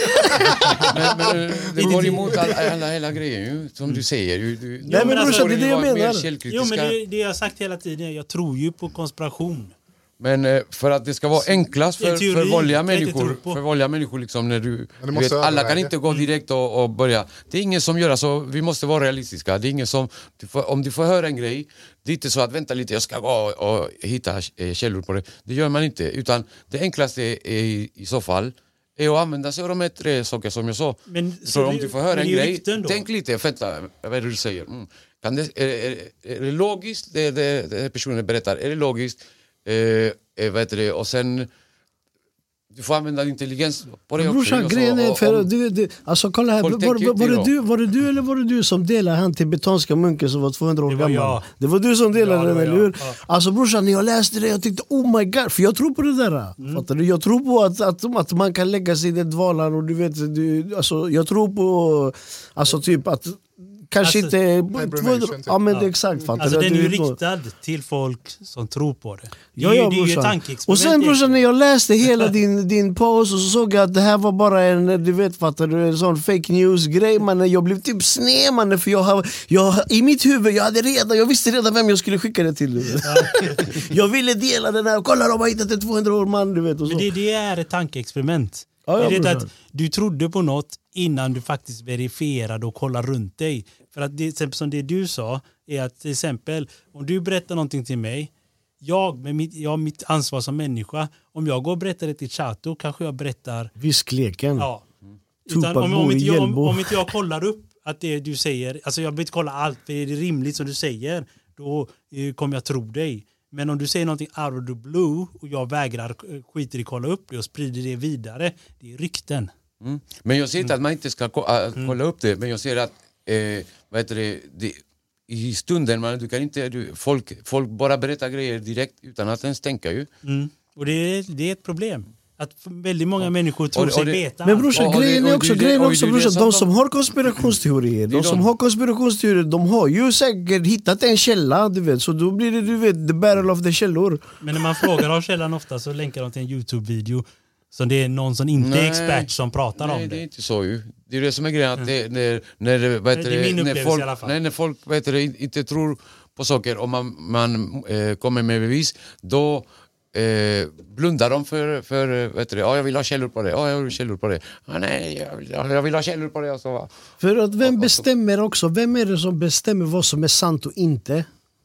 men, men det går emot alla, alla hela grejer, som du säger. Du, du, Nej, men brorsan, det är det jag menar. Jo, men det, det jag har sagt hela tiden, jag tror ju på konspiration. Men för att det ska vara enklast för, teori, för vanliga människor, för vanliga människor liksom, när du, du vet, alla kan inte gå direkt och, och börja. Det är ingen som gör, alltså, vi måste vara realistiska. Det är ingen som, du får, om du får höra en grej, det är inte så att vänta lite, jag ska gå och, och hitta källor på det. Det gör man inte, utan det enklaste är, är i, i så fall är att använda sig av de här tre saker som jag sa. Men, så om du får höra en grej, tänk lite, vänta, vad är det du säger? Mm. Kan det, är, är, är det logiskt, det, det, det personen berättar, är det logiskt? Eh, vad heter det? Och sen du får använda intelligens på det också. Brorsan, grejen är för du, du, alltså kolla här, var, var, var, det du, var det du eller var det du som delade han tibetanska munken som var tvåhundra år gammal? Jag. Det var du som delade ja, den, eller hur? Ja. Alltså brorsan, när jag läste det, jag tänkte oh my god, för jag tror på det där. Mm. Fattar du? Jag tror på att, att, att man kan lägga sig i den dvalan och du vet, du, alltså, jag tror på alltså typ att kanske alltså, inte... Typ. Ja, men det är exakt. Fattar alltså den är ju det riktad till folk som tror på det. Det ja, ja, är ju ett tankeexperiment. Och sen brorsan, när jag läste hela din, din post och så såg jag att det här var bara en, du vet, fattar du, en sån fake news-grej. Man, jag blev typ sned, man, för jag, har, jag i mitt huvud, jag hade redan, jag visste redan vem jag skulle skicka det till. Jag ville dela den här, kolla de har hittat en tvåhundra år man, du vet. Och så. Men det, det är ett tankeexperiment. Ja, ja, det är att du trodde på något innan du faktiskt verifierade och kollade runt dig. För att det, till exempel som det du sa är att till exempel om du berättar någonting till mig, jag med mitt, jag har mitt ansvar som människa, om jag går och berättar det till Chato kanske jag berättar viskleken. Ja. Utan, om, om, inte jag, om, om inte jag kollar upp att det du säger, alltså jag vill inte kolla allt, för är det rimligt som du säger, då eh, kommer jag tro dig. Men om du säger någonting out of the blue och jag vägrar skiter i kolla upp det och sprider det vidare, det är rykten. Mm. Men jag säger inte mm. att man inte ska ko- äh, kolla mm. upp det, men jag säger att eh, vad heter det, det, i stunden, man, du kan inte, du, folk, folk bara berättar grejer direkt utan att ens tänka ju. Mm. Och det är, det är ett problem. Att väldigt många människor tror Och det- sig och det- veta Men allt. brorsan, Ja, och det- grejen och är det- också, och det- grejen är och också det är brorsan, det de som som har konspirationsteorier, Det är de som de- har konspirationsteorier, de har ju säkert hittat en källa, du vet, så då blir det, du vet, the battle of the källor. Men när man frågar av källan ofta så länkar de till en YouTube-video. Så det är någon som inte är Nej. expert som pratar Nej, om det är det. inte så ju. Det är det som är grejen. Att det, när, när, vad heter Det är min när upplevelse folk, i alla fall. Nej, när folk vad heter det, inte tror på saker och man, man eh, kommer med bevis, då eh, blundar de för, för vad heter det, ja, jag vill ha källor på det, ja, jag vill ha källor på det. Ja, nej, jag vill, jag vill ha källor på det. Och så, va. För att vem Ja, och så- bestämmer också, vem är det som bestämmer vad som är sant och inte?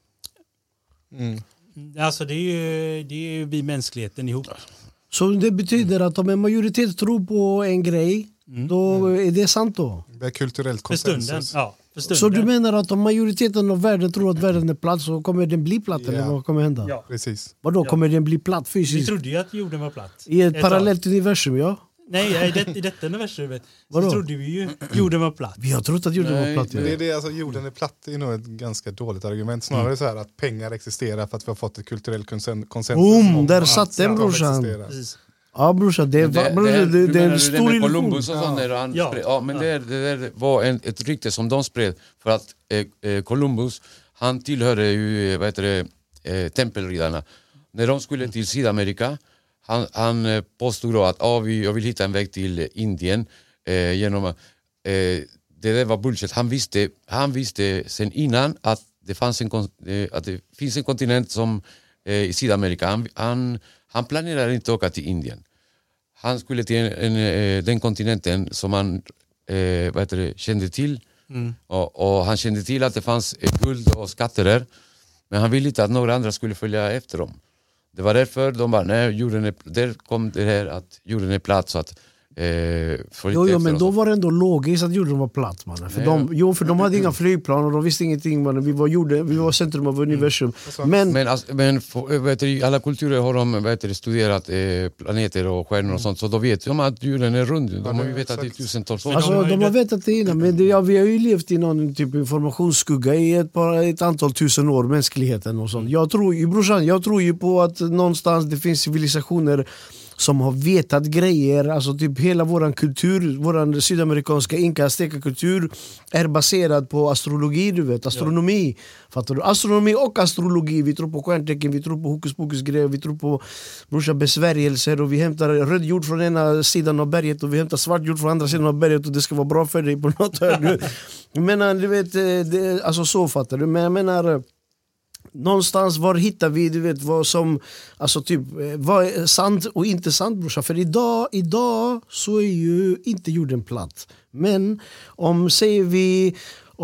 Alltså det är ju, det är ju vi mänskligheten ihop. Så det betyder att om en majoritet tror på en grej, då är det sant då? Det är kulturellt För stunden. konsensus. Ja, för stunden. Så du menar att om majoriteten av världen tror att världen är platt så kommer den bli platt, eller Ja. vad kommer hända? Ja. Precis. Vadå, Ja. kommer den bli platt Vi fysiskt? trodde ju att jorden var platt. I ett Ett parallellt universum, ja? Nej, i, det, i detta universumet så Vadå? trodde vi ju jorden var platt. Vi har trott att jorden Nej, var platt. Men Ja. det är det, alltså, jorden är platt är nog ett ganska dåligt argument. Snarare Mm. så här att pengar existerar för att vi har fått ett kulturellt konsen- konsensus. Boom, om där att satt den, de brorsan. existerar. Precis. Ja brorsan, det, är- Men det, bror, det, det, du det är menar en du stor det med illusion. Columbus och sånt där, och han Ja. spred, ja, men Ja. Det, det där var en, ett rykte som de spred för att eh, eh, Columbus, han tillhörde ju, eh, vad heter det, eh, tempelriddarna. När de skulle till Sydamerika, han, han eh, påstod då att ah, vi, jag vill hitta en väg till eh, Indien eh, genom eh, det där var bullshit. Han visste, han visste sen innan att det fanns en kon- eh, att det finns en kontinent som eh, i Sydamerika. Han, han, han planerade inte att åka till Indien. Han skulle till en, en, eh, den kontinenten som han eh, vad heter det, kände till. Mm. Och, och han kände till att det fanns eh, guld och skatter där. Men han ville inte att några andra skulle följa efter dem. Det var därför de bara, nej, jorden är, där kom det här att jorden är platt så att eh, får Jo, inte jo, efter men och då så. var det ändå logiskt att jorden var platt, mannen. För Nej, de, jo, för de hade inga flygplan och de visste ingenting, mannen. Vi var, jorden, vi var centrum av universum. Men, Men, alltså, men för, vet du, i alla kulturer har de vet du, studerat eh, planeter och stjärnor och sånt, så då vet de att jorden är rund. De har ju vetat i tusentals år. alltså, de har ju de har det- vetat det innan, men det, ja, vi har ju levt i någon typ av informationsskugga i ett, par, ett antal tusen år, mänskligheten och sånt. Jag tror ju, brorsan, jag tror ju på att någonstans det finns civilisationer som har vetat grejer, alltså typ hela våran kultur, våran sydamerikanska inka kultur är baserad på astrologi, du vet, astronomi. Fattar du? Astronomi och astrologi, vi tror på stjärntecken, vi tror på hokus pokus grejer, vi tror på brorsa besvärjelser och vi hämtar röd jord från ena sidan av berget och vi hämtar svart jord från andra sidan av berget och det ska vara bra för dig på något hörn. Jag menar, du vet, det, alltså så fattar du, men jag menar någonstans var hittar vi, du vet, vad som, alltså typ, vad är sant och inte sant, brorsa? För idag, idag så är ju inte jorden platt. Men om, säger vi,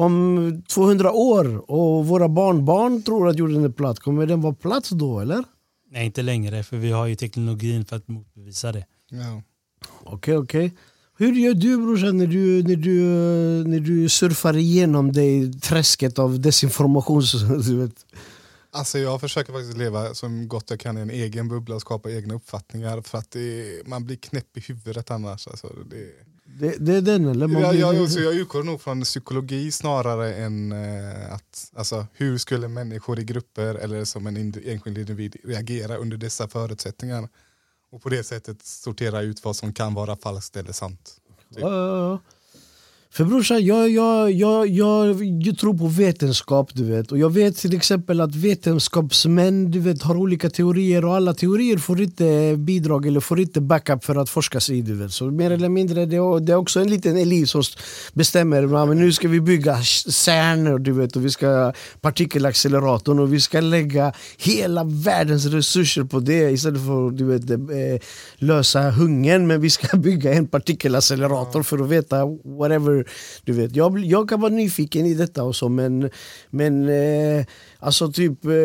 om tvåhundra år och våra barnbarn tror att jorden är platt, kommer den vara platt då, eller? Nej, inte längre, för vi har ju teknologin för att motbevisa det. Ja. Okej, okej. Hur gör du, brorsan, när du, när, du, när du surfar igenom det träsket av desinformation? Du vet? Alltså jag försöker faktiskt leva som gott jag kan i en egen bubbla och skapa egna uppfattningar för att det, man blir knäpp i huvudet annars. Alltså det, Det, det är den, eller? Man jag, blir- jag, så jag utgår nog från psykologi snarare än eh, att, alltså, hur skulle människor i grupper eller som en ind- enskild individ reagera under dessa förutsättningar och på det sättet sortera ut vad som kan vara falskt eller sant. Typ. Ja, ja, ja. För brorsan, jag, jag, jag, jag, jag tror på vetenskap, du vet. Och jag vet till exempel att vetenskapsmän, du vet, har olika teorier och alla teorier får inte bidrag eller får inte backup för att forska sig, du vet. Så mer eller mindre, det är, det är också en liten elit som bestämmer, ja, men nu ska vi bygga CERN, du vet, och vi ska partikelacceleratorn och vi ska lägga hela världens resurser på det istället för, du vet, eh, lösa hungern, men vi ska bygga en partikelaccelerator för att veta whatever. Du vet, jag, jag kan vara nyfiken i detta och så, men, men eh, alltså typ eh,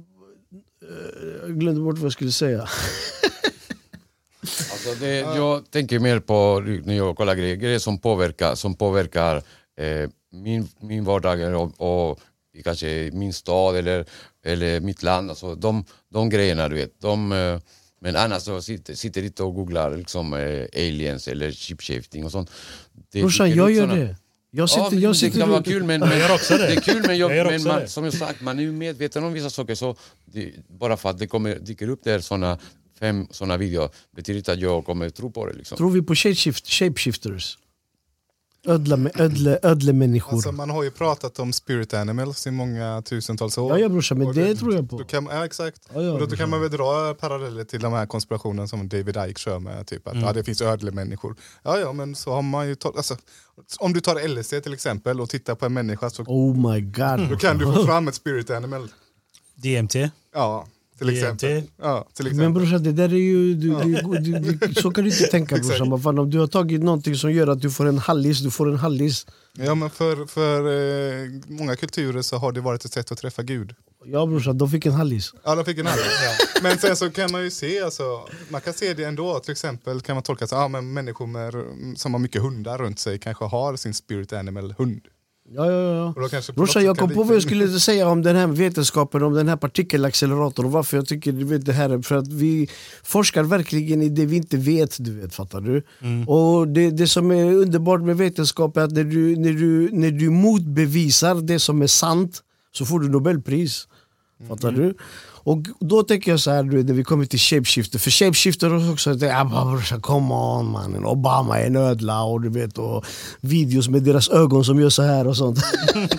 jag glömde bort vad jag skulle säga. Alltså det, jag tänker mer på när jag kollar grejer, grejer som påverkar, som påverkar eh, min, min vardag och, och kanske min stad eller, eller mitt land. Alltså de, de grejerna, du vet. De, eh, men annars så sitter, sitter inte och googlar liksom, eh, aliens eller chipshifting och sånt. Det Brorsan, dyker jag upp gör såna- det. Jag sitter, Ja, men jag det sitter kan vara och- kul, men, men Jag gör också det. det är kul, men, jag, Jag gör men också man, det. som jag sagt, man är ju medveten om vissa saker, så det, bara för att det kommer, dyker upp där såna fem sådana videor betyder inte att jag kommer tro på det. Liksom. Tror vi på shapeshift, shapeshifters? Ödla, ödle, ödlemänniskor. Alltså man har ju pratat om spirit animals i många tusentals år. Ja, ja brorsan, men Och det tror jag på. Då kan, ja, exakt. Ja, ja, och då, då brorsan. kan man väl dra paralleller till de här konspirationerna som David Icke kör med. Typ att Mm. ja, det finns ödlemänniskor. Ja, ja, men så har man ju tagit... Alltså, om du tar L S D till exempel och tittar på en människa så Oh my god. då kan du få fram ett spirit animal. D M T. Ja, till D M exempel. T. Ja, till Men exempel. brorsan, det där är ju... Du, du, du, du, så kan du inte tänka brorsan. Vad fan, om du har tagit någonting som gör att du får en hallis, du får en hallis. Ja, men för, för eh, många kulturer så har det varit ett sätt att träffa Gud. Ja brorsan, de fick en hallis. Ja, de fick en hallis. Ja. Men sen så kan man ju se, alltså, man kan se det ändå. Till exempel kan man tolka så ja, men människor med, som har mycket hundar runt sig kanske har sin spirit animal hund. Ja, ja, ja. Och då kanske på Brorsan, något jag sätt kom kan på likna- vad jag skulle säga om den här vetenskapen, om den här partikelacceleratorn och varför jag tycker du vet, det här är för att vi forskar verkligen i det vi inte vet, du vet, fattar du? Mm. Och det, det som är underbart med vetenskap är att när du, när, du, när du motbevisar det som är sant så får du Nobelpris. Fattar du? Och då tänker jag så här, du vet, när vi kommer till shapeshifter, för shapeshifter har också att ja, brorsan, come on mannen, Obama är en ödla och du vet, och videos med deras ögon som gör så här och sånt.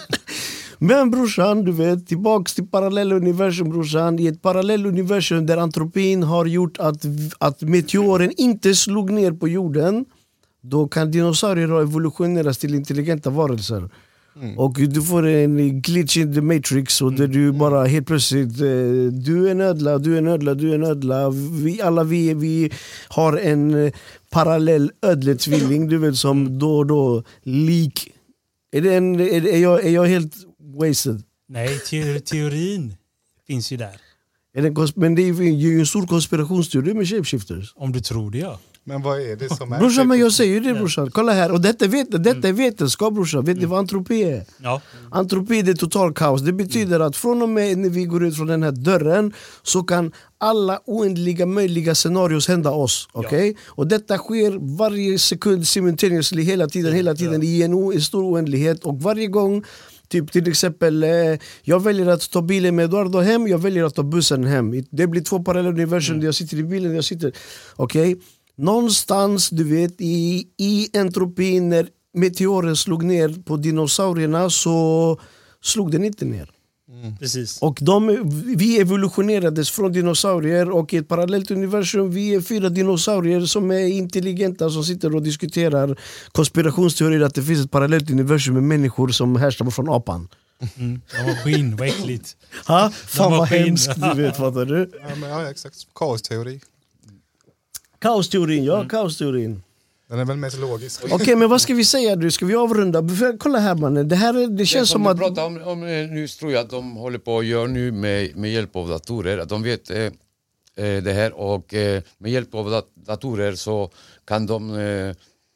Men brorsan, du vet, tillbaks till parallelluniversum brorsan, i ett parallelluniversum där antropin har gjort att, att meteoren inte slog ner på jorden, då kan dinosaurier ha evolutioneras till intelligenta varelser. Mm. Och du får en glitch in the matrix och där du bara helt plötsligt eh, du är en ödla, du är en ödla, du är en ödla. Vi, alla vi, vi har en eh, parallell ödletvilling, du vet, som då och då lik. Är, det en, är, är, jag, är jag helt wasted? Nej, te teorin finns ju där. Är det en kons- men det är ju en stor konspirationsteori med shapeshifters. Om du tror det, ja. Men vad är det som är... Brorsan, men jag säger ju det brorsan. Kolla här, och detta, vet, detta är vetenskap brorsan. Vet ni vad antropi är? Ja. Antropi är total kaos. Det betyder att från och med när vi går ut från den här dörren så kan alla oändliga möjliga scenarios hända oss. Okay? Och detta sker varje sekund simultaneously, hela tiden, hela tiden i en, o- en stor oändlighet. Och varje gång, typ till exempel, eh, jag väljer att ta bilen med Eduardo hem, jag väljer att ta bussen hem. Det blir två parallella universum mm. där jag sitter i bilen, jag sitter... Okej? Okay? Någonstans, du vet, i, i entropin när meteoren slog ner på dinosaurierna så slog den inte ner. Mm. Precis. Och de, vi evolutionerades från dinosaurier och i ett parallellt universum vi är fyra dinosaurier som är intelligenta som sitter och diskuterar konspirationsteorier att det finns ett parallellt universum med människor som härstammar från apan. Mm. De var skinn, vad äckligt. Ha? Fan var vad skinn. hemskt, du vet, fattar du? Ja, men, ja, exakt. Kaosteori. Kaosteorin, ja, Mm. kaosteorin. Den är väl mest logisk. Okej, okay, men vad ska vi säga nu? Ska vi avrunda? För, kolla här mannen, det här är, det känns Det som som att... du pratar om, om nu tror jag att de håller på att göra nu med, med hjälp av datorer. Att de vet eh, eh, det här och eh, med hjälp av dat datorer så kan de eh,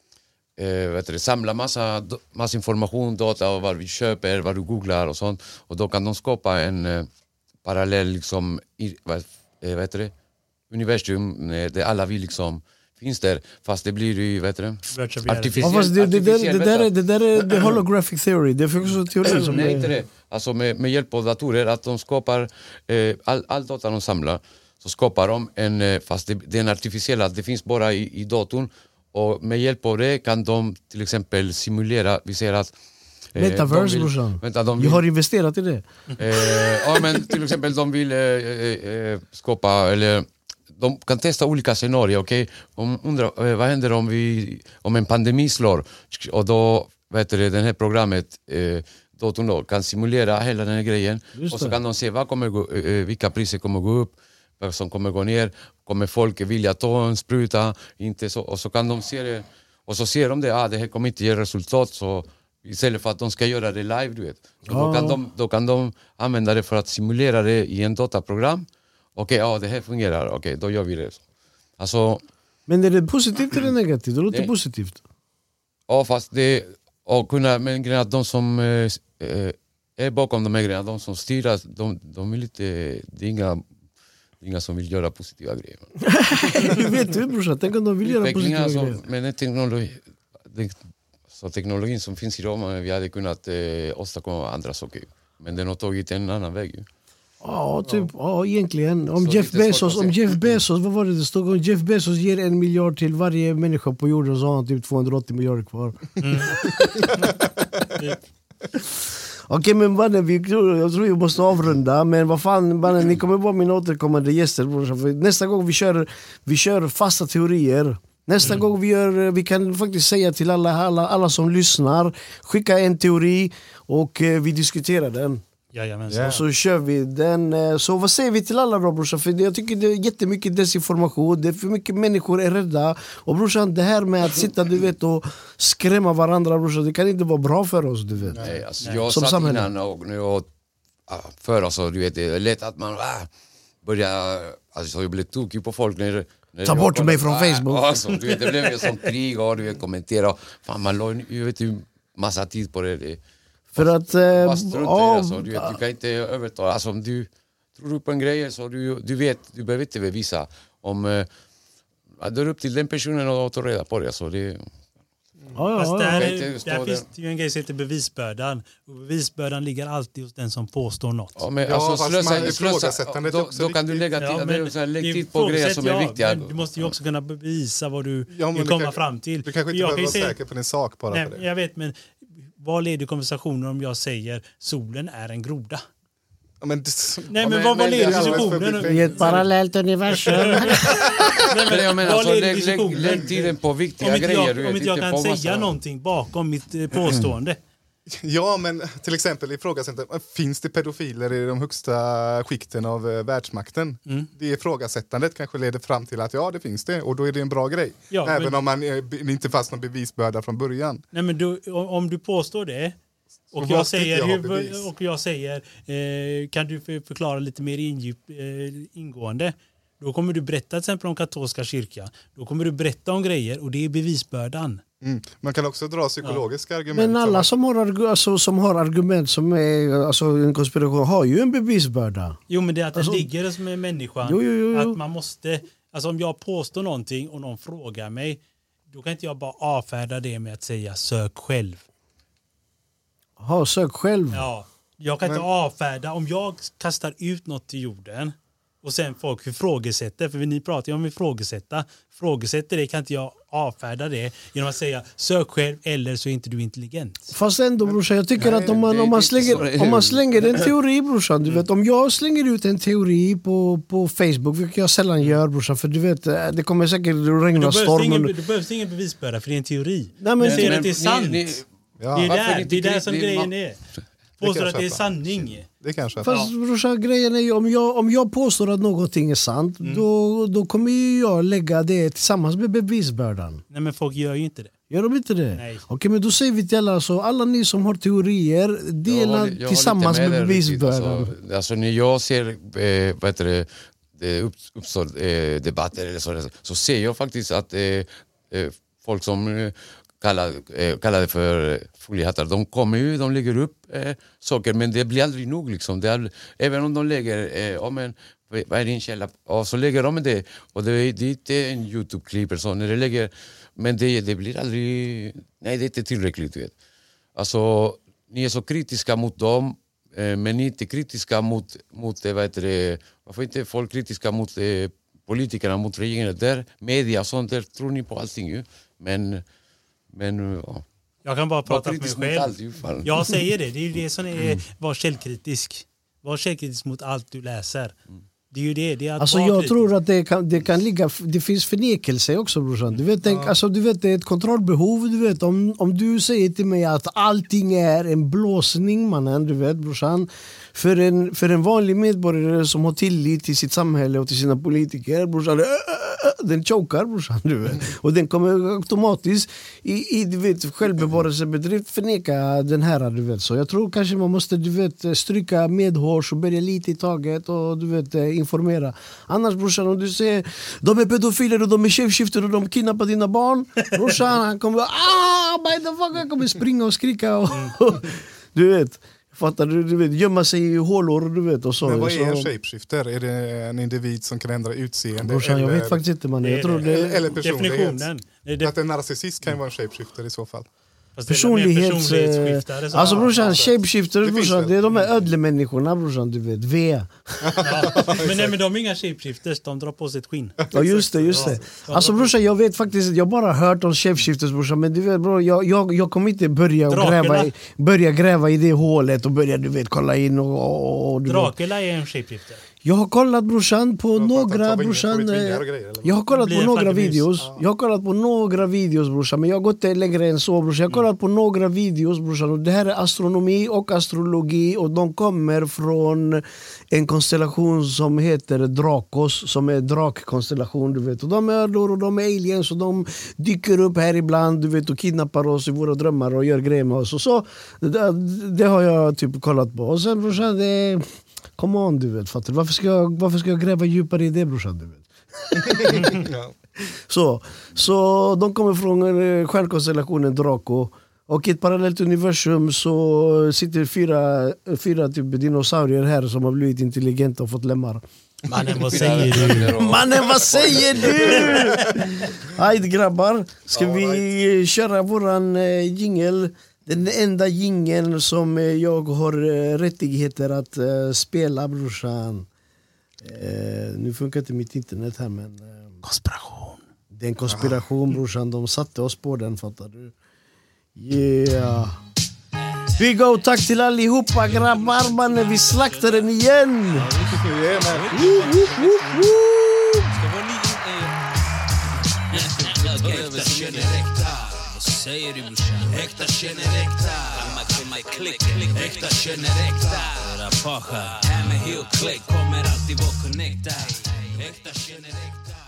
eh, vet du, samla massa, massa information, data av vad vi köper, vad du googlar och sånt. Och då kan de skapa en eh, parallell liksom, i, vad, eh, vet du, universum eh, där alla vi liksom finns där, fast det blir ju, vet du, Ja, fast det, det, där, det, där är, det där är the holographic theory. Det är också teori som Nej, är... inte det. Alltså med, med hjälp av datorer, att de skapar eh, all, all data de samlar, så skapar de en, eh, fast det, det är en artificiell, att det finns bara i, i datorn, och med hjälp av det kan de till exempel simulera, vi ser att eh, Metaverse, de vill- brorsan. vänta, de Jag vill, har investerat i det. eh, ja men till exempel de vill eh, eh, eh, skapa, eller de kan testa olika scenarier, okej? Okay? Undrar, eh, vad händer om, vi, om en pandemi slår? Och då, vet du, det här programmet, eh, datorn då, kan simulera hela den här grejen. Just Och så det. kan de se vad kommer gå, eh, vilka priser kommer gå upp, vad som kommer gå ner, kommer folk vilja ta en spruta, inte så. Och så kan de se det, och så ser de det, ah, det här kommer inte ge resultat, så istället för att de ska göra det live, du vet. Så då, kan de, då kan de använda det för att simulera det i en dataprogram. Okej, ja, det här fungerar. Okej, då gör vi det. Alltså, Men är det positivt eller negativt? Det låter Nej. positivt. ja, fast det... Och kunna, men grejen är att de som eh, är bakom de här grejerna, de som styr, de, de vill inte... Det är inga, det är inga som vill göra positiva grejer. Hur vet du brorsan? Tänk om de vill göra Utvecklingen, positiva alltså, grejer. men den teknologi, den, så teknologin som finns idag, man, vi hade kunnat eh, åstadkomma andra saker. Men den har tagit en annan väg. Ju. Ja, typ. Ja, egentligen. Om Så Jeff lite svårt Bezos, att om se. Jeff Bezos, vad var det det stod? Om Jeff Bezos ger en miljard till varje människa på jorden så har han typ tvåhundraåttio miljarder kvar. Mm. Okej, men mannen, vi, jag tror vi måste avrunda. Men vad fan, mannen, ni kommer vara mina återkommande gäster. Brorsan. För nästa gång vi kör, vi kör fasta teorier. Nästa mm. gång vi gör, vi kan faktiskt säga till alla, alla, alla som lyssnar, skicka en teori och eh, vi diskuterar den. Jajamensan. Och så kör vi den. Så vad säger vi till alla då, brorsan? För jag tycker det är jättemycket desinformation. Det är för mycket människor är rädda. Och brorsan, det här med att sitta du vet, och skrämma varandra, brorsan, det kan inte vara bra för oss, du vet. Nej, alltså, jag Som satt samhälle. innan och, och för alltså, du vet, det är lätt att man ah, börjar, alltså jag blev tokig på folk när, när Ta bort mig från ah, Facebook. Alltså, du vet, det blev ju som krig och du vet, kommentera. Fan, man la ju vet, ju massa tid på det. det För att... Eh, Bara strunt i det, ja, alltså. Du, vet, du kan inte övertala. Alltså, om du tror på en grej så du, du vet, du behöver inte bevisa. Om eh, det är upp till den personen att ta reda på det. Så det ja, Fast ja, där, ja. kan inte är, stå där där. finns det ju en grej som heter bevisbördan. Och bevisbördan ligger alltid hos den som påstår något. Ja, men Ja, alltså, fast slösa, man- slösa, ifrågasättandet är då, också då kan du viktigt. lägga tid, Ja, men, så här, lägg tid på grejer som är ifrågasätt, viktiga. Men du måste ju också kunna bevisa vad du Ja, men vill du komma kan- fram till. Du kanske inte Jag behöver kan ju vara säga- säker på din sak bara Nej, för det. jag vet, men vad leder konversationen om jag säger solen är en groda? Ja, men det, Nej, Ja, men, men- vad, vad men det är leder alldeles för diskussionen? befängt. I ett parallellt universum. Nej, Men jag menar, vad alltså, leder lägg, lägg, diskussionen? lägg tiden på viktiga Om inte grejer. jag, du om vet, inte jag kan på säga massa- någonting bakom mitt eh, påstående. Ja, men till exempel ifrågasättandet. Finns det pedofiler i de högsta skikten av eh, världsmakten? Mm. Det ifrågasättandet kanske leder fram till att ja, det finns det. Och då är det en bra grej. Ja, Även men- om man eh, b- inte fast någon bevisbörda från början. Nej, men du, om, om du påstår det och Så jag måste inte säger, jag ha hur, bevis. och jag säger eh, kan du för- förklara lite mer indjup, eh, ingående, då kommer du berätta till exempel om katolska kyrkan. Då kommer du berätta om grejer och det är bevisbördan. Mm. Man kan också dra psykologiska argument. Men som alla att- som har, argu- alltså, som har argument som är alltså, en konspiration har ju en bevisbörda. Jo, men det är att det Alltså- ligger som med människan. Jo, jo, jo, jo. Att man måste, alltså om jag påstår någonting och någon frågar mig, då kan inte jag bara avfärda det med att säga sök själv. Ha, sök själv. Ja, jag kan inte Men- avfärda om jag kastar ut något till jorden och sen folk ifrågasätter, för ni pratar ju om ifrågasätta, frågesätter det kan inte jag avfärda det genom att säga sök själv eller så är inte du intelligent. Fast ändå brorsan, jag tycker Nej, att om man, det är om, man inte så det slänger, är. om man slänger en teori brorsan, du vet, om jag slänger ut en teori på, på Facebook, vilket jag sällan gör brorsan, för du vet, det kommer säkert Då regna behövs, det storm. ingen, under- då behövs det ingen bevisbörda för det är en teori. Nej, men- jag säger Men- att det är men sant. ni- ni- Ja, det är varför där, inte det är där kri- som det- grejen man- är. kan Påstår jag att det är köpa. sanning. Det kanske. Fast brorsan, grejen är ju, om jag, om jag påstår att någonting är sant, då, då kommer ju jag lägga det tillsammans med bevisbördan. Nej, men folk gör ju inte det. Gör de inte det? Nej. Okej, men då säger vi till alla, så alla ni som har teorier, Jag dela håller- jag tillsammans håller med inte riktigt, bevisbördan. Alltså, alltså när jag ser eh, vad heter det, det upp, uppstår eh, debatter eller så, så ser jag faktiskt att eh, eh, folk som eh, kallar, eh, kallar det för foliehattar, de kommer ju, de lägger upp eh, saker, men det blir aldrig nog liksom. Det är, aldrig- även om de lägger, eh, ja, men, vad är din källa? Ja, så lägger de det. Och det, är- det är inte en YouTube-klipp eller så, när det lägger, men det, det blir aldrig, nej det är inte tillräckligt, du vet. Alltså, ni är så kritiska mot dem, eh, men ni är inte kritiska mot, mot eh, vad heter det, varför inte folk kritiska mot eh, politikerna, mot regeringen, där media och sånt, där tror ni på allting ju. Men, men ja. Jag kan bara Var prata för mig kritisk mot själv. allt ju, fan. Jag säger det, det är ju det som är var källkritisk. Var källkritisk mot allt du läser. Det är ju det, det är att Alltså vara jag kritisk. tror att det kan, det kan ligga, det finns förnekelse också brorsan. Du vet, tänk, alltså, du vet det är ett kontrollbehov, du vet om, om du säger till mig att allting är en blåsning mannen, du vet brorsan. För en, för en vanlig medborgare som har tillit till sitt samhälle och till sina politiker, brorsan, äh, äh, äh, den chokar brorsan, du vet. Och den kommer automatiskt i, i du vet, självbevarelsebedrift förneka den här, du vet. Så jag tror kanske man måste, du vet, stryka medhårs och börja lite i taget och du vet, informera. Annars brorsan, om du säger de är pedofiler och de är shapeshifter och de kidnappar dina barn, brorsan, han kommer ah, by the fuck, han kommer springa och skrika och, och du vet. Fattar du? Du vet, gömma sig i hålor, du vet. Och så. Men vad är en så, shapeshifter? Är det en individ som kan ändra utseende? brorsan, jag eller, vet faktiskt inte man. Det är Jag tror det. det eller, eller personlighet? Definitionen. Det är Att en narcissist kan ju vara en shapeshifter i så fall. Fast det är mer personlighets... personlighetsskiftare, så- Alltså brorsan, ja, shapeshifters det finns brorsan, det. det är de här ödlemänniskorna brorsan, du vet, V. Ja. Men nej, men de är inga shapeshifters, de drar på sig ett skinn. Ja just det, just det. Alltså brorsan, jag vet faktiskt, jag bara hört om shapeshifters brorsan, men du vet bror, jag, jag, jag kommer inte börja och Dracula. gräva i, börja gräva i det hålet och börja du vet kolla in och... och, och du vet. Dracula är en shapeshifter. Jag har kollat brorsan på Vad fan, tar några vi in- brorsan. får vi tvinga eh, och grejer, eller? Jag har kollat Blir på en några flaggermus. videos. Jag har kollat på några videos brorsan, men jag har gått längre än så brorsan. Jag har kollat på några videos brorsan, och det här är astronomi och astrologi, och de kommer från en konstellation som heter Drakos, som är drakkonstellation, du vet. Och de är ödlor och de är aliens och de dyker upp här ibland, du vet, och kidnappar oss i våra drömmar och gör grejer med oss. Och så det, det har jag typ kollat på. Och sen brorsan, det är... Come on, du vet, fattar du? Varför ska jag, varför ska jag gräva djupare i det brorsan, du vet? Ja. Så, så de kommer från eh, stjärnkonstellationen Draco. Och i ett parallellt universum så sitter fyra, fyra typ dinosaurier här som har blivit intelligenta och fått lemmar. Mannen, vad säger du? Mannen, vad säger du? Ajde grabbar, ska All vi köra våran eh, jingle? Den enda jingeln som eh, jag har eh, rättigheter att eh, spela brorsan. Eh, nu funkar inte mitt internet här, men... Eh, Konspiration. det är en konspiration brorsan, de satte oss på den, fattar du? Yeah. Big go, tack till allihopa grabbar, mannen, vi slaktar den igen. Woo, woo, woo, woo. Äkta känner äkta. Vad säger du brorsan? Äkta känner äkta. Gamma gamma i klick. Äkta känner äkta. Rapasha. Här med heel click kommer alltid vara connecta. Äkta känner äkta.